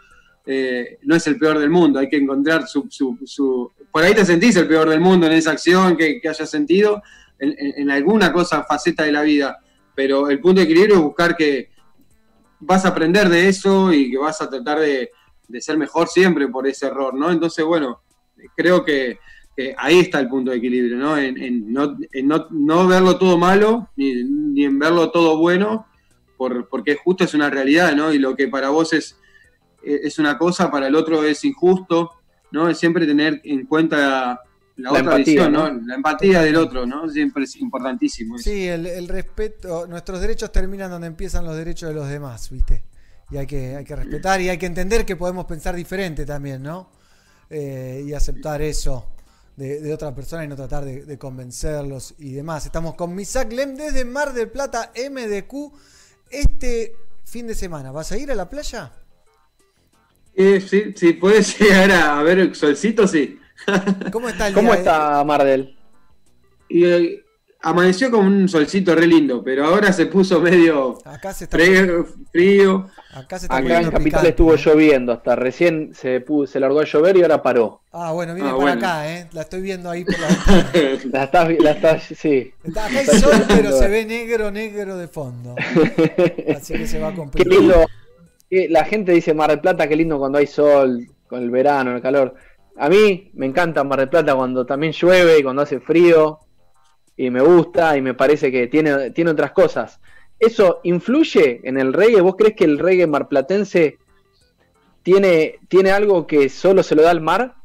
eh, no es el peor del mundo, hay que encontrar su, su, su... Por ahí te sentís el peor del mundo en esa acción que, que hayas sentido, en, en, en alguna cosa, faceta de la vida, pero el punto de equilibrio es buscar que vas a aprender de eso y que vas a tratar de, de ser mejor siempre por ese error, ¿no? Entonces, bueno, creo que, que ahí está el punto de equilibrio, ¿no? En, en, no, en no, no verlo todo malo, ni, ni en verlo todo bueno, por, porque justo es una realidad, ¿no? Y lo que para vos es, es una cosa, para el otro es injusto, ¿no? Es siempre tener en cuenta la, la otra empatía, visión, ¿no? ¿no? La empatía del otro, ¿no? Siempre es importantísimo. Eso. Sí, el, el respeto, nuestros derechos terminan donde empiezan los derechos de los demás, ¿viste? Y hay que, hay que respetar y hay que entender que podemos pensar diferente también, ¿no? Eh, y aceptar eso de, de otra persona y no tratar de, de convencerlos y demás. Estamos con Misak Lem desde Mar del Plata, M D Q. Este fin de semana, ¿vas a ir a la playa? Eh, sí, sí, puedes llegar a ver el solcito, sí. ¿Cómo está el ¿Cómo día? está Mardel? Y eh, amaneció con un solcito re lindo, pero ahora se puso medio Acá se está frío. frío. Acá se está Acá en poniendo Capital picante, estuvo ¿eh? lloviendo, hasta recién se, pudo, se largó a llover y ahora paró. Ah, bueno, viene Ah, para bueno. acá, ¿eh? La estoy viendo ahí por la ventana. La estás, la estás, sí. Está- acá hay sol, pero se ve negro, negro de fondo. Así que se va a Qué complicar. lindo. Que La gente dice Mar del Plata, qué lindo cuando hay sol, con el verano, el calor. A mí me encanta Mar del Plata cuando también llueve y cuando hace frío. Y me gusta y me parece que tiene, tiene otras cosas. ¿Eso influye en el reggae? ¿Vos crees que el reggae marplatense tiene, tiene algo que solo se lo da al mar?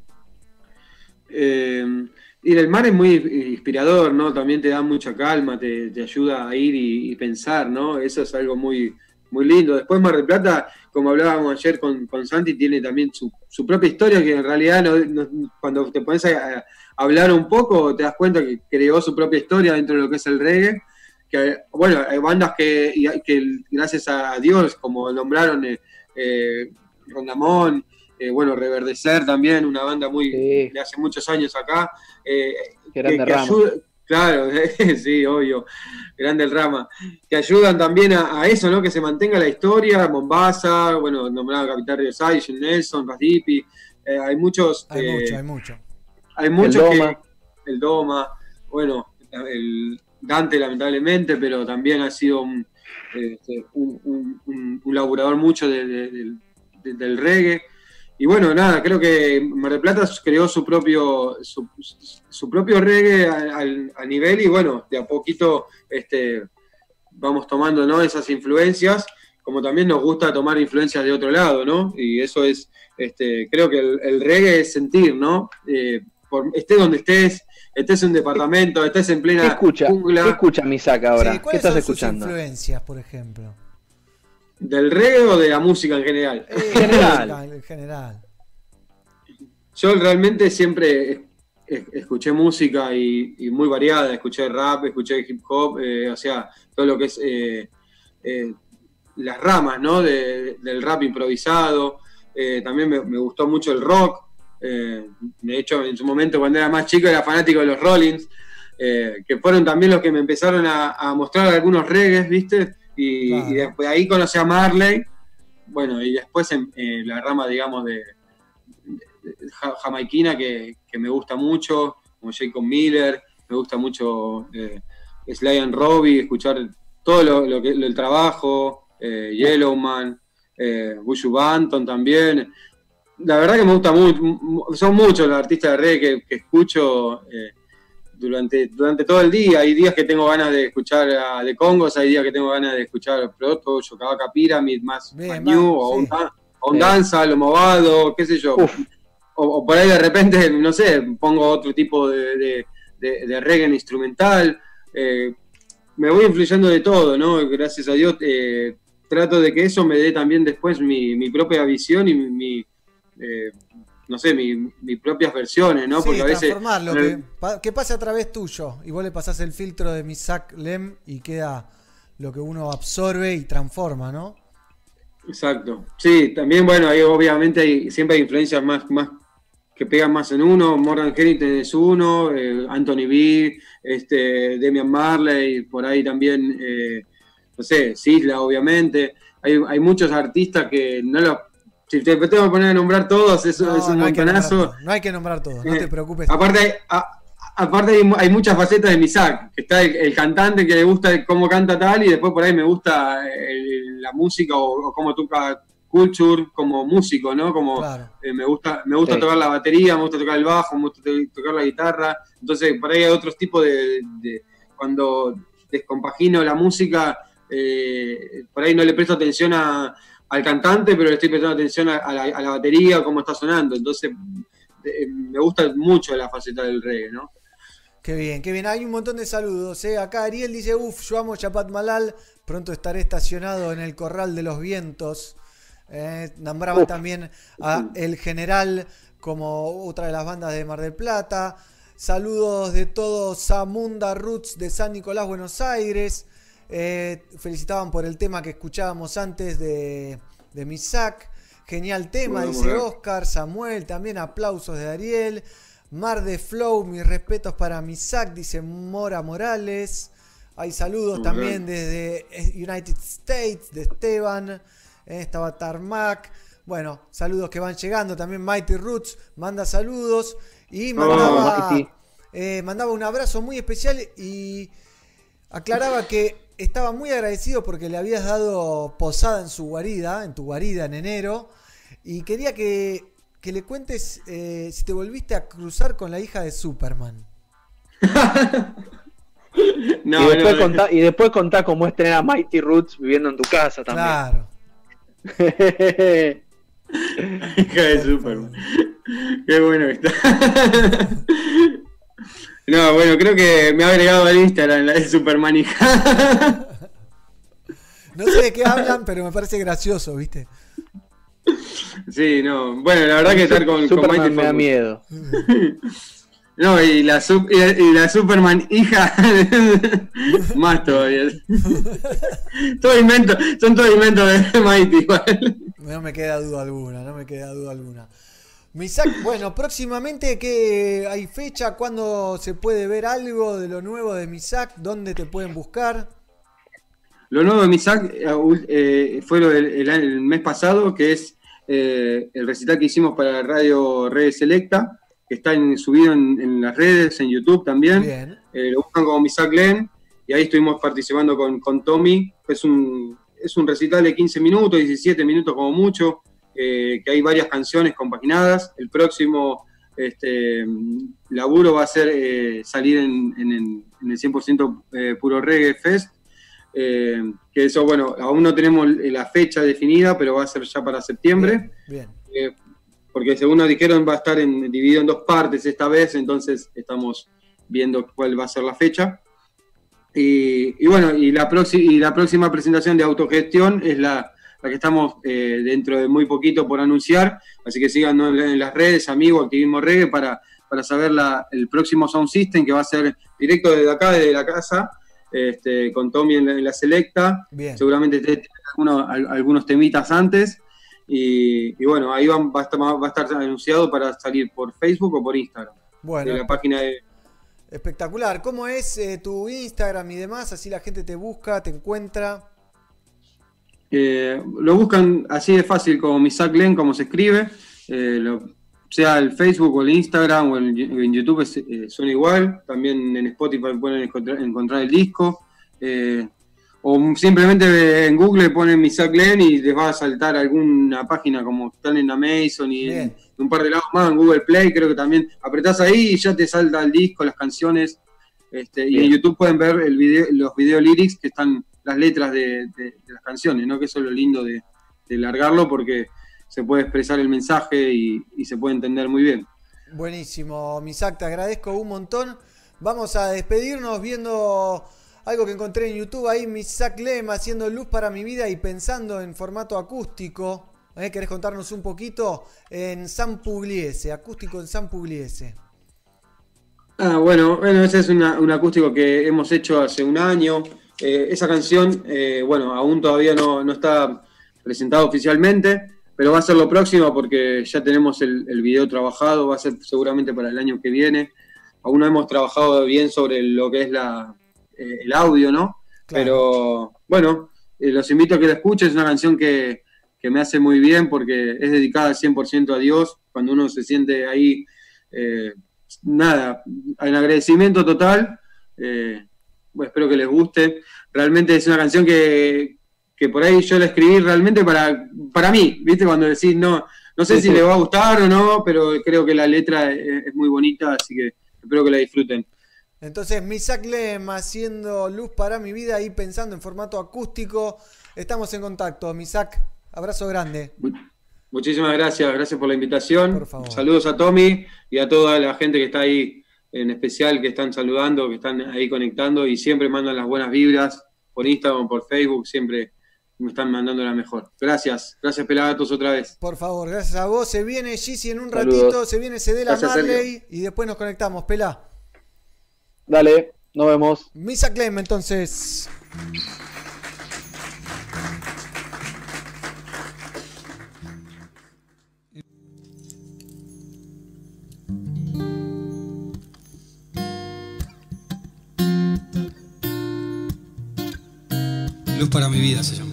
Eh, y el mar es muy inspirador, ¿no? También te da mucha calma, te, te ayuda a ir y, y pensar, ¿no? Eso es algo muy, muy lindo. Después Mar del Plata, como hablábamos ayer con, con Santi, tiene también su, su propia historia, que en realidad no, no, cuando te pones a, a hablar un poco, te das cuenta que creó su propia historia dentro de lo que es el reggae. Que, bueno, hay bandas que, y- que gracias a Dios, como nombraron eh, eh, Rondamón, eh, bueno, Reverdecer también, una banda muy Sí. de hace muchos años acá, eh, Qué grande que Rama. ayuda, claro, sí, obvio, grande el Rama, que ayudan también a, a eso, ¿no? Que se mantenga la historia, Mombasa, bueno, nombrado Capital Río Sai, John Nelson, Rasdipi, eh, hay muchos, Hay eh, mucho, hay mucho. hay muchos El que, Doma. el Doma, bueno, el Dante lamentablemente, pero también ha sido un, este, un, un- un- un laburador mucho de- de- del- de- del reggae. Y bueno, nada, creo que Mar del Plata creó su propio su, su propio reggae a, al- a nivel y bueno, de a poquito este, vamos tomando, ¿no? Esas influencias, como también nos gusta tomar influencias de otro lado, ¿no? Y eso es, este, creo que el, el reggae es sentir, ¿no? Eh, por, estés donde estés, estés en un departamento, estés en plena ¿Qué escucha? jungla. ¿Qué escucha Misak ahora? Sí, ¿Qué ¿cuáles estás son sus escuchando? influencias, por ejemplo? ¿Del reggae o de la música en general? Eh, general. En general. Yo realmente siempre es- es- escuché música y, y muy variada, escuché rap, escuché hip hop, eh, o sea, todo lo que es eh, eh, las ramas, ¿no? de- del rap improvisado. Eh, también me, me gustó mucho el rock. Eh, de hecho, en su momento, cuando era más chico, era fanático de los Rollins, eh, que fueron también los que me empezaron a, a mostrar algunos reggaes, ¿viste? Y, Claro. y después ahí conocí a Marley. Bueno, y después en, eh, la rama, digamos, de, de ja- jamaiquina que, que me gusta mucho, como Jacob Miller, me gusta mucho eh, Sly and Robbie, escuchar todo lo, lo que el trabajo, eh, Yellowman, eh, Buju Banton también. La verdad que me gusta mucho, son muchos los artistas de reggae que, que escucho eh, durante, durante todo el día. Hay días que tengo ganas de escuchar a The Congos, hay días que tengo ganas de escuchar a Proto, Yokavaka Pyramid, más, Bien, más va, New, o, sí. un, dan- o un Sí. danza, lo movado, qué sé yo. Uf. O, o por ahí de repente, no sé, pongo otro tipo de, de, de- de reggae instrumental. Eh, me voy influyendo de todo, ¿no? Gracias a Dios eh, trato de que eso me dé también después mi, mi propia visión y mi, mi, eh, no sé, mi, mis propias versiones, ¿no? Sí, Porque a veces... transformarlo, en el- que, pa- que pase a través tuyo y vos le pasás el filtro de Misak Lem y queda lo que uno absorbe y transforma, ¿no? Exacto. Sí, también, bueno, ahí obviamente hay, siempre hay influencias más, más que pegan más en uno. Morgan Heritage es uno, eh, Anthony B, este, Damian Marley, por ahí también, eh, no sé, Sisla, obviamente. Hay, hay muchos artistas que no los si te tengo que poner a nombrar todos, eso No, es un no hay que montonazo. nombrar todo, no hay que nombrar todo, no Eh, te preocupes. Aparte, hay, a- aparte hay, hay muchas facetas de Misak, que está el, el cantante que le gusta cómo canta tal, y después por ahí me gusta el- la música o, o cómo toca Culture como músico, ¿no? Como Claro. eh, me gusta, me gusta Sí. tocar la batería, me gusta tocar el bajo, me gusta to- tocar la guitarra. Entonces, por ahí hay otros tipos de, de- cuando descompagino la música, eh, por ahí no le presto atención a, al cantante, pero le estoy prestando atención a, a la, a la batería, cómo está sonando. Entonces, eh, me gusta mucho la faceta del reggae, ¿no? Qué bien, qué bien. Hay un montón de saludos. ¿eh? Acá Ariel dice, uff, yo amo Chapat Malal, pronto estaré estacionado en el Corral de los Vientos. Eh, nombraba Uf. también a El General como otra de las bandas de Mar del Plata. Saludos de todos Zamunda Roots de San Nicolás, Buenos Aires. Eh, felicitaban por el tema que escuchábamos antes de, de Misak. Genial tema, Bueno, dice bueno. Oscar. Samuel, también aplausos de Ariel. Mar de Flow, mis respetos para Misak, dice Mora Morales. Hay saludos Muy también bien. desde United States, de Esteban. Eh, estaba Tarmac. Bueno, saludos que van llegando. También Mighty Roots manda saludos. Y mandaba, Mighty. eh, mandaba un abrazo muy especial y aclaraba que estaba muy agradecido porque le habías dado posada en su guarida, en tu guarida en enero. Y quería que, que le cuentes eh, si te volviste a cruzar con la hija de Superman. No, y, después no, contá, y después contá cómo es tener a Mighty Roots viviendo en tu casa también. Claro. hija de Superman. Qué bueno que está. No, bueno, creo que me ha agregado al Instagram la de Superman hija. No sé de qué hablan, pero me parece gracioso, ¿viste? Sí, no. Bueno, la verdad que estar con, con Superman Mighty me da fue- miedo. No, y la, sup- y, y la Superman hija, más todavía. Todo invento, son todos inventos de Mighty igual. No me queda duda alguna, no me queda duda alguna. Misak, bueno, próximamente ¿qué hay fecha? ¿Cuándo se puede ver algo de lo nuevo de Misak? ¿Dónde te pueden buscar? Lo nuevo de Misak eh, fue lo del el, el mes pasado, que es eh, el recital que hicimos para la radio Reggae Selecta, que está en- subido en, en las redes, en YouTube también. Bien. Eh, lo buscan como Misak Glenn, y ahí estuvimos participando con, con Tommy. Es un, es un recital de quince minutos, diecisiete minutos como mucho, eh, que hay varias canciones compaginadas. El próximo este, laburo va a ser eh, salir en, en, en- en el cien por ciento eh, Puro Reggae Fest. Eh, que eso, bueno, aún no tenemos la fecha definida, pero va a ser ya para septiembre. Bien. Eh, porque según nos dijeron va a estar en- dividido en dos partes esta vez, entonces estamos viendo cuál va a ser la fecha. Y, y bueno, y la, próxima, y la próxima presentación de autogestión es la, la que estamos eh, dentro de muy poquito por anunciar, así que síganos en, en las redes, amigo, Activismo Reggae, para, para saber la, el próximo Sound System, que va a ser directo desde acá, desde la casa, este, con Tommy en la, en la Selecta. Bien. Seguramente te- te- algunos, al- algunos temitas antes. Y, y bueno, ahí va, va, a estar, va a estar anunciado para salir por Facebook o por Instagram. Bueno, De la página de. espectacular. ¿Cómo es eh, tu Instagram y demás? Así la gente te busca, te encuentra. Eh, lo buscan así de fácil como Misak Glenn, como se escribe. Eh, lo- sea el Facebook o el Instagram o el, en YouTube es, eh, suena igual. También en Spotify pueden encontrar, encontrar el disco. Eh, o simplemente en Google ponen Misak Glenn y les va a saltar alguna página como están en Amazon y en, en un par de lados más, en Google Play. Creo que también apretás ahí y ya te salta el disco, las canciones. Este, y Bien. en YouTube pueden ver el video, los video lyrics, que están las letras de, de- de las canciones, ¿no? Que eso es lo lindo de, de largarlo, porque se puede expresar el mensaje y, y se puede entender muy bien. Buenísimo, Misak, te agradezco un montón. Vamos a despedirnos viendo algo que encontré en YouTube ahí, Misak Lem haciendo Luz para mi vida y pensando en formato acústico. ¿Eh? ¿Querés contarnos un poquito? En San Pugliese, acústico en San Pugliese. Ah, bueno, bueno, ese es una- un acústico que hemos hecho hace un año. Eh, esa canción, eh, bueno, aún todavía no, no está presentada oficialmente, pero va a ser lo próximo porque ya tenemos el, el video trabajado, va a ser seguramente para el año que viene. Aún no hemos trabajado bien sobre lo que es la, eh, el audio, ¿no? Claro. Pero bueno, eh, los invito a que la escuchen, es una canción que, que me hace muy bien porque es dedicada al cien por ciento a Dios. Cuando uno se siente ahí, eh, nada, en agradecimiento total. Eh, bueno, espero que les guste. Realmente es una canción que, que por ahí yo la escribí realmente para, para mí, ¿viste? Cuando decís, no, no sé si les va a gustar o no, pero creo que la letra es, es muy bonita, así que espero que la disfruten. Entonces, Misak Lem haciendo Luz para mi vida y pensando en formato acústico. Estamos en contacto. Misak, abrazo grande. Muchísimas gracias, gracias por la invitación. Por favor. Saludos a Tommy y a toda la gente que está ahí, en especial, que están saludando, que están ahí conectando y siempre mandan las buenas vibras por Instagram, por Facebook, siempre me están mandando la mejor. Gracias, gracias Pelagatos otra vez. Por favor, gracias a vos. Se viene Gizzy en un Saludos. ratito, se viene Cedela Gracias, Marley Sergio. y después nos conectamos. Pelá. Dale, nos vemos. Misak Lem, entonces. Luz para mi vida se llama.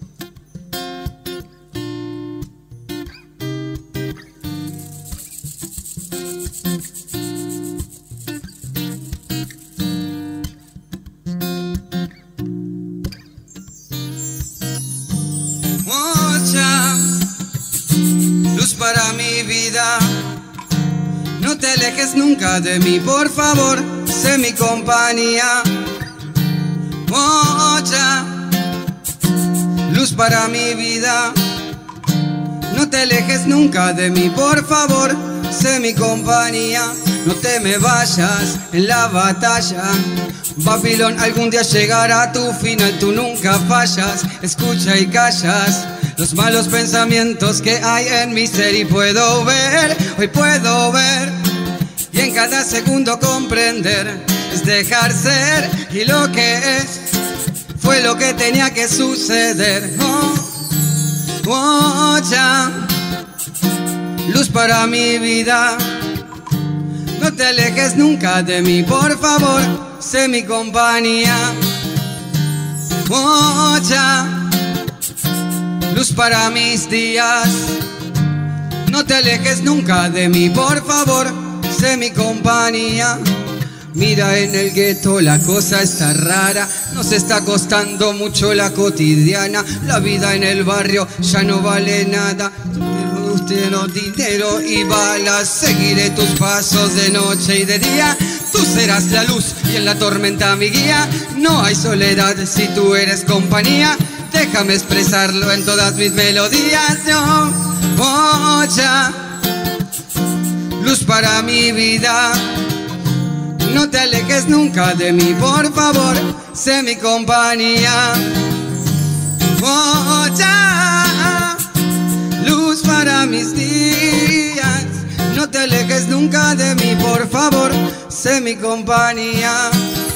Mucha luz para mi vida. No te alejes nunca de mí, por favor, sé mi compañía. Mucha luz para mi vida. No te alejes nunca de mí, por favor, sé mi compañía. No te me vayas en la batalla. Babilón, algún día llegará a tu final, tú nunca fallas. Escucha y callas los malos pensamientos que hay en mi ser. Y puedo ver, hoy puedo ver, y en cada segundo comprender. Es dejar ser, y lo que es fue lo que tenía que suceder. Oh, oh, ya. Luz para mi vida. No te alejes nunca de mí, por favor, sé mi compañía. Oh, ya. Luz para mis días. No te alejes nunca de mí, por favor, sé mi compañía. Mira, en el gueto la cosa está rara, nos está costando mucho la cotidiana. La vida en el barrio ya no vale nada. Usted no dinero y balas. Seguiré tus pasos de noche y de día. Tú serás la luz y en la tormenta mi guía. No hay soledad si tú eres compañía. Déjame expresarlo en todas mis melodías. No, oh, ya. Luz para mi vida. No te alejes nunca de mí, por favor, sé mi compañía. Oh, ya. Luz para mis días. No te alejes nunca de mí, por favor, sé mi compañía.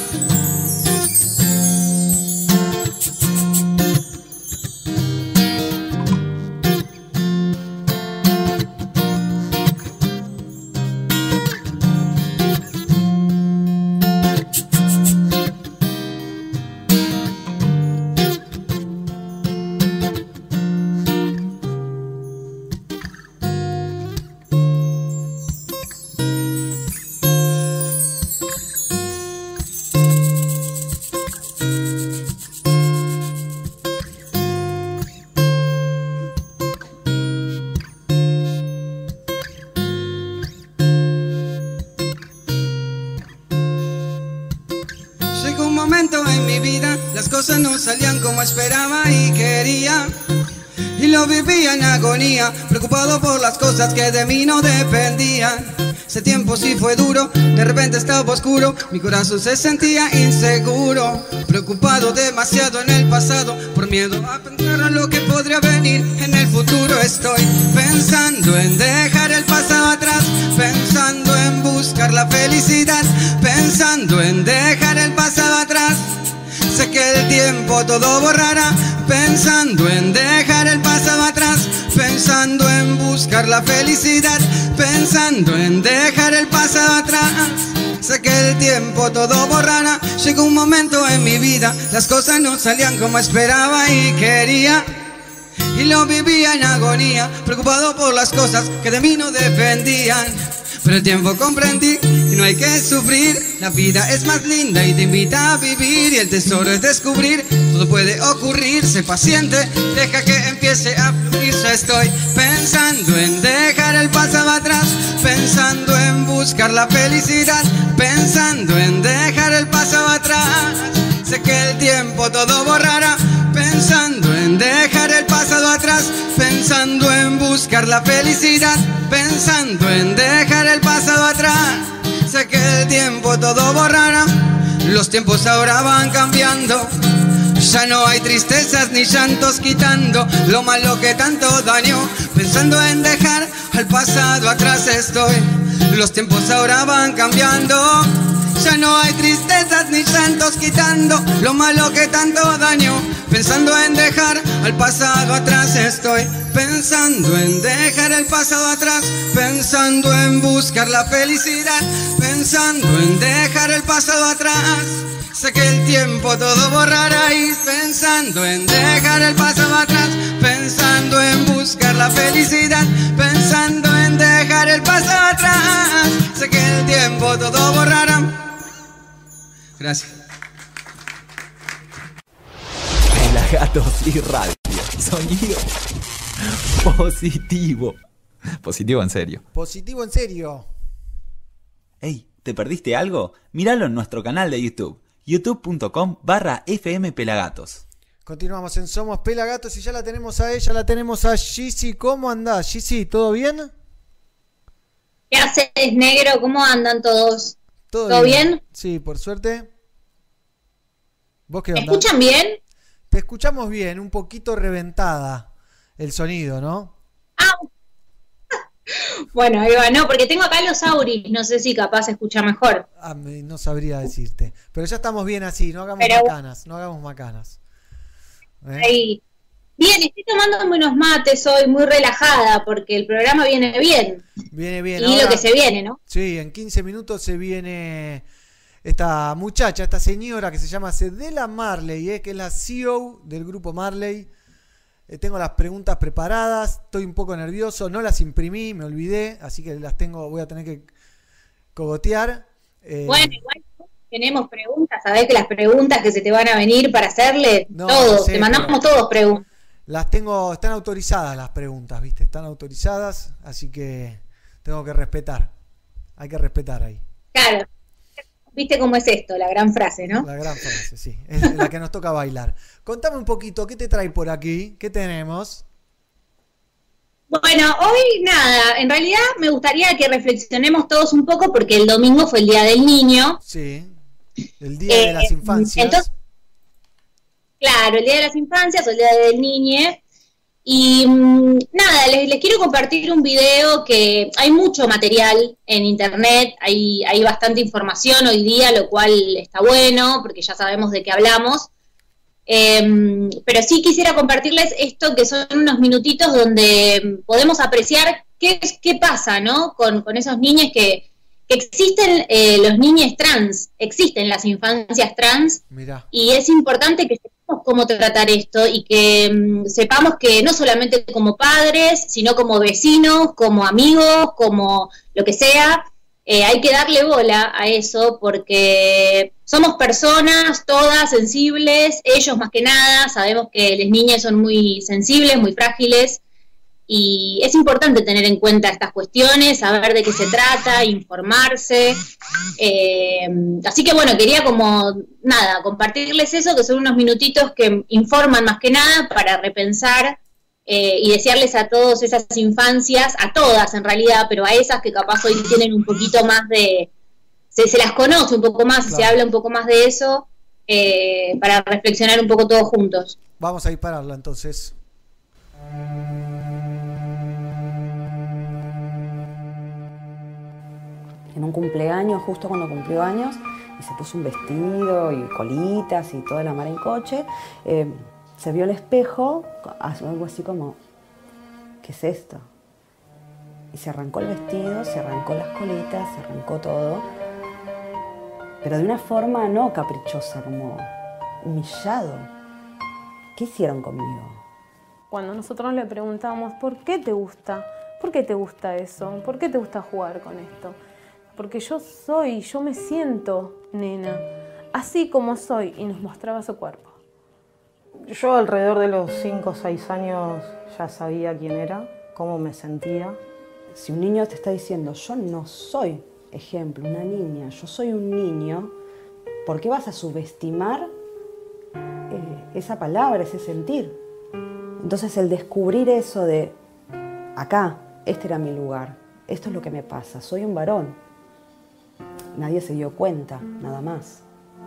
No salían como esperaba y quería, y lo vivía en agonía, preocupado por las cosas que de mí no dependían. Ese tiempo sí fue duro, de repente estaba oscuro, mi corazón se sentía inseguro, preocupado demasiado en el pasado, por miedo a pensar en lo que podría venir en el futuro. Estoy pensando en dejar el pasado atrás, pensando en buscar la felicidad, pensando en dejar el pasado atrás. Sé que el tiempo todo borrará, pensando en dejar el pasado atrás, pensando en buscar la felicidad, pensando en dejar el pasado atrás. Sé que el tiempo todo borrará. Llegó un momento en mi vida, las cosas no salían como esperaba y quería, y lo vivía en agonía, preocupado por las cosas que de mí no dependían. Pero el tiempo comprendí y no hay que sufrir. La vida es más linda y te invita a vivir. Y el tesoro es descubrir, todo puede ocurrir. Sé paciente, deja que empiece a fluir. Ya estoy pensando en dejar el pasado atrás, pensando en buscar la felicidad, pensando en dejar el pasado atrás. Sé que el tiempo todo borrará, pensando en dejar el pasado atrás, pensando en buscar la felicidad, pensando en dejar el pasado atrás. Sé que el tiempo todo borrará, los tiempos ahora van cambiando. Ya no hay tristezas ni llantos quitando lo malo que tanto dañó. Pensando en dejar al pasado atrás estoy. Los tiempos ahora van cambiando. Ya no hay tristezas ni llantos quitando lo malo que tanto dañó. Pensando en dejar al pasado atrás estoy. Pensando en dejar el pasado atrás, pensando en buscar la felicidad, pensando en dejar el pasado atrás. Sé que el tiempo todo borrará y pensando en dejar el pasado atrás, pensando en buscar la felicidad, pensando en dejar el pasado atrás. Sé que el tiempo todo borrará. Gracias. Pelagatos y radio. Sonido positivo. Positivo en serio. Positivo en serio. Ey, ¿te perdiste algo? Míralo en nuestro canal de YouTube. youtube.com barra FM Pelagatos. Continuamos en Somos Pelagatos y ya la tenemos a ella, la tenemos a Gizzy. ¿Cómo andás, Gizzy? ¿Todo bien? ¿Qué haces, negro? ¿Cómo andan todos? ¿Todo, ¿Todo bien? bien? Sí, por suerte. ¿Vos qué ¿Me onda? escuchan bien? Te escuchamos bien, un poquito reventada el sonido, ¿no? Ah. Bueno, ahí va, no, porque tengo acá los auris, no sé si capaz se escucha mejor. Ah, me- no sabría decirte. Pero ya estamos bien así, no hagamos Pero- macanas, no hagamos macanas. ¿Eh? Ahí. Bien, estoy tomando unos mates hoy, muy relajada, porque el programa viene bien. Viene bien. Y ahora- lo que se viene, ¿no? Sí, en quince minutos se viene esta muchacha, esta señora que se llama Cedela Marley, eh, que es la C E O del grupo Marley. Eh, tengo las preguntas preparadas, estoy un poco nervioso, no las imprimí, me olvidé, así que las tengo, voy a tener que cogotear. Eh, Bueno, igual tenemos preguntas, sabés que las preguntas que se te van a venir para hacerle, No, todos, sé, te mandamos pero- todos preguntas. Las tengo, están autorizadas las preguntas, ¿viste? Están autorizadas, así que tengo que respetar. Hay que respetar ahí. Claro. ¿Viste cómo es esto? La gran frase, ¿no? La gran frase, sí. Es la que nos toca bailar. Contame un poquito, ¿qué te trae por aquí? ¿Qué tenemos? Bueno, hoy nada, en realidad me gustaría que reflexionemos todos un poco porque el domingo fue el Día del Niño. Sí. El Día de Eh, las Infancias. entonces, claro, el Día de las Infancias o el Día del Niñe. Y mm, nada, les, les quiero compartir un video que hay mucho material en internet, hay, hay bastante información hoy día, lo cual está bueno porque ya sabemos de qué hablamos. Eh, pero sí quisiera compartirles esto que son unos minutitos donde podemos apreciar qué, es- qué pasa, ¿no? Con, con esos niños que, que existen, eh, los niños trans, existen las infancias trans. Mirá. Y es importante que sepamos cómo tratar esto y que mm, sepamos que no solamente como padres, sino como vecinos, como amigos, como lo que sea, eh, hay que darle bola a eso porque somos personas todas sensibles, ellos más que nada, sabemos que las niñas son muy sensibles, muy frágiles. Y es importante tener en cuenta estas cuestiones, saber de qué se trata, informarse. Eh, así que bueno, quería como, nada, compartirles eso, que son unos minutitos que informan más que nada para repensar eh, y desearles a todas esas infancias, a todas en realidad, pero a esas que capaz hoy tienen un poquito más de, se, se las conoce un poco más, Claro. se habla un poco más de eso, eh, para reflexionar un poco todos juntos. Vamos a dispararla entonces. En un cumpleaños, justo cuando cumplió años, y se puso un vestido y colitas y toda la mar en coche, eh, se vio al espejo, algo así como, ¿qué es esto? Y se arrancó el vestido, se arrancó las colitas, se arrancó todo, pero de una forma no caprichosa, como humillado. ¿Qué hicieron conmigo? Cuando nosotros le preguntábamos, ¿por qué te gusta? ¿Por qué te gusta eso? ¿Por qué te gusta jugar con esto? Porque yo soy, yo me siento nena, así como soy, y nos mostraba su cuerpo. Yo alrededor de los cinco o seis años ya sabía quién era, cómo me sentía. Si un niño te está diciendo, yo no soy, ejemplo, una niña, yo soy un niño, ¿por qué vas a subestimar eh, esa palabra, ese sentir? Entonces el descubrir eso de, acá, este era mi lugar, esto es lo que me pasa, soy un varón. Nadie se dio cuenta, nada más.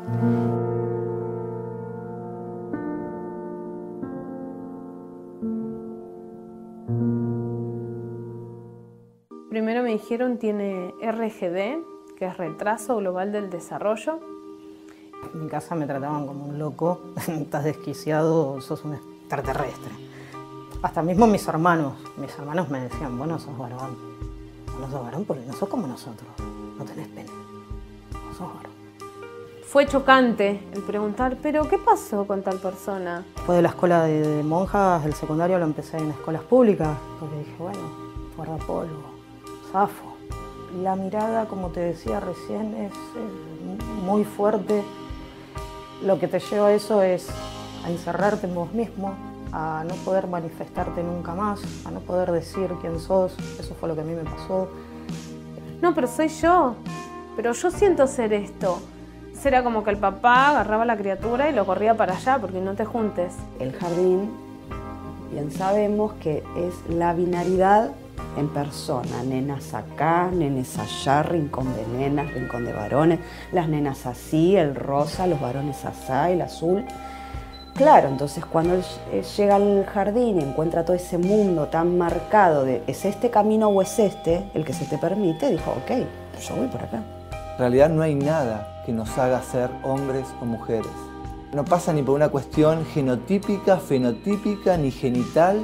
Primero me dijeron tiene R G D, que es retraso global del desarrollo. En mi casa me trataban como un loco, estás desquiciado, sos un extraterrestre. Hasta mismo mis hermanos, mis hermanos me decían, vos no sos varón, vos no sos varón porque no sos como nosotros, no tenés pene, no sos varón. Fue chocante el preguntar, ¿pero qué pasó con tal persona? Después de la escuela de, de monjas, el secundario lo empecé en escuelas públicas, porque dije, bueno, guardapolvo, zafo. La mirada, como te decía recién, es, es muy fuerte. Lo que te lleva a eso es a encerrarte en vos mismo, a no poder manifestarte nunca más, a no poder decir quién sos. Eso fue lo que a mí me pasó. No, pero soy yo. Pero yo siento ser esto. Era como que el papá agarraba a la criatura y lo corría para allá, porque no te juntes. El jardín, bien sabemos que es la binaridad en persona. Nenas acá, nenes allá, rincón de nenas, rincón de varones. Las nenas así, el rosa, los varones asá, el azul. Claro, entonces cuando él llega al jardín y encuentra todo ese mundo tan marcado de ¿es este camino o es este el que se te permite? Dijo, ok, yo voy por acá. En realidad no hay nada que nos haga ser hombres o mujeres. No pasa ni por una cuestión genotípica, fenotípica, ni genital.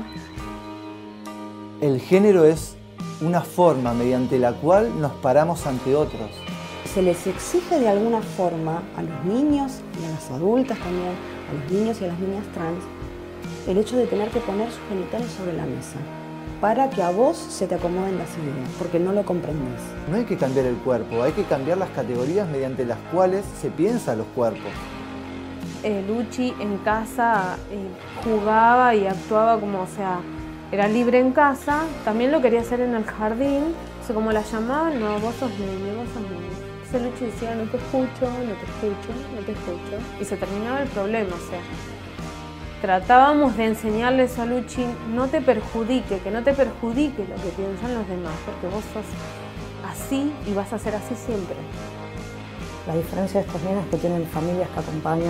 El género es una forma mediante la cual nos paramos ante otros. Se les exige de alguna forma a los niños y a las adultas también, a los niños y a las niñas trans, el hecho de tener que poner sus genitales sobre la mesa para que a vos se te acomoden las ideas, porque no lo comprendés. No hay que cambiar el cuerpo, hay que cambiar las categorías mediante las cuales se piensa los cuerpos. Eh, Luchi en casa eh, jugaba y actuaba como, o sea, era libre en casa, también lo quería hacer en el jardín, o sea, como la llamaban, no, vos sos nene, vos sos nene. Entonces Luchi decía, no te escucho, no te escucho, no te escucho, y se terminaba el problema, o sea. Tratábamos de enseñarles a Luchi, no te perjudique, que no te perjudique lo que piensan los demás, porque vos sos así y vas a ser así siempre. La diferencia de estos niños es que tienen familias que acompañan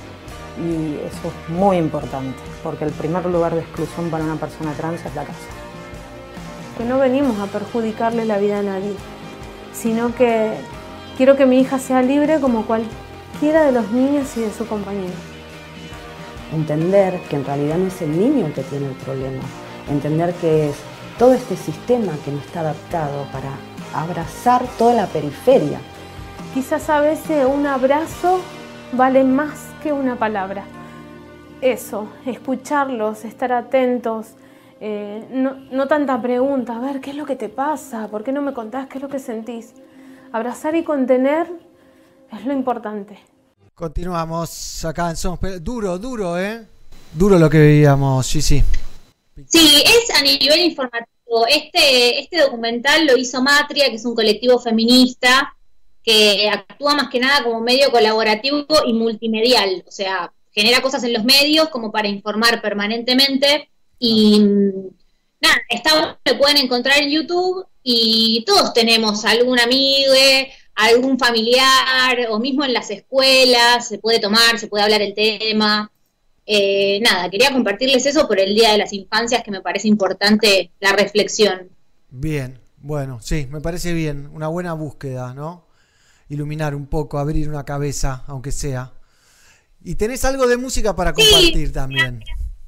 y eso es muy importante, porque el primer lugar de exclusión para una persona trans es la casa. Que no venimos a perjudicarle la vida a nadie, sino que quiero que mi hija sea libre como cualquiera de los niños y de su compañero. Entender que en realidad no es el niño el que tiene el problema, entender que es todo este sistema que no está adaptado para abrazar toda la periferia. Quizás a veces un abrazo vale más que una palabra. Eso, escucharlos, estar atentos, eh, no, no tanta pregunta, a ver, ¿qué es lo que te pasa? ¿Por qué no me contás qué es lo que sentís? Abrazar y contener es lo importante. Continuamos acá en Somos Pelagatos. Duro, duro, ¿eh? Duro lo que veíamos, sí, sí. Sí, es a nivel informativo. Este, este documental lo hizo Matria, que es un colectivo feminista que actúa más que nada como medio colaborativo y multimedial. O sea, genera cosas en los medios como para informar permanentemente. Y nada, está, lo pueden encontrar en YouTube y todos tenemos algún amigo, algún familiar, o mismo en las escuelas, se puede tomar, se puede hablar el tema. Eh, nada, quería compartirles eso por el Día de las Infancias, que me parece importante la reflexión. Bien, bueno, sí, me parece bien, una buena búsqueda, ¿no? Iluminar un poco, abrir una cabeza, aunque sea. Y tenés algo de música para compartir sí, también.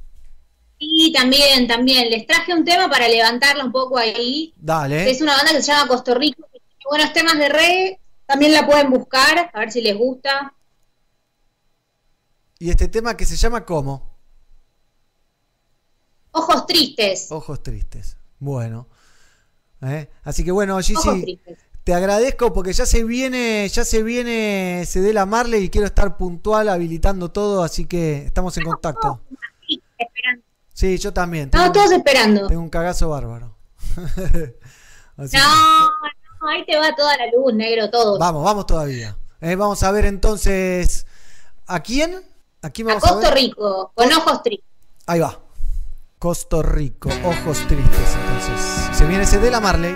Sí, también, también. Les traje un tema para levantarla un poco ahí. Dale. Es una banda que se llama Costa Rica. Buenos temas de reggae, también la pueden buscar, a ver si les gusta. ¿Y este tema que se llama cómo? Ojos tristes. Ojos tristes. Bueno. ¿Eh? Así que bueno, Ojos Gigi, tristes. te agradezco porque ya se viene, ya se viene Cedela Marley y quiero estar puntual habilitando todo, así que estamos en contacto. Sí, esperando. Sí, yo también. Estamos todos esperando. Tengo un cagazo bárbaro. Así No, que- no, ahí te va toda la luz, negro, todo. Vamos, vamos todavía. Eh, vamos a ver entonces. ¿A quién? ¿A quién A vamos a, Costa ver? Rico, con ojos tristes. Ahí va. Costa Rico, ojos tristes. Entonces, se viene Cedela Marley.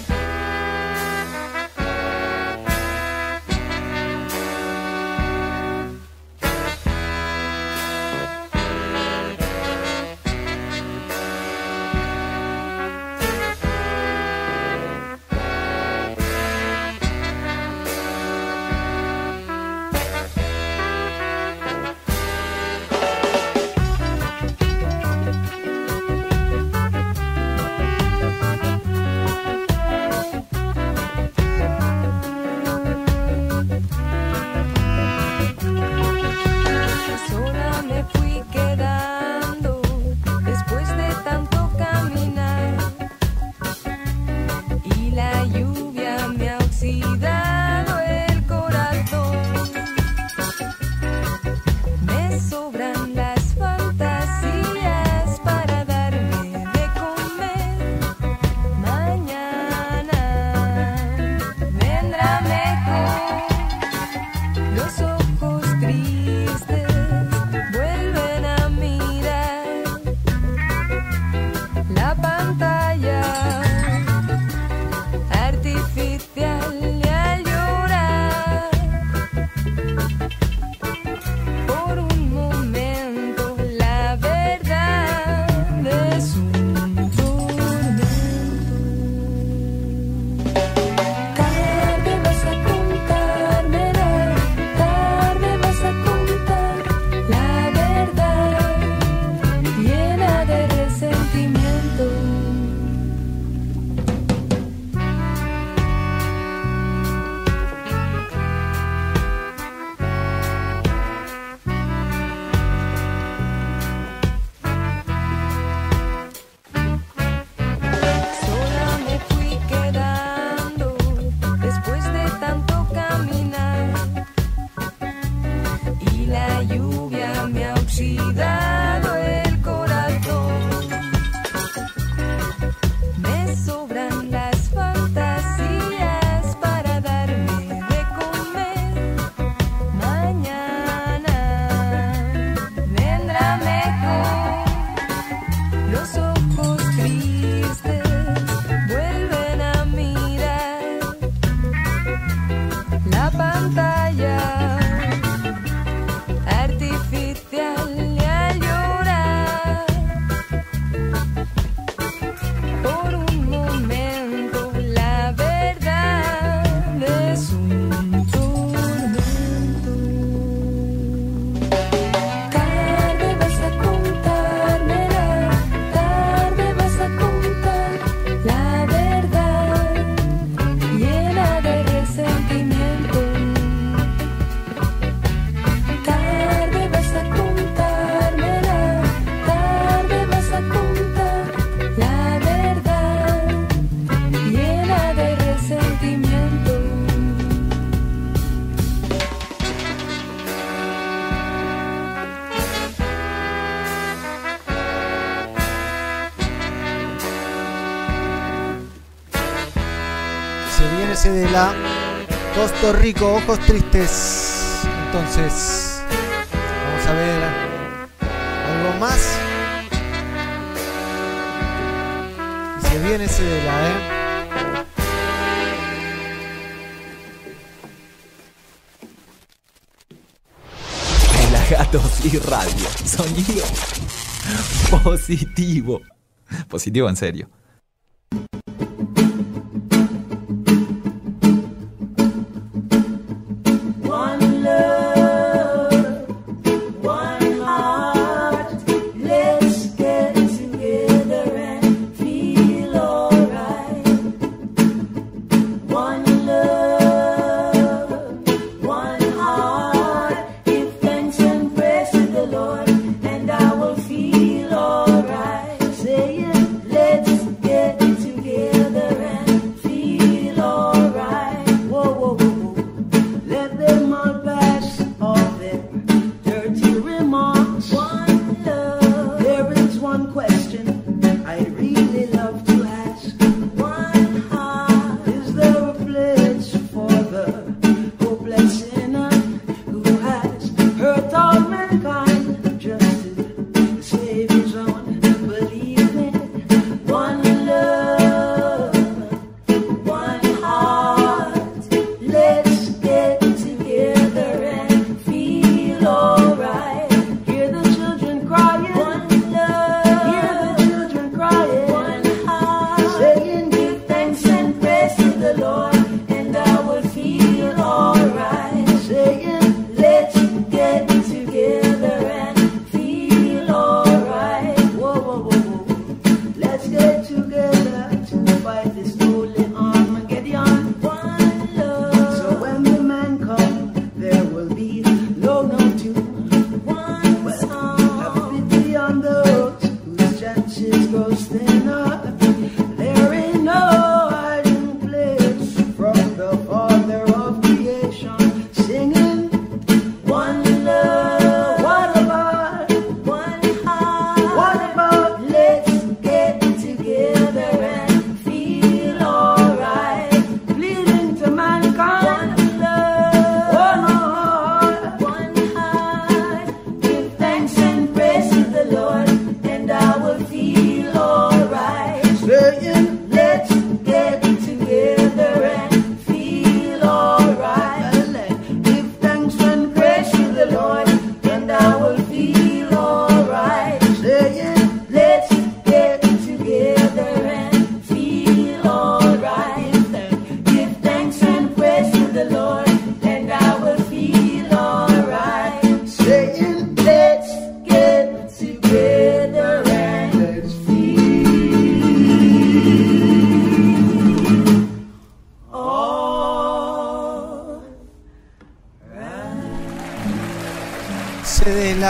Sola me fui quedando después de tanto caminar y la lluvia me ha oxidado el corazón. Me sobran las fantasías para darme de comer. Mañana vendrá mejor. Los ojos tristes vuelven a mirar la pantalla artificial y al llorar por un momento la verdad es un tormento. Tarde vas a contármela, tarde vas a contar la verdad llena de resentimiento. Sola me fui quedando después de tanto caminar y la lluvia me ha oxidado el corazón. Me sobran las fantasías para darme de comer. Mañana vendrá mejor. Los ojos tristes vuelven a mirar la pantalla artificial y al llorar por un momento la verdad es un tormento. Tarde vas a contármela, tarde vas a contar la verdad llena de resentimiento. Tarde vas a contármela, tarde vas a contar la verdad llena de resentimiento. Se viene Cedela. Costa Rico, ojos tristes. Entonces, vamos a ver algo más. Y se viene Cedela, ¿eh? Pelagatos y radio. Sonido positivo. Positivo en serio. One love, one heart. Let's get together and feel alright. One love, one heart. Give thanks and praise to the Lord, and I will feel alright.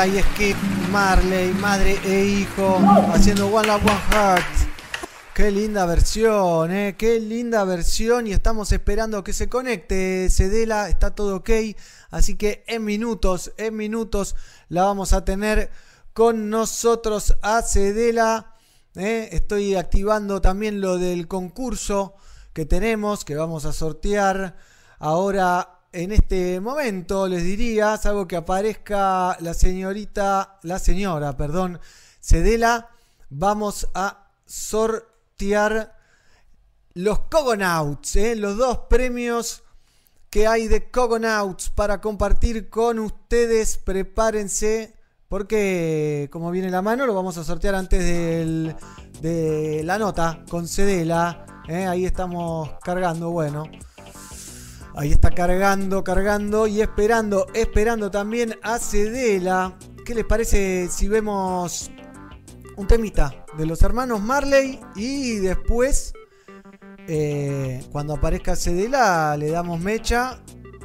Sedela y Skip Marley, madre e hijo, haciendo One Love One Heart. Qué linda versión, eh, qué linda versión, y estamos esperando que se conecte Sedela, está todo ok, así que en minutos, en minutos la vamos a tener con nosotros a Sedela. Eh. Estoy activando también lo del concurso que tenemos, que vamos a sortear ahora. En este momento les diría, salvo que aparezca la señorita, la señora, perdón, Sedela, vamos a sortear los Cogonauts, ¿eh? Los dos premios que hay de Cogonauts para compartir con ustedes. Prepárense, porque como viene la mano, lo vamos a sortear antes del, de la nota con Sedela, ¿eh? Ahí estamos cargando, bueno. Ahí está cargando, cargando y esperando, esperando también a Sedela. ¿Qué les parece si vemos un temita de los hermanos Marley? Y después, eh, cuando aparezca Sedela, le damos mecha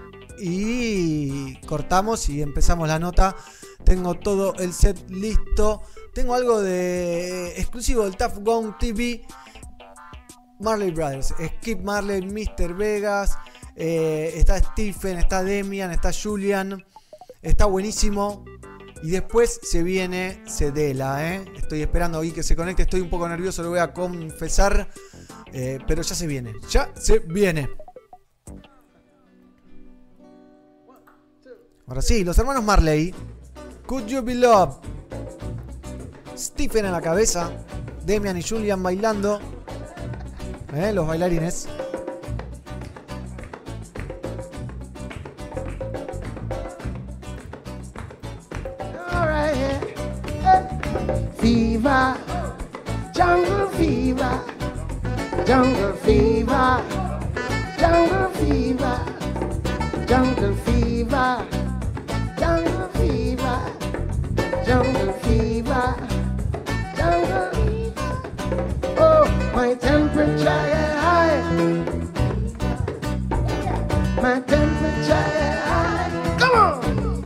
y cortamos y empezamos la nota. Tengo todo el set listo. Tengo algo de exclusivo del Tough Gong T V. Marley Brothers, Skip Marley, mister Vegas. Eh, está Stephen, está Demian, está Julian, está buenísimo. Y después se viene Sedela, ¿eh? Estoy esperando ahí que se conecte, estoy un poco nervioso, lo voy a confesar, eh, pero ya se viene, ya se viene. Ahora sí, los hermanos Marley, Could You Be Loved. Stephen en la cabeza, Demian y Julian bailando, ¿eh? Los bailarines. Fever, jungle fever, jungle fever, jungle fever, jungle fever, jungle fever, jungle fever, jungle fever. Oh, my temperature is high, my temperature is high. Come on.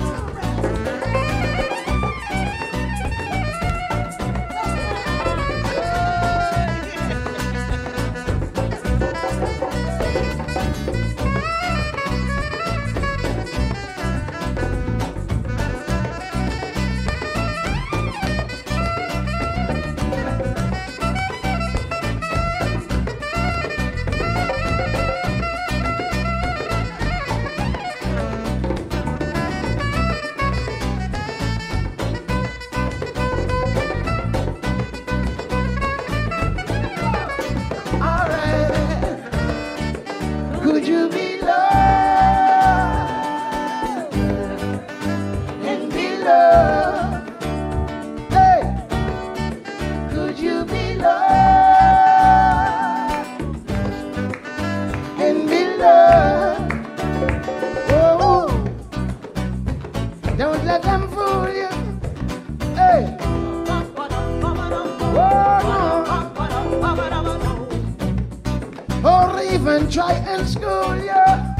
Try and school you.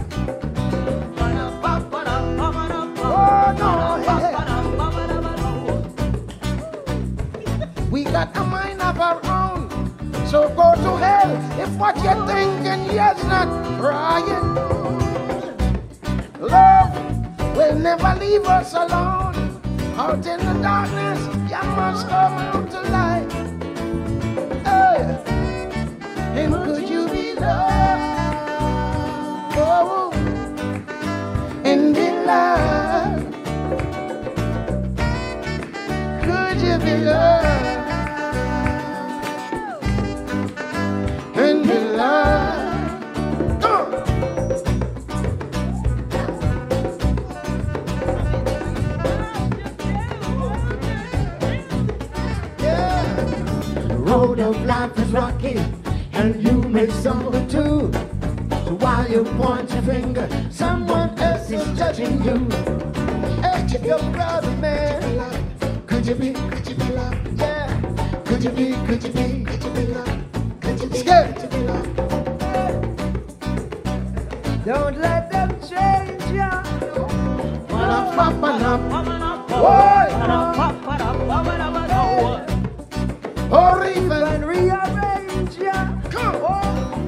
Oh no, yeah. We got a mind of our own, so go to hell if what you're thinking is not right. Love will never leave us alone. Out in the darkness, you must come out to light. Hey. And could you be loved? Oh, and be loved. Could you be loved and be loved? Come on. Yeah. Road of life is rocky, and you may stumble too. While you point your finger, someone else is judging you. Hey, your brother, man. Could you be, could you be loved? Yeah. Could you be, could you be, could you be loved? Could you be, could you be loved? Don't let them change you. Wanna pop up, Oh, reason and rearrange, yeah. Come on.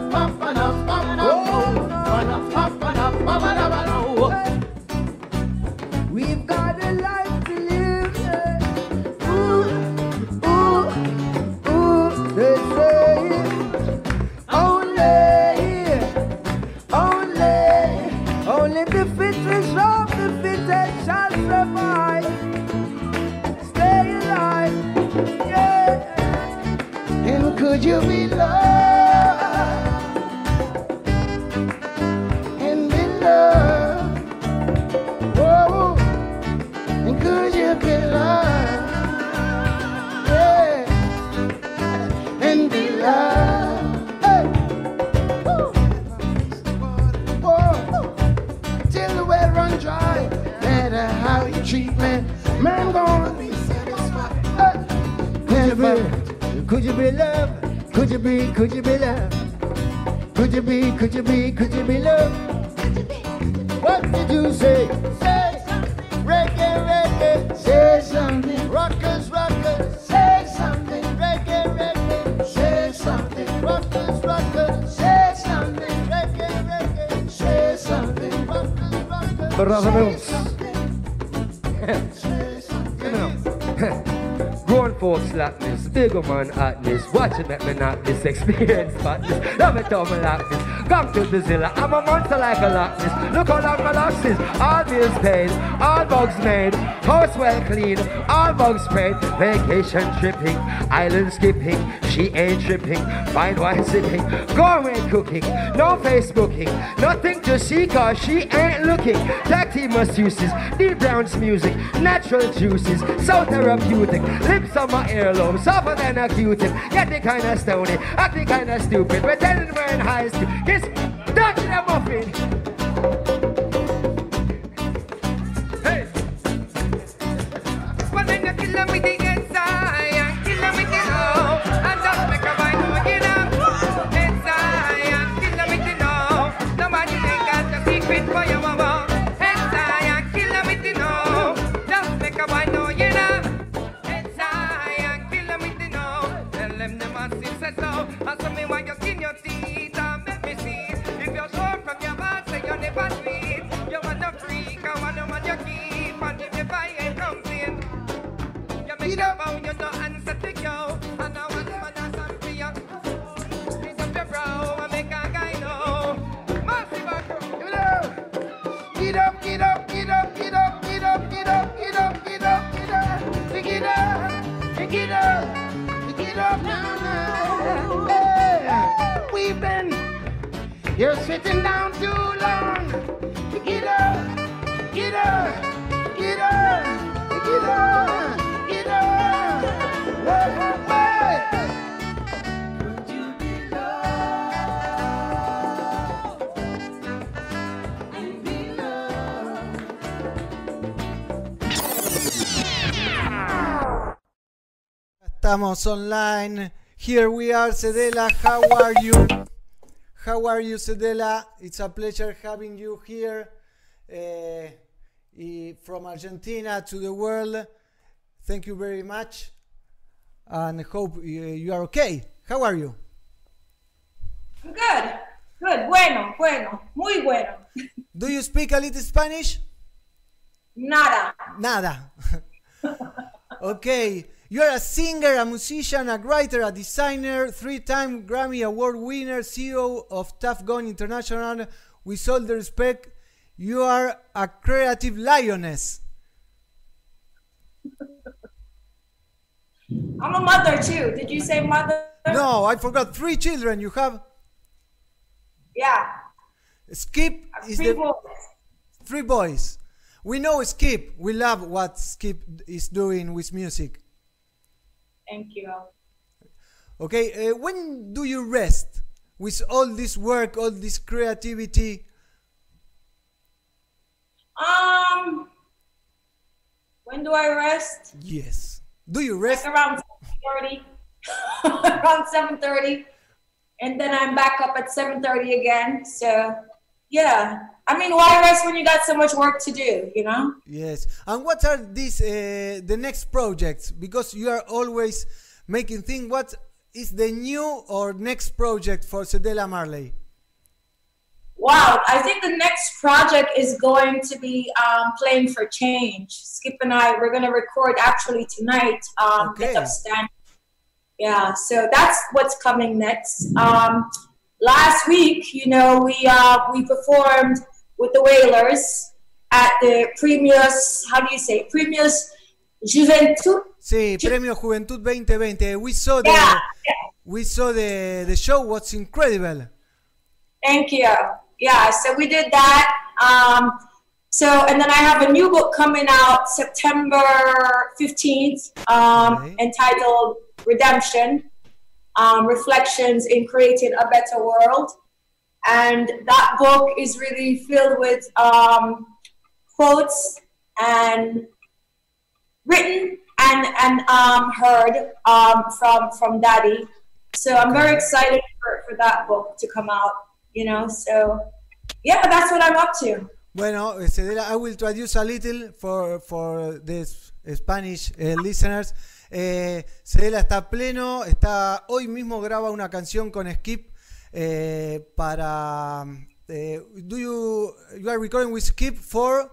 We've got a life to live, yeah. Ooh, ooh, ooh, they say only, only, only the fittest of the fittest shall survive. Stay alive, yeah. And could you be loved and be loved? Oh, and could you be loved? Yeah, and be loved. Hey. Woo. Whoa. Till the well run dry, matter how you treat me, man gonna be satisfied. Hey. Could you be loved? Could you be, could you be loved? Could you be, could you be, could you be loved? What did you say? Say something. Reggae, reggae. Say something. Rockers, rockers. Say something. Reggae, reggae. Say something. Rockers, rockers. Say something. Reggae, reggae. Say something. Rockers, rockers. Brother Say grown folks like this, bigger man at this. Watch it, make me not this experience, but this. Love it, tell me like this. Come to the Zilla, I'm a monster like a Loch Ness. Look how long my locks is. All bills paid, all bugs made. House well clean, all bugs sprayed. Vacation tripping, island skipping. She ain't tripping, fine wine sipping. Gourmet cooking, no Facebooking. Nothing to see cause she ain't looking. Tacty masseuses, deep Brown's music. Natural juices, so therapeutic. Lips on my earlobe, softer than a Q-tip. Getting kinda stony, acting kinda stupid. Pretending we're in high school. Kiss, touch the muffin. Hey. But then you kill me the inside, kill me the low. And just make a mind to get up. Inside, kill me the low. Nobody ain't got the secret for your mama. Inside, kill me the low. Just make a mind to get up. Ask me why you skin your teeth and make me see. If you're sure from your mouth, say you're never sweet. You want to freak, I want to want you keep. And if your fire comes in, you make a bow, you don't answer to yo. And I want to want some for you. Pick up your brow and make a guy know. Massive acro, you know. Get up, get up, get up, get up, get up, get up, get up, get up, get up, get up, get up, get up now, now. Hey, we've been, you're sitting down too long. Get up, get up, get up, get up, get up. Hey, hey. Could you be loved and be loved? Estamos online. Here we are, Cedela. How are you? How are you, Cedela? It's a pleasure having you here uh, from Argentina to the world. Thank you very much, and hope you are okay. How are you? I'm good. Good. Bueno, bueno. Muy bueno. Do you speak a little Spanish? Nada. Nada. Okay. You are a singer, a musician, a writer, a designer, three-time Grammy Award winner, C E O of Tough Gun International. With all the respect, you are a creative lioness. I'm a mother too. Did you say mother? No, I forgot. Three children you have. Yeah. Skip is three the boys. Three boys. We know Skip. We love what Skip is doing with music. Thank you. Okay, uh, when do you rest with all this work, all this creativity? Um, when do I rest? Yes. Do you rest? Like around seven thirty. Around seven thirty. And then I'm back up at seven thirty again. So yeah. I mean, why rest when you got so much work to do, you know? Yes. And what are these, uh, the next projects? Because you are always making things. What is the new or next project for Cedella Marley? Wow, I think the next project is going to be um, Playing for Change. Skip and I, we're going to record actually tonight. Um, Okay. Get Up Stand. Yeah, so that's what's coming next. Um, last week, you know, we uh, we performed with the Wailers at the Premios, how do you say, Premios Juventud. Sí, Premio Juventud twenty twenty. We saw the Yeah, we saw the the show. What's incredible. Thank you. Yeah, so we did that. Um, so, and then I have a new book coming out September fifteenth, um, entitled Redemption, um, Reflections in Creating a Better World. And that book is really filled with um, quotes and written and, and um, heard um, from, from Daddy. So I'm very excited for, for that book to come out. You know, so yeah, that's what I'm up to. Bueno, Cedella, I will introduce a little for for the Spanish uh, listeners. Eh, Cedella está pleno, está hoy mismo graba una canción con Skip eh, para. Eh, do you you are recording with Skip for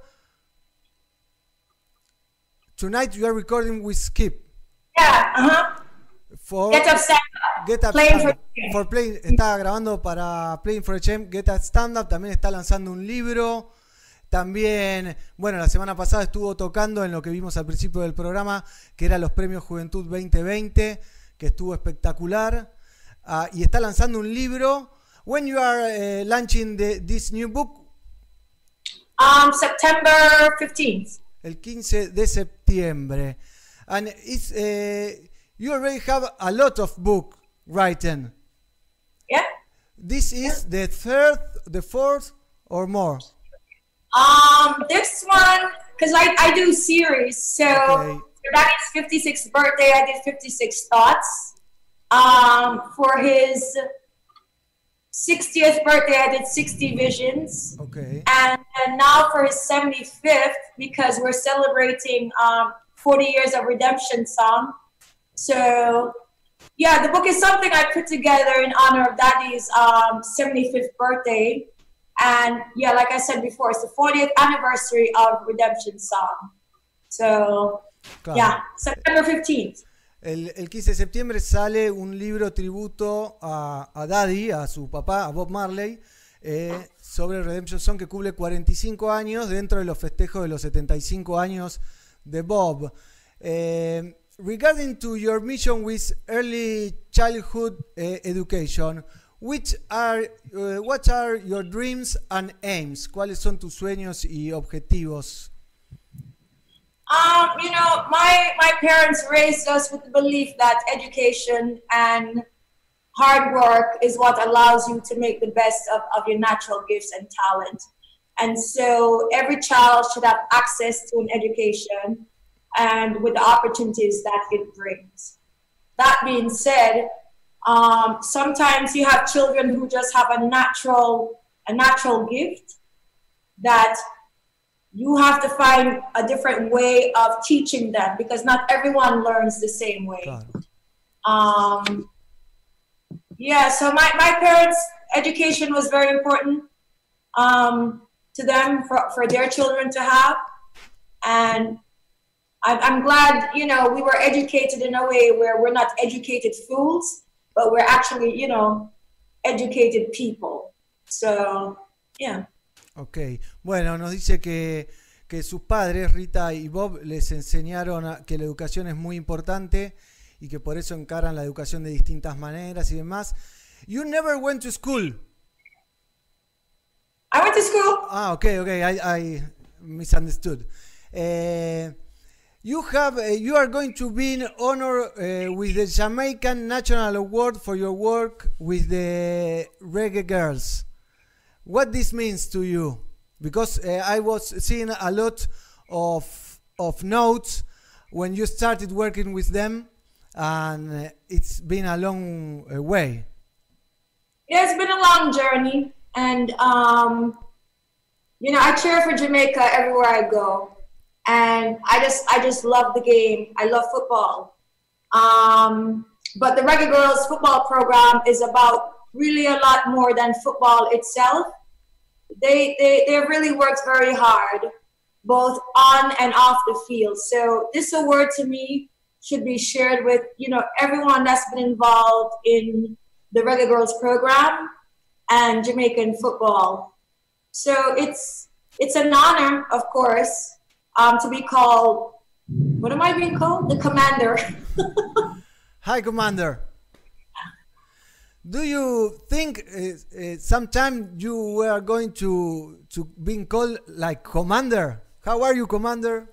tonight? You are recording with Skip. Yeah, uh huh. For Get Up Stand Up. Get Up Playing Stand for Up. For Play, está grabando para Playing for a Champ, Get Up Stand Up, también está lanzando un libro. También, bueno, la semana pasada estuvo tocando en lo que vimos al principio del programa, que era los Premios Juventud veinte veinte, que estuvo espectacular. Uh, y está lanzando un libro. When you are uh, launching the, this new book? Um, September fifteenth. El quince de septiembre. And it's, uh, you already have a lot of book written. Yeah. This is the third, the fourth, or more? Um, this one, because I, I do series, so Okay. for Daddy's fifty-sixth birthday, I did fifty-six thoughts. Um, for his sixtieth birthday, I did sixty visions. Okay. And, and now for his seventy-fifth, because we're celebrating um, forty years of Redemption Song. So, yeah, the book is something I put together in honor of Daddy's um, seventy-fifth birthday. And yeah, like I said before, it's the fortieth anniversary of Redemption Song. So, Claro. yeah, September fifteenth. El, el quince de septiembre sale un libro tributo a, a Daddy, a su papá, a Bob Marley, eh, sobre Redemption Song, que cumple cuarenta y cinco años dentro de los festejos de los setenta y cinco años de Bob. Eh, regarding to your mission with early childhood uh, education, which are, uh, what are your dreams and aims? ¿Cuáles son tus sueños y objetivos? Um, you know, my, my parents raised us with the belief that education and hard work is what allows you to make the best of, of your natural gifts and talent. And so every child should have access to an education and with the opportunities that it brings. That being said, um, sometimes you have children who just have a natural, a natural gift that you have to find a different way of teaching them because not everyone learns the same way. Um, yeah, so my, my parents' education was very important um, to them for, for their children to have. And I, I'm glad, you know, we were educated in a way where we're not educated fools, but we're actually, you know, educated people. So, yeah. Ok, bueno, nos dice que, que sus padres, Rita y Bob, les enseñaron a, que la educación es muy importante y que por eso encaran la educación de distintas maneras y demás. You never went to school. I went to school. Ah, ok, ok, I, I misunderstood. Uh, you have, uh, you are going to be in honor uh, with the Jamaican National Award for your work with the Reggae Girls. What this means to you? Because uh, I was seeing a lot of of notes when you started working with them, and uh, it's been a long uh, way. Yeah, it's been a long journey, and um, you know, I cheer for Jamaica everywhere I go, and I just I just love the game. I love football. Um, but the Reggae Girls football program is about really a lot more than football itself. They they they really worked very hard, both on and off the field. So this award to me should be shared with, you know, everyone that's been involved in the Reggae Girls program and Jamaican football. So it's it's an honor, of course, um, to be called, what am I being called? The Commander. Hi, Commander. Do you think uh, uh, sometime you were going to to being called like Commander? How are you, Commander?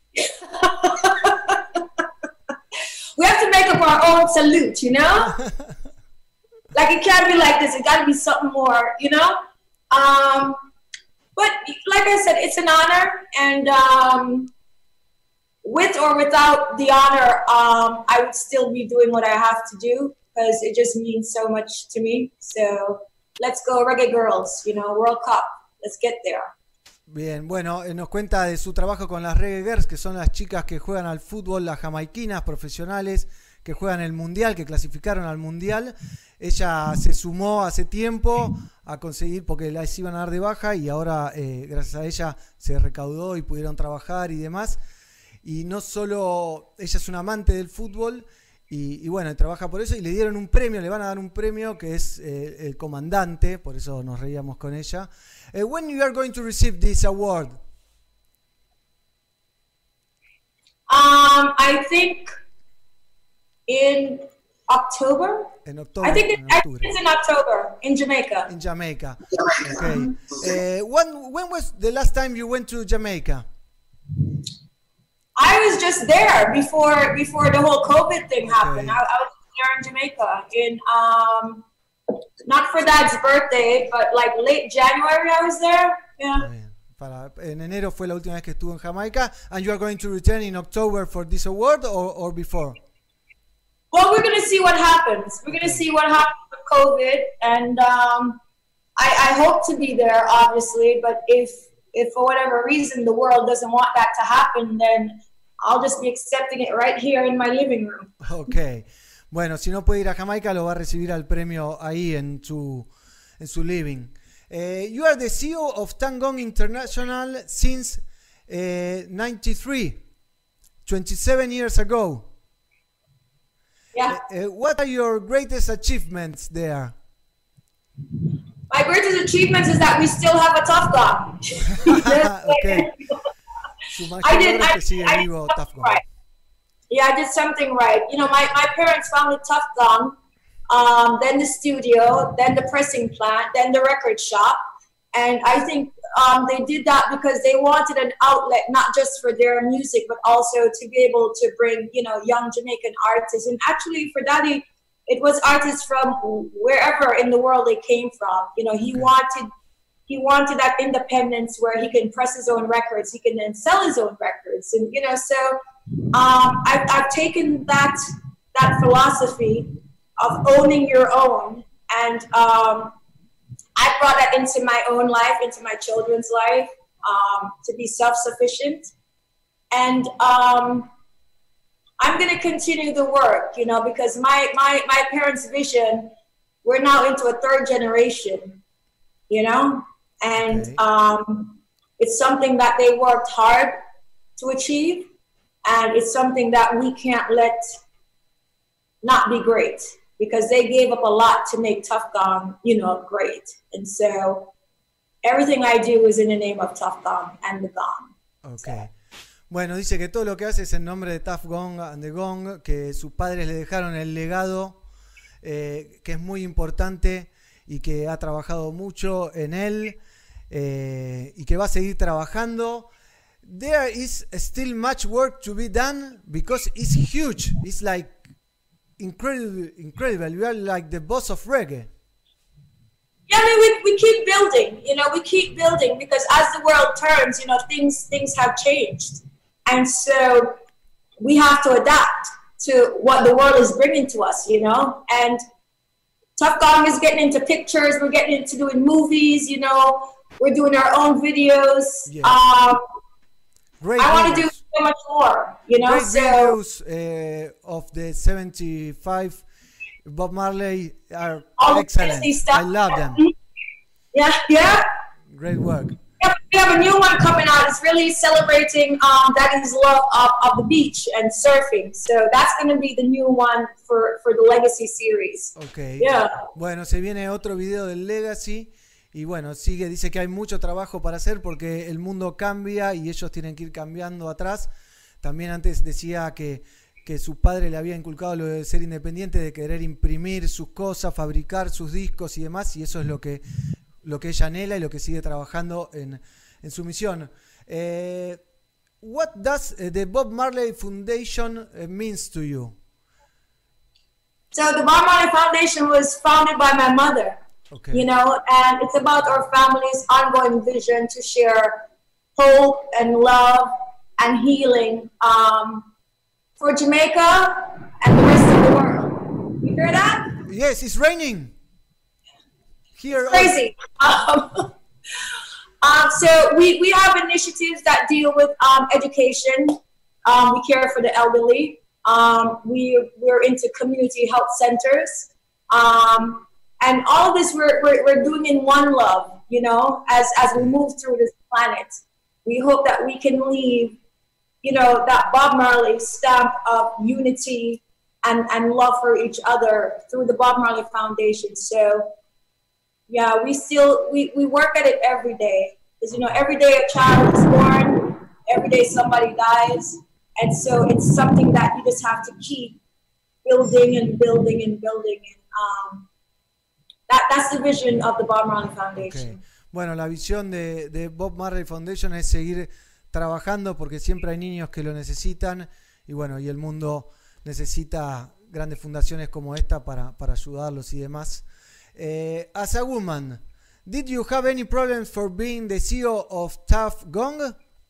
We have to make up our own salute, you know? Like, it can't be like this. It got to be something more, you know? Um, but like I said, it's an honor. And um, with or without the honor, um, I would still be doing what I have to do because it just means so much to me. So let's go Reggae Girls, you know, World Cup. Let's get there. Bien, bueno, eh, nos cuenta de su trabajo con las Reggae Girls, que son las chicas que juegan al fútbol, las jamaiquinas profesionales que juegan el mundial, que clasificaron al mundial. Ella se sumó hace tiempo a conseguir, porque las iban a dar de baja y ahora eh, gracias a ella se recaudó y pudieron trabajar y demás. Y no solo, ella es una amante del fútbol y, y bueno, trabaja por eso y le dieron un premio, le van a dar un premio que es eh, el comandante, por eso nos reíamos con ella. Uh, when you are going to receive this award? Um, I think in October. In October. I think, it, I think it's in October in Jamaica. In Jamaica. Okay. Uh, when when was the last time you went to Jamaica? I was just there before before the whole COVID thing happened. Okay. I, I was there in Jamaica in um. Not for Dad's birthday, but like late January I was there. Yeah. Para, en enero fue la última vez que estuvo en Jamaica. And you are going to return in October for this award or, or before? Well, we're going to see what happens. We're going to see what happens with COVID. And um, I, I hope to be there, obviously. But if, if for whatever reason the world doesn't want that to happen, then I'll just be accepting it right here in my living room. Okay. Bueno, si no puede ir a Jamaica, lo va a recibir al premio ahí en su, en su living. Uh, you are the C E O of Tangong International since uh, ninety-three, twenty-seven years ago. Yeah. Uh, what are your greatest achievements there? My greatest achievements is that we still have a Tough Gong. Okay. Su mayor I did, logro es I, que sigue I vivo did Tough Gong. right. Yeah, I did something right. You know, my, my parents founded Tough Gong, um, then the studio, then the pressing plant, then the record shop. And I think um, they did that because they wanted an outlet, not just for their music, but also to be able to bring, you know, young Jamaican artists. And actually for Daddy, it was artists from wherever in the world they came from. You know, he wanted he wanted that independence where he can press his own records, he can then sell his own records. And, you know, so Um, I've, I've taken that that philosophy of owning your own, and um, I brought that into my own life, into my children's life, um, to be self-sufficient. And um, I'm going to continue the work, you know, because my, my, my parents' vision, we're now into a third generation, you know, and okay. um, it's something that they worked hard to achieve. And it's something that we can't let not be great because they gave up a lot to make Tough Gong, you know, great. And so everything I do is in the name of Tough Gong and the Gong. Okay. Bueno, dice que todo lo que hace es en nombre de Tough Gong and the Gong, que sus padres le dejaron el legado, eh, que es muy importante y que ha trabajado mucho en él eh, y que va a seguir trabajando. There is still much work to be done because it's huge. It's like incredible, incredible. You are like the boss of reggae. Yeah, I mean, we, we keep building, you know, we keep building because as the world turns, you know, things things have changed. And so we have to adapt to what the world is bringing to us, you know. And Tough Gong is getting into pictures. We're getting into doing movies, you know. We're doing our own videos. Yeah. Um, Great I want to do videos. so much more, you know. Great so videos uh, of the seventy-five Bob Marley are all the excellent. fancy stuff. I love them. Yeah, yeah. Great work. Yeah, we have a new one coming out. It's really celebrating um, Daddy's love of, of the beach and surfing. So that's going to be the new one for, for the Legacy series. Okay. Yeah. Bueno, se viene otro video del Legacy y bueno, sigue, dice que hay mucho trabajo para hacer porque el mundo cambia y ellos tienen que ir cambiando atrás. También antes decía que, que su padre le había inculcado lo de ser independiente, de querer imprimir sus cosas, fabricar sus discos y demás, y eso es lo que lo que ella anhela y lo que sigue trabajando en, en su misión. Eh, what does the Bob Marley Foundation means to you? So the Bob Marley Foundation was founded by my mother, okay. you know, and it's about our family's ongoing vision to share hope and love and healing um, for Jamaica and the rest of the world. You hear that? Yes, it's raining. Here it's crazy. Um, um, so we, we have initiatives that deal with um, education. Um, we care for the elderly. Um, we, we're into community health centers. Um, and all of this we're, we're, we're doing in one love, you know, as, as we move through this planet. We hope that we can leave, you know, that Bob Marley stamp of unity and, and love for each other through the Bob Marley Foundation. So, yeah, we still, we, we work at it every day. Because, you know, every day a child is born, every day somebody dies. And so it's something that you just have to keep building and building and building. And um, that, that's the vision of the Bob Marley Foundation. Okay. Bueno, la visión de, de Bob Marley Foundation es seguir trabajando porque siempre hay niños que lo necesitan y bueno, y el mundo necesita grandes fundaciones como esta para, para ayudarlos y demás. Uh, as a woman, did you have any problems for being the C E O of Tuff Gong?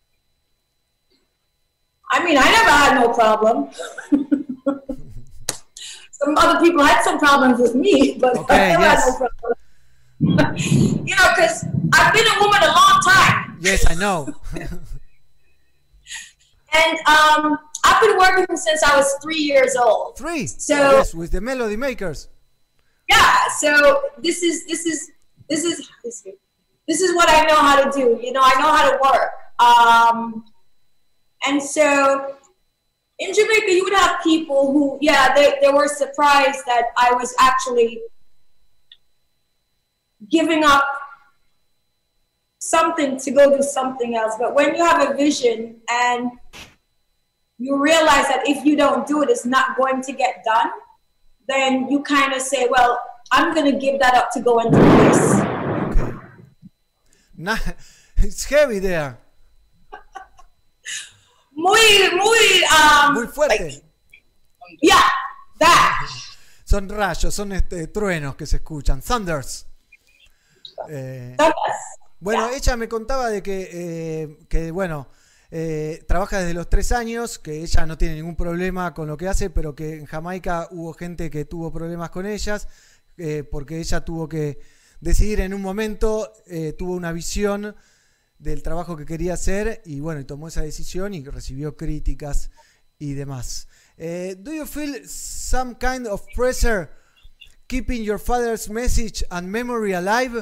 I mean, I never had no problem. Some other people had some problems with me, but okay, I never yes. had no problem. You know, because I've been a woman a long time. Yes, I know. And um, I've been working since I was three years old. Three? So yes, with the Melody Makers. Yeah, so this is this is this is this is what I know how to do. You know, I know how to work. Um, and so in Jamaica, you would have people who, yeah, they, they were surprised that I was actually giving up something to go do something else. But when you have a vision and you realize that if you don't do it, it's not going to get done, then you kind of say, well, I'm going to give that up to go and do this. Okay. Nah, it's heavy there. Muy, muy, um, muy fuerte. Like, yeah, that. Son rayos, son este, truenos que se escuchan. Thunders. Eh, bueno, yeah. Ella me contaba de que, eh, que bueno, eh, trabaja desde los tres años, que ella no tiene ningún problema con lo que hace, pero que en Jamaica hubo gente que tuvo problemas con ellas, eh, porque ella tuvo que decidir en un momento, eh, tuvo una visión del trabajo que quería hacer y bueno, y tomó esa decisión y recibió críticas y demás. Eh, do you feel some kind of pressure keeping your father's message and memory alive?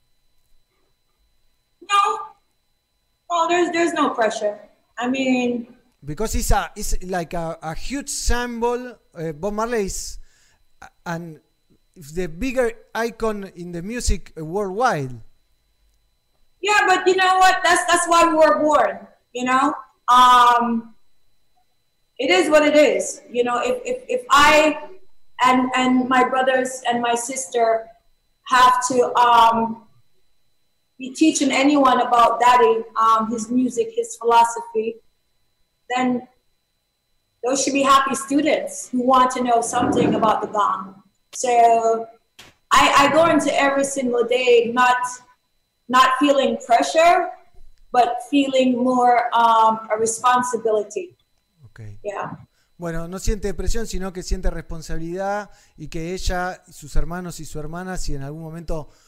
No. Well, there's there's no pressure. I mean, because it's a it's like a, a huge symbol. Uh, Bob Marley is and the bigger icon in the music worldwide. Yeah, but you know what? That's that's why we were born. You know, um, it is what it is. You know, if if if I and and my brothers and my sister have to um, be teaching anyone about Daddy, um, his music, his philosophy, then those should be happy students who want to know something about the gong. So I, I go into every single day not not feeling pressure, but feeling more um, a responsibility. Okay. Yeah. Bueno, no siente presión, sino que siente responsabilidad y que ella, sus hermanos y su hermana, si en algún momento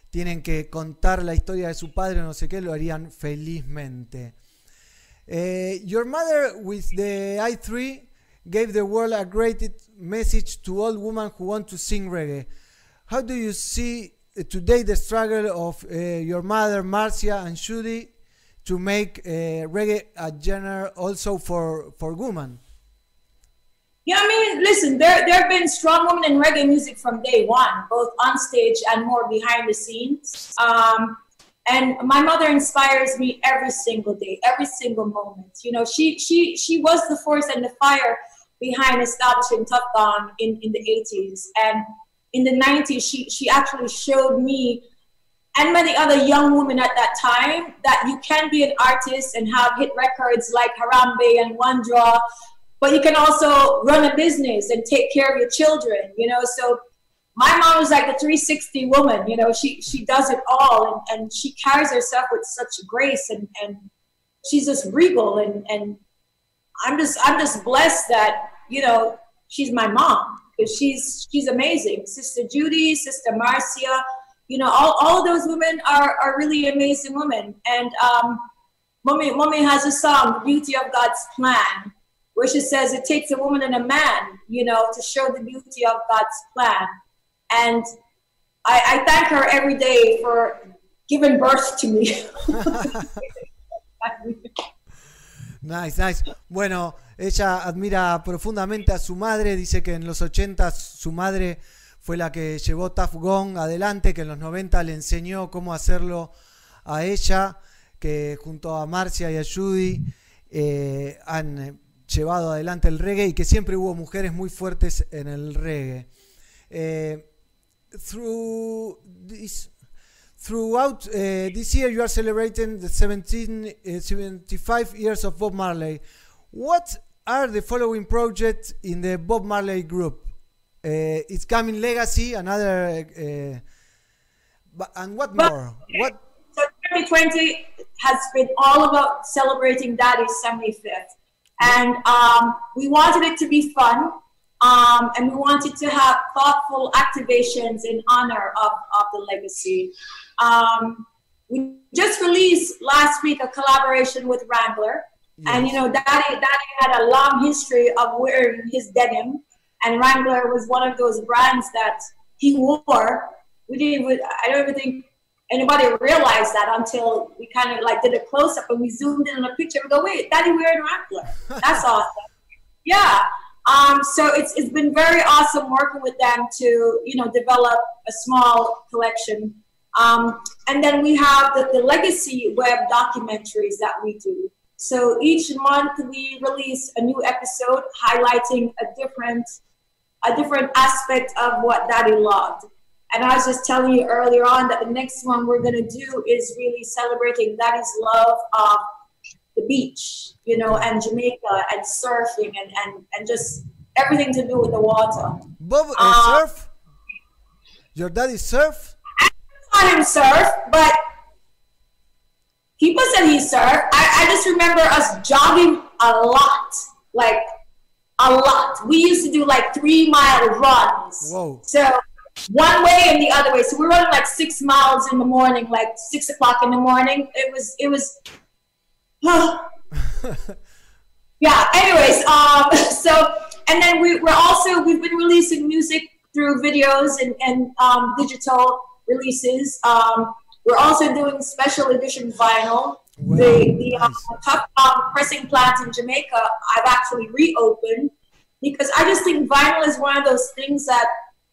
tienen que contar la historia de su padre o no sé qué, lo harían felizmente. Uh, your mother with the I three gave the world a great message to all women who want to sing reggae. How do you see uh, today the struggle of uh, your mother, Marcia and Judy, to make uh, reggae a genre also for, for women? Yeah, I mean, listen, there, there have been strong women in reggae music from day one, both on stage and more behind the scenes. Um, and my mother inspires me every single day, every single moment. You know, she she she was the force and the fire behind establishing Tough Gong in, in the eighties. And in the nineties, she, she actually showed me and many other young women at that time that you can be an artist and have hit records like Harambe and One Draw, but you can also run a business and take care of your children, you know. So my mom was like the three sixty woman, you know, she she does it all, and, and she carries herself with such grace, and, and she's just regal, and, and I'm just I'm just blessed that, you know, she's my mom, because she's she's amazing. Sister Judy, Sister Marcia, you know, all, all of those women are, are really amazing women. And um, Mommy, Mommy has a song, The Beauty of God's Plan, where she says it takes a woman and a man, you know, to show the beauty of God's plan. And I, I thank her every day for giving birth to me. Nice, nice. Bueno, ella admira profundamente a su madre, dice que en los ochenta su madre fue la que llevó Tough Gong adelante, que en los noventa le enseñó cómo hacerlo a ella, que junto a Marcia y a Judy eh, han llevado adelante el reggae, y que siempre hubo mujeres muy fuertes en el reggae. Eh, through this, throughout uh, this year you are celebrating the seventeen, uh, seventy-five years of Bob Marley. What are the following projects in the Bob Marley group? Uh, it's coming Legacy, another, uh, but, and what more? What? So twenty twenty has been all about celebrating Daddy's seventy-fifth. And um, we wanted it to be fun, um, and we wanted to have thoughtful activations in honor of, of the legacy. Um, we just released last week a collaboration with Wrangler. Yes. And, you know, Daddy, Daddy had a long history of wearing his denim, and Wrangler was one of those brands that he wore. We didn't even, I don't even think anybody realized that until we kind of like did a close up and we zoomed in on a picture and go, wait, Daddy wearing Wrangler. That's awesome. Yeah. Um, so it's it's been very awesome working with them to, you know, develop a small collection. Um, and then we have the, the legacy web documentaries that we do. So each month we release a new episode highlighting a different a different aspect of what Daddy loved. And I was just telling you earlier on that the next one we're going to do is really celebrating Daddy's love of the beach, you know, and Jamaica and surfing and, and, and just everything to do with the water. Bob, uh, um, surf? Your daddy surf? I saw him surf, but people said he surfed. I, I just remember us jogging a lot, like a lot. We used to do like three mile runs. Whoa. So one way and the other way. So we're running like six miles in the morning, like six o'clock in the morning. It was, it was, yeah. Anyways, um, so, and then we, we're also, we've been releasing music through videos and, and um, digital releases. Um, we're also doing special edition vinyl. Wow, the the nice. um, Tough Gong pressing plant in Jamaica, I've actually reopened because I just think vinyl is one of those things that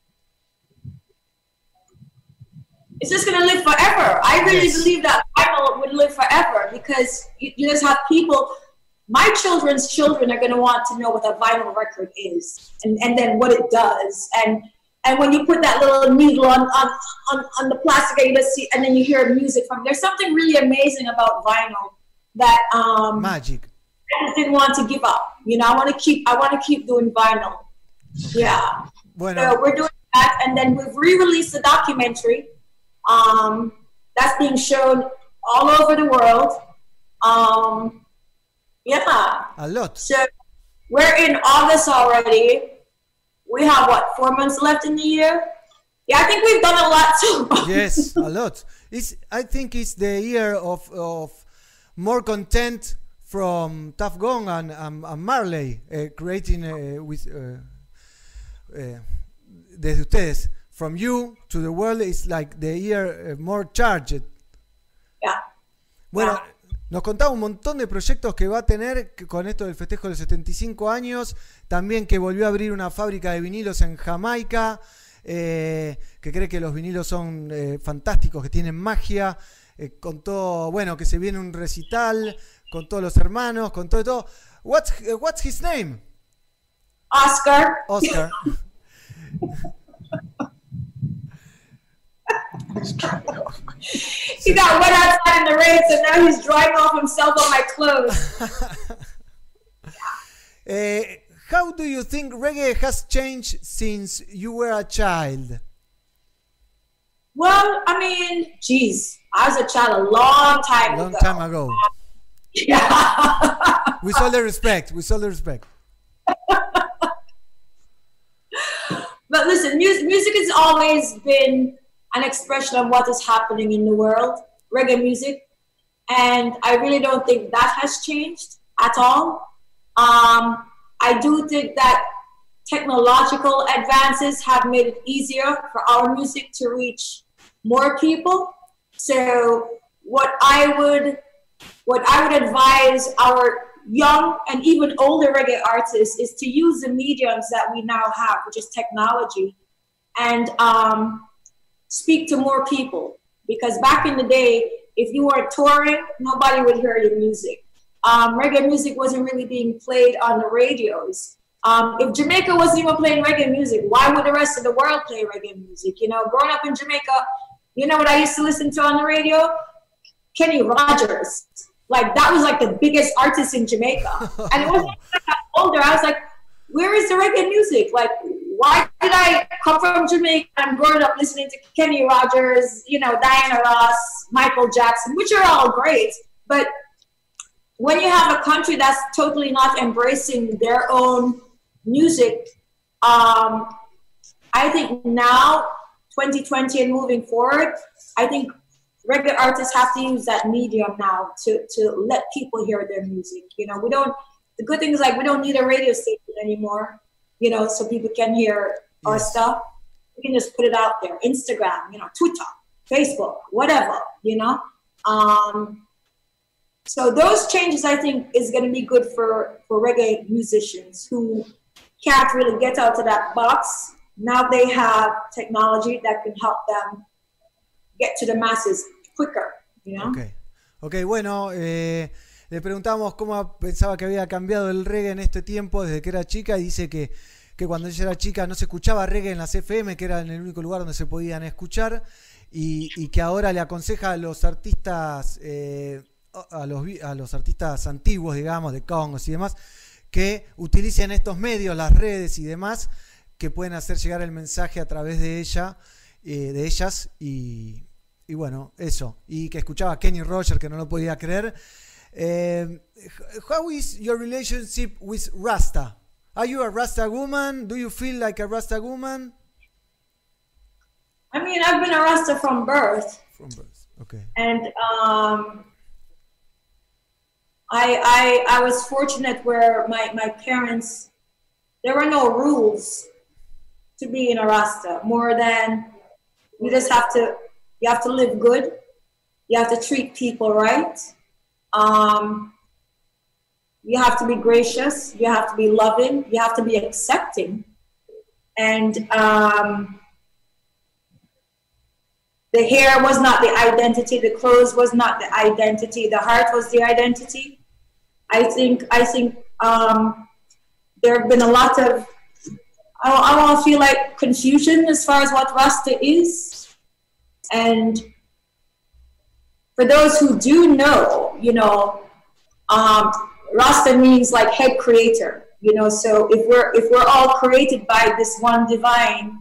it's just going to live forever. I really yes. believe that vinyl would live forever because you, you just have people, my children's children are going to want to know what a vinyl record is and, and then what it does. And and when you put that little needle on, on, on, on the plastic and you just see, and then you hear music from, there's something really amazing about vinyl that um, magic. I just didn't want to give up. You know, I want to keep, I want to keep doing vinyl. Yeah. Bueno. So we're doing that, and then we've re-released a documentary um, that's being shown all over the world. Um, yeah. A lot. So we're in August already. We have what, four months left in the year? Yeah, I think we've done a lot too. Yes, a lot. It's, I think it's the year of, of more content from Tuff Gong and, and, and Marley uh, creating uh, with uh, uh, desde ustedes. From you to the world is like the year uh, more charged. Yeah. Bueno, yeah. Nos contaba un montón de proyectos que va a tener con esto del festejo de los setenta y cinco años. También que volvió a abrir una fábrica de vinilos en Jamaica. Eh, que cree que los vinilos son eh, fantásticos, que tienen magia. Eh, contó, bueno, que se viene un recital con todos los hermanos, con todo y todo. What's, uh, what's his name? Oscar. Oscar. He got wet outside in the rain, so now he's drying off himself on my clothes. uh, how do you think reggae has changed since you were a child? Well, I mean, geez, I was a child a long time long ago. time ago. Yeah. With all the respect, with all the respect. But listen, music, music has always been an expression of what is happening in the world, reggae music. And I really don't think that has changed at all. Um, I do think that technological advances have made it easier for our music to reach more people. So what I would, what I would advise our young and even older reggae artists is to use the mediums that we now have, which is technology, and um, speak to more people. Because back in the day, if you weren't touring, nobody would hear your music. Um, reggae music wasn't really being played on the radios. Um, if Jamaica wasn't even playing reggae music, why would the rest of the world play reggae music? You know, growing up in Jamaica, you know what I used to listen to on the radio? Kenny Rogers. Like, that was like the biggest artist in Jamaica. And it wasn't until I got older, I was like, where is the reggae music? Like, why did I come from Jamaica and I'm growing up listening to Kenny Rogers, you know, Diana Ross, Michael Jackson, which are all great. But when you have a country that's totally not embracing their own music, um, I think now, twenty twenty and moving forward, I think reggae artists have to use that medium now to, to let people hear their music. You know, we don't, the good thing is like we don't need a radio station anymore, you know, so people can hear our Yes. stuff. We can just put it out there. Instagram, you know, Twitter, Facebook, whatever, you know. Um, so those changes, I think, is going to be good for, for reggae musicians who can't really get out of that box. Now they have technology that can help them get to the masses quicker, you know? Okay. Ok, bueno, eh, le preguntamos cómo pensaba que había cambiado el reggae en este tiempo desde que era chica y dice que, que cuando ella era chica no se escuchaba reggae en las F M, que era en el único lugar donde se podían escuchar, y, y que ahora le aconseja a los artistas, eh, a, los, a los artistas antiguos, digamos, de congos y demás, que utilicen estos medios, las redes y demás, que pueden hacer llegar el mensaje a través de ella, eh, de ellas, y... Y bueno, eso. Y que escuchaba a Kenny Rogers, que no lo podía creer. Eh, how is your relationship with Rasta? Are you a Rasta woman? Do you feel like a Rasta woman? I mean, I've been a Rasta from birth. From birth, okay. And um, I, I, I was fortunate where my, my parents, there were no rules to being a Rasta, more than you just have to, you have to live good. You have to treat people right. Um, you have to be gracious. You have to be loving. You have to be accepting. And um, the hair was not the identity. The clothes was not the identity. The heart was the identity. I think, I think um, there have been a lot of, I don't, I don't feel like confusion as far as what Rasta is. And for those who do know, you know, um, Rasta means like head creator, you know, so if we're, if we're all created by this one divine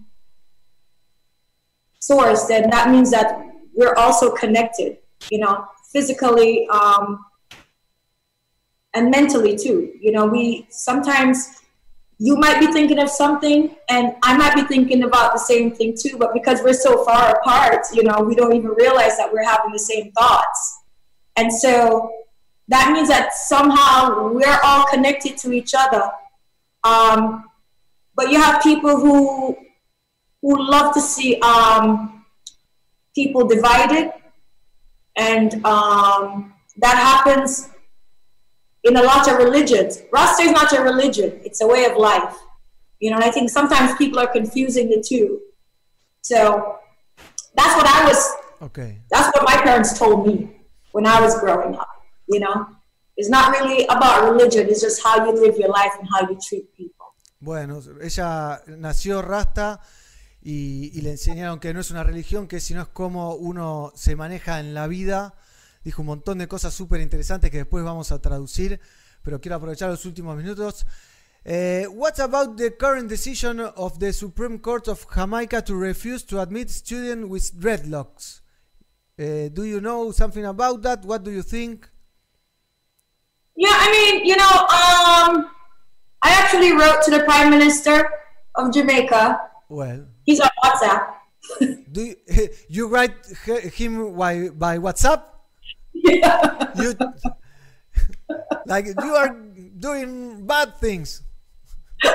source, then that means that we're also connected, you know, physically um, and mentally too. You know, we sometimes you might be thinking of something and I might be thinking about the same thing too, but because we're so far apart, you know, we don't even realize that we're having the same thoughts. And so that means that somehow we're all connected to each other. Um, but you have people who who love to see um, people divided, and um, that happens in a lot of religions. Rasta is not a religion, it's a way of life. You know, and I think sometimes people are confusing the two. So that's what I was, okay. That's what my parents told me when I was growing up, you know. It's not really about religion, it's just how you live your life and how you treat people. Bueno, ella nació rasta y, y le enseñaron que no es una religión, que sino es como uno se maneja en la vida. Dijo un montón de cosas súper interesantes que después vamos a traducir, pero quiero aprovechar los últimos minutos. Uh, what about the current decision of the Supreme Court of Jamaica to refuse to admit students with dreadlocks? Uh, do you know something about that? What do you think? Yeah, I mean, you know, um, I actually wrote to the Prime Minister of Jamaica. Well, he's on WhatsApp. Do you, you write him by, by WhatsApp? Yeah. You, like you are doing bad things. So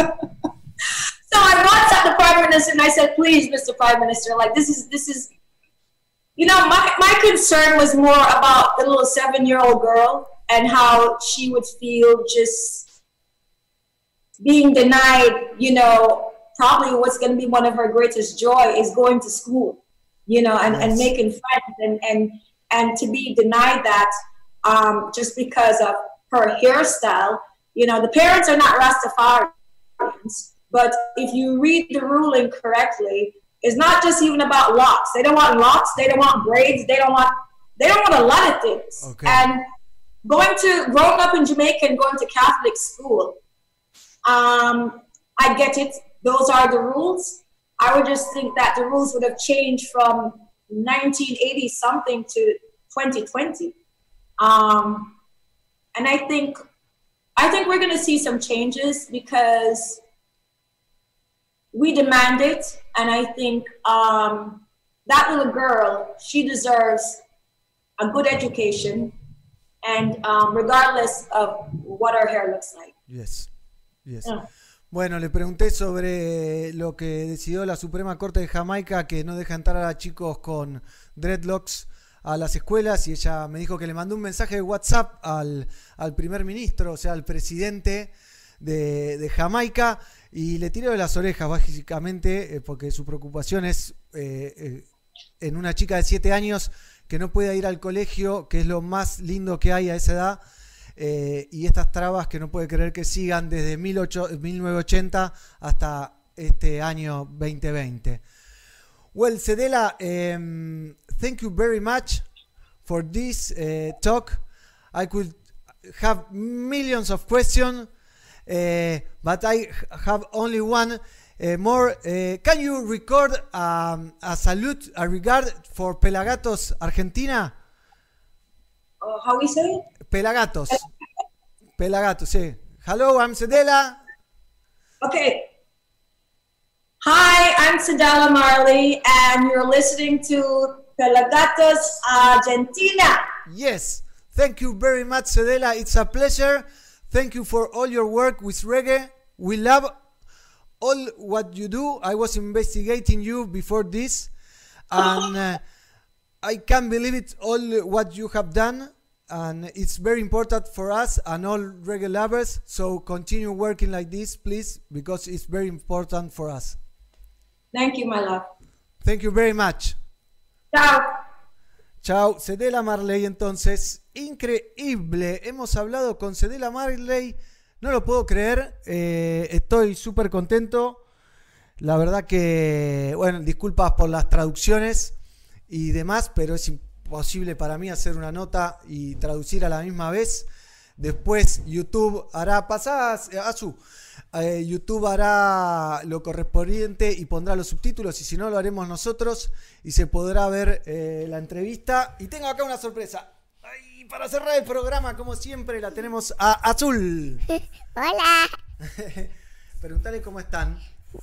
I WhatsApped the Prime Minister and I said, please, Mister Prime Minister, like this is, this is, you know, my, my concern was more about the little seven-year-old girl and how she would feel just being denied, you know, probably what's going to be one of her greatest joy is going to school, you know, and, and making friends and, and, and to be denied that um, just because of her hairstyle. You know, the parents are not Rastafarians, but if you read the ruling correctly, it's not just even about locks. They don't want locks. They don't want braids. They don't want, they don't want a lot of things. Okay. And going to, growing up in Jamaica and going to Catholic school, um, I get it. Those are the rules. I would just think that the rules would have changed from nineteen eighty something to twenty twenty. Um, and I think, I think we're going to see some changes because we demand it. And I think um, that little girl, she deserves a good education. And um, regardless of what her hair looks like. Yes, yes. Yeah. Bueno, le pregunté sobre lo que decidió la Suprema Corte de Jamaica, que no deja entrar a chicos con dreadlocks a las escuelas, y ella me dijo que le mandó un mensaje de WhatsApp al, al primer ministro, o sea, al presidente de, de Jamaica, y le tiró de las orejas, básicamente, eh, porque su preocupación es eh, eh, en una chica de siete años que no pueda ir al colegio, que es lo más lindo que hay a esa edad, eh, y estas trabas que no puede creer que sigan desde mil novecientos ochenta hasta este año veinte veinte. Well, Cedela, um, thank you very much for this uh, talk. I could have millions of questions, uh, but I have only one. Uh, more, uh, can you record um, a salute, a regard for Pelagatos Argentina? Uh, how we say it? Pelagatos. Pelagatos, sí. Hello, I'm Cedela. Okay. Hi, I'm Cedela Marley, and you're listening to Pelagatos Argentina. Yes. Thank you very much, Cedela. It's a pleasure. Thank you for all your work with reggae. We love all what you do. I was investigating you before this, and uh, I can't believe it, all what you have done, and it's very important for us and all reggae lovers, so continue working like this, please, because it's very important for us. Thank you, my love. Thank you very much. Chao. Chao. Cedela Marley, entonces, increíble. Hemos hablado con Cedela Marley. No lo puedo creer, eh, estoy súper contento. La verdad que, bueno, disculpas por las traducciones y demás, pero es imposible para mí hacer una nota y traducir a la misma vez. Después YouTube hará, pasás, Azu, eh, YouTube hará lo correspondiente y pondrá los subtítulos, y si no lo haremos nosotros y se podrá ver eh, la entrevista. Y tengo acá una sorpresa. Y para cerrar el programa, como siempre, la tenemos a Azul. Hola. Preguntale cómo están.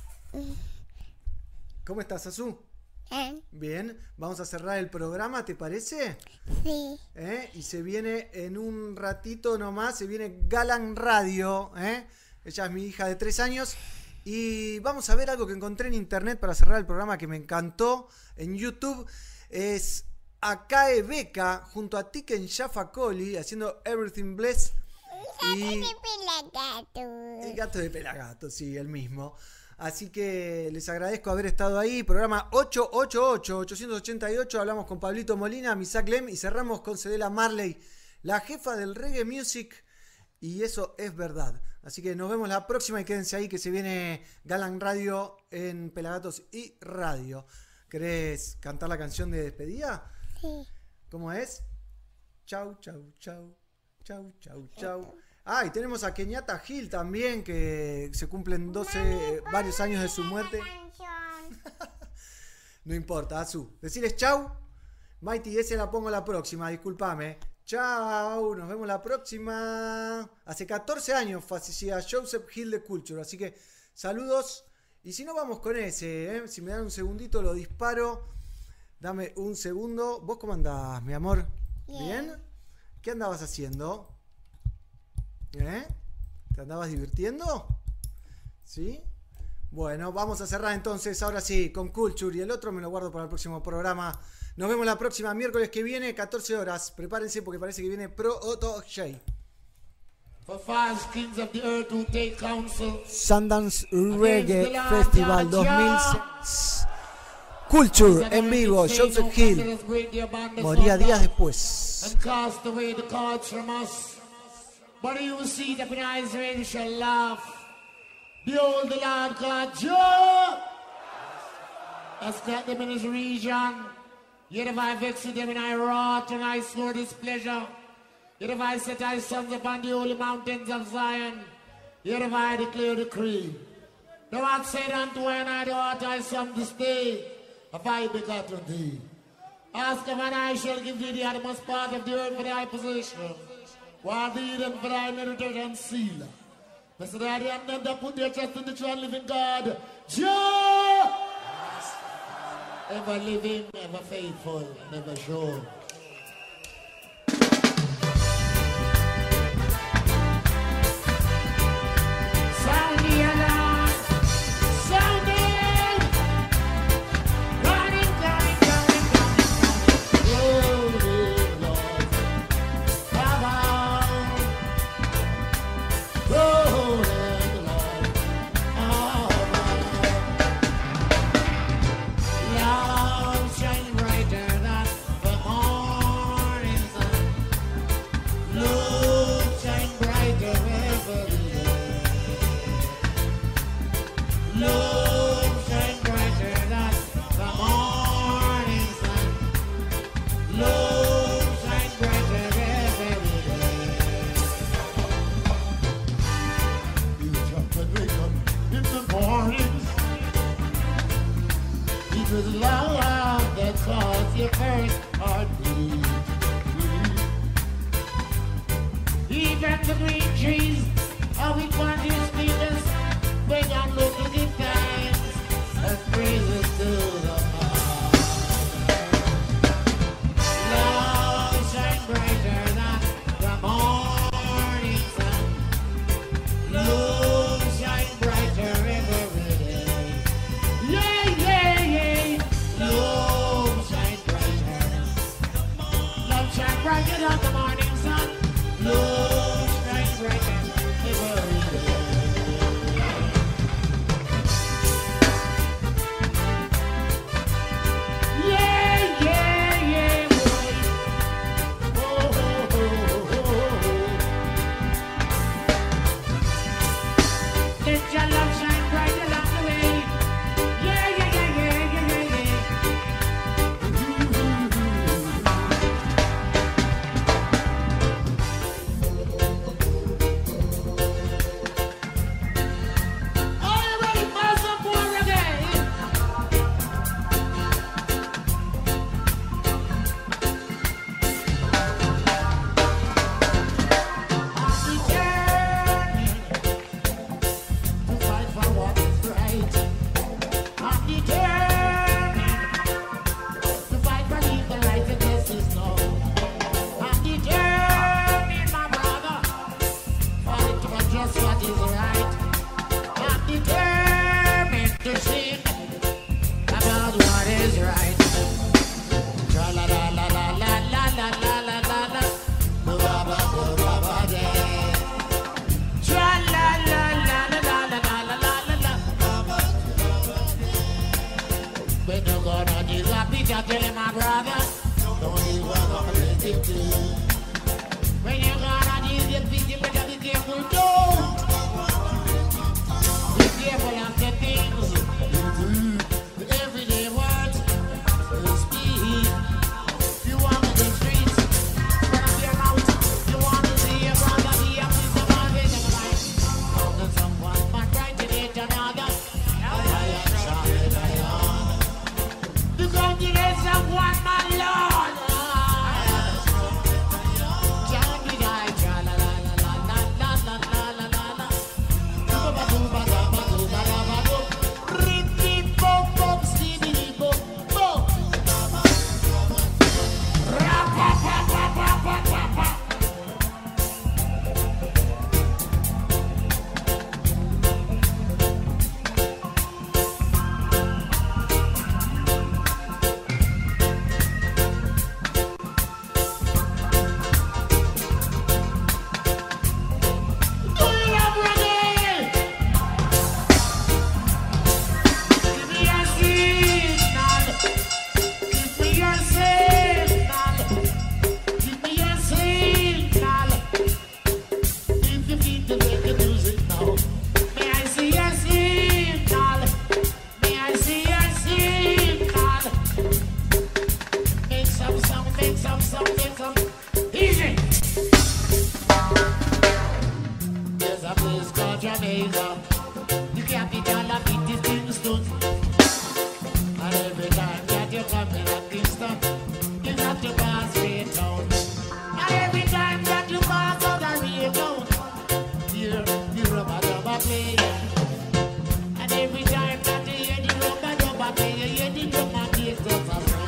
¿Cómo estás, Azú? Bien. Bien, vamos a cerrar el programa, ¿te parece? Sí. ¿Eh? Y se viene en un ratito nomás, se viene Galan Radio. ¿eh? Ella es mi hija de tres años. Y vamos a ver algo que encontré en internet para cerrar el programa que me encantó en YouTube. Es Akae Beka junto a Tiken Jaffa Coli haciendo Everything Bless. Y el gato de Pelagato, sí, el mismo. Así que les agradezco haber estado ahí. Programa ocho ocho ocho, ochocientos ochenta y ocho. Hablamos con Pablito Molina, Misak Lem y cerramos con Cedela Marley, la jefa del reggae music. Y eso es verdad. Así que nos vemos la próxima y quédense ahí que se viene Galan Radio en Pelagatos y Radio. ¿Querés cantar la canción de despedida? Sí. ¿Cómo es? Chau, chau, chau. Chau, chau, chau. Ah, y tenemos a Kenyatta Gil también, que se cumplen doce, varios años de su muerte. No importa, Azu. Decirles chau. Mighty, ese la pongo la próxima, discúlpame. Chau, nos vemos la próxima. Hace catorce años fallecía Joseph Hill de Culture, así que saludos. Y si no, vamos con ese, ¿eh? Si me dan un segundito lo disparo. Dame un segundo. ¿Vos cómo andás, mi amor? ¿Bien? ¿Bien? ¿Qué andabas haciendo? ¿Eh? ¿Te andabas divirtiendo? ¿Sí? Bueno, vamos a cerrar entonces, ahora sí, con Culture. Y el otro me lo guardo para el próximo programa. Nos vemos la próxima, miércoles que viene, catorce horas. Prepárense porque parece que viene Pro Otto J. Sundance Reggae Festival dos mil seis. Culture en vivo, Joseph Hill moría días después. And cast away the cards from us. But you will see that when Israel shall laugh. Behold the Lord God, Joe has got them in his region. Yet if I vex with them and I wrought and I swore displeasure. Yet if I set thy sons upon the holy mountains of Zion. Yet if I declare decree. Thou art said unto I and I, thou art thy son to stay. If I begot unto thee. Ask of and I shall give thee the uttermost part of the earth for thy possession. While thee them for thy heritage and seal. Blessed are the and them that put their trust in the true and living God. Jah! Ever living, ever faithful, never sure. Sound the alarm! Sound it! It was love that caused your first heartbeat. Even the green trees are with one of your speakers. Bring on local good times and praises to the Lord. Love shine brighter than the morning sun. Love shine brighter every day. Yeah, yeah, yeah. Love shine brighter. Love shine brighter than the morning sun. Love shine brighter every day. Yeah, yeah, yeah, boy. Oh, oh, oh, oh, oh. Let your love shine bright along the way. Yeah, yeah, yeah, yeah, yeah, yeah, yeah. fifty. When you're gonna deal with fifty, you better be careful too. Be careful of the things you do. The everyday words you speak. You walk in the streets, spread up your mouth. You want to see your brother be a piece of man in the life. How can someone but right to hate another? The confidence of one man, Lord. Can't be died, la la la la la la la la la la la. Ba ba ba ba ba ba ba ba ba ba. Rip rip bop bop skiddy bop bop. Rap pa pa pa pa pa pa pa. Do you love reggae? Give me a signal. Give me a signal. Give me a signal. If you feel the reggae music now, may I see a signal? May I see a signal? Make some sound, make some sound, make some. Easy. There's a place called Jamaica, the capital of it is Kingston. And every time that you come in at Kingston, you have to pass Ray Town. And every time that you pass out of Ray Town, you you rubber dubber play. And every time that you hear the rubber dubber play, you hear the drum and bass just a sound.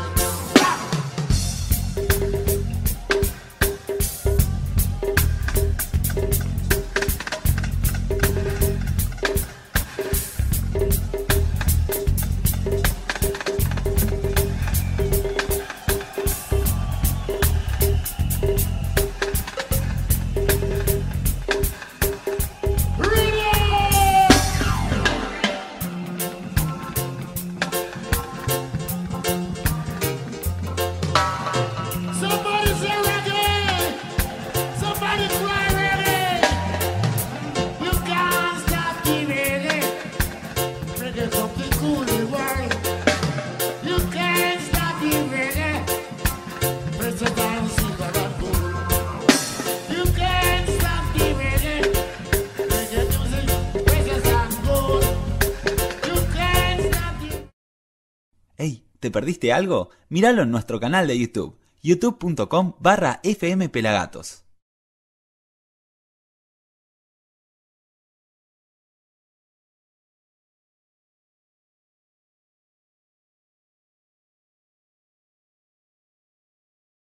Somebody say reggae! Somebody cry reggae! You can't stop the reggae! Reggae something cool in the world. You can't stop the reggae! Press it down, silver and gold. You can't stop the reggae! Reggae music, precious and gold. You can't stop the... Hey, ¿te perdiste algo? Míralo en nuestro canal de YouTube, youtube punto com barra F M Pelagatos.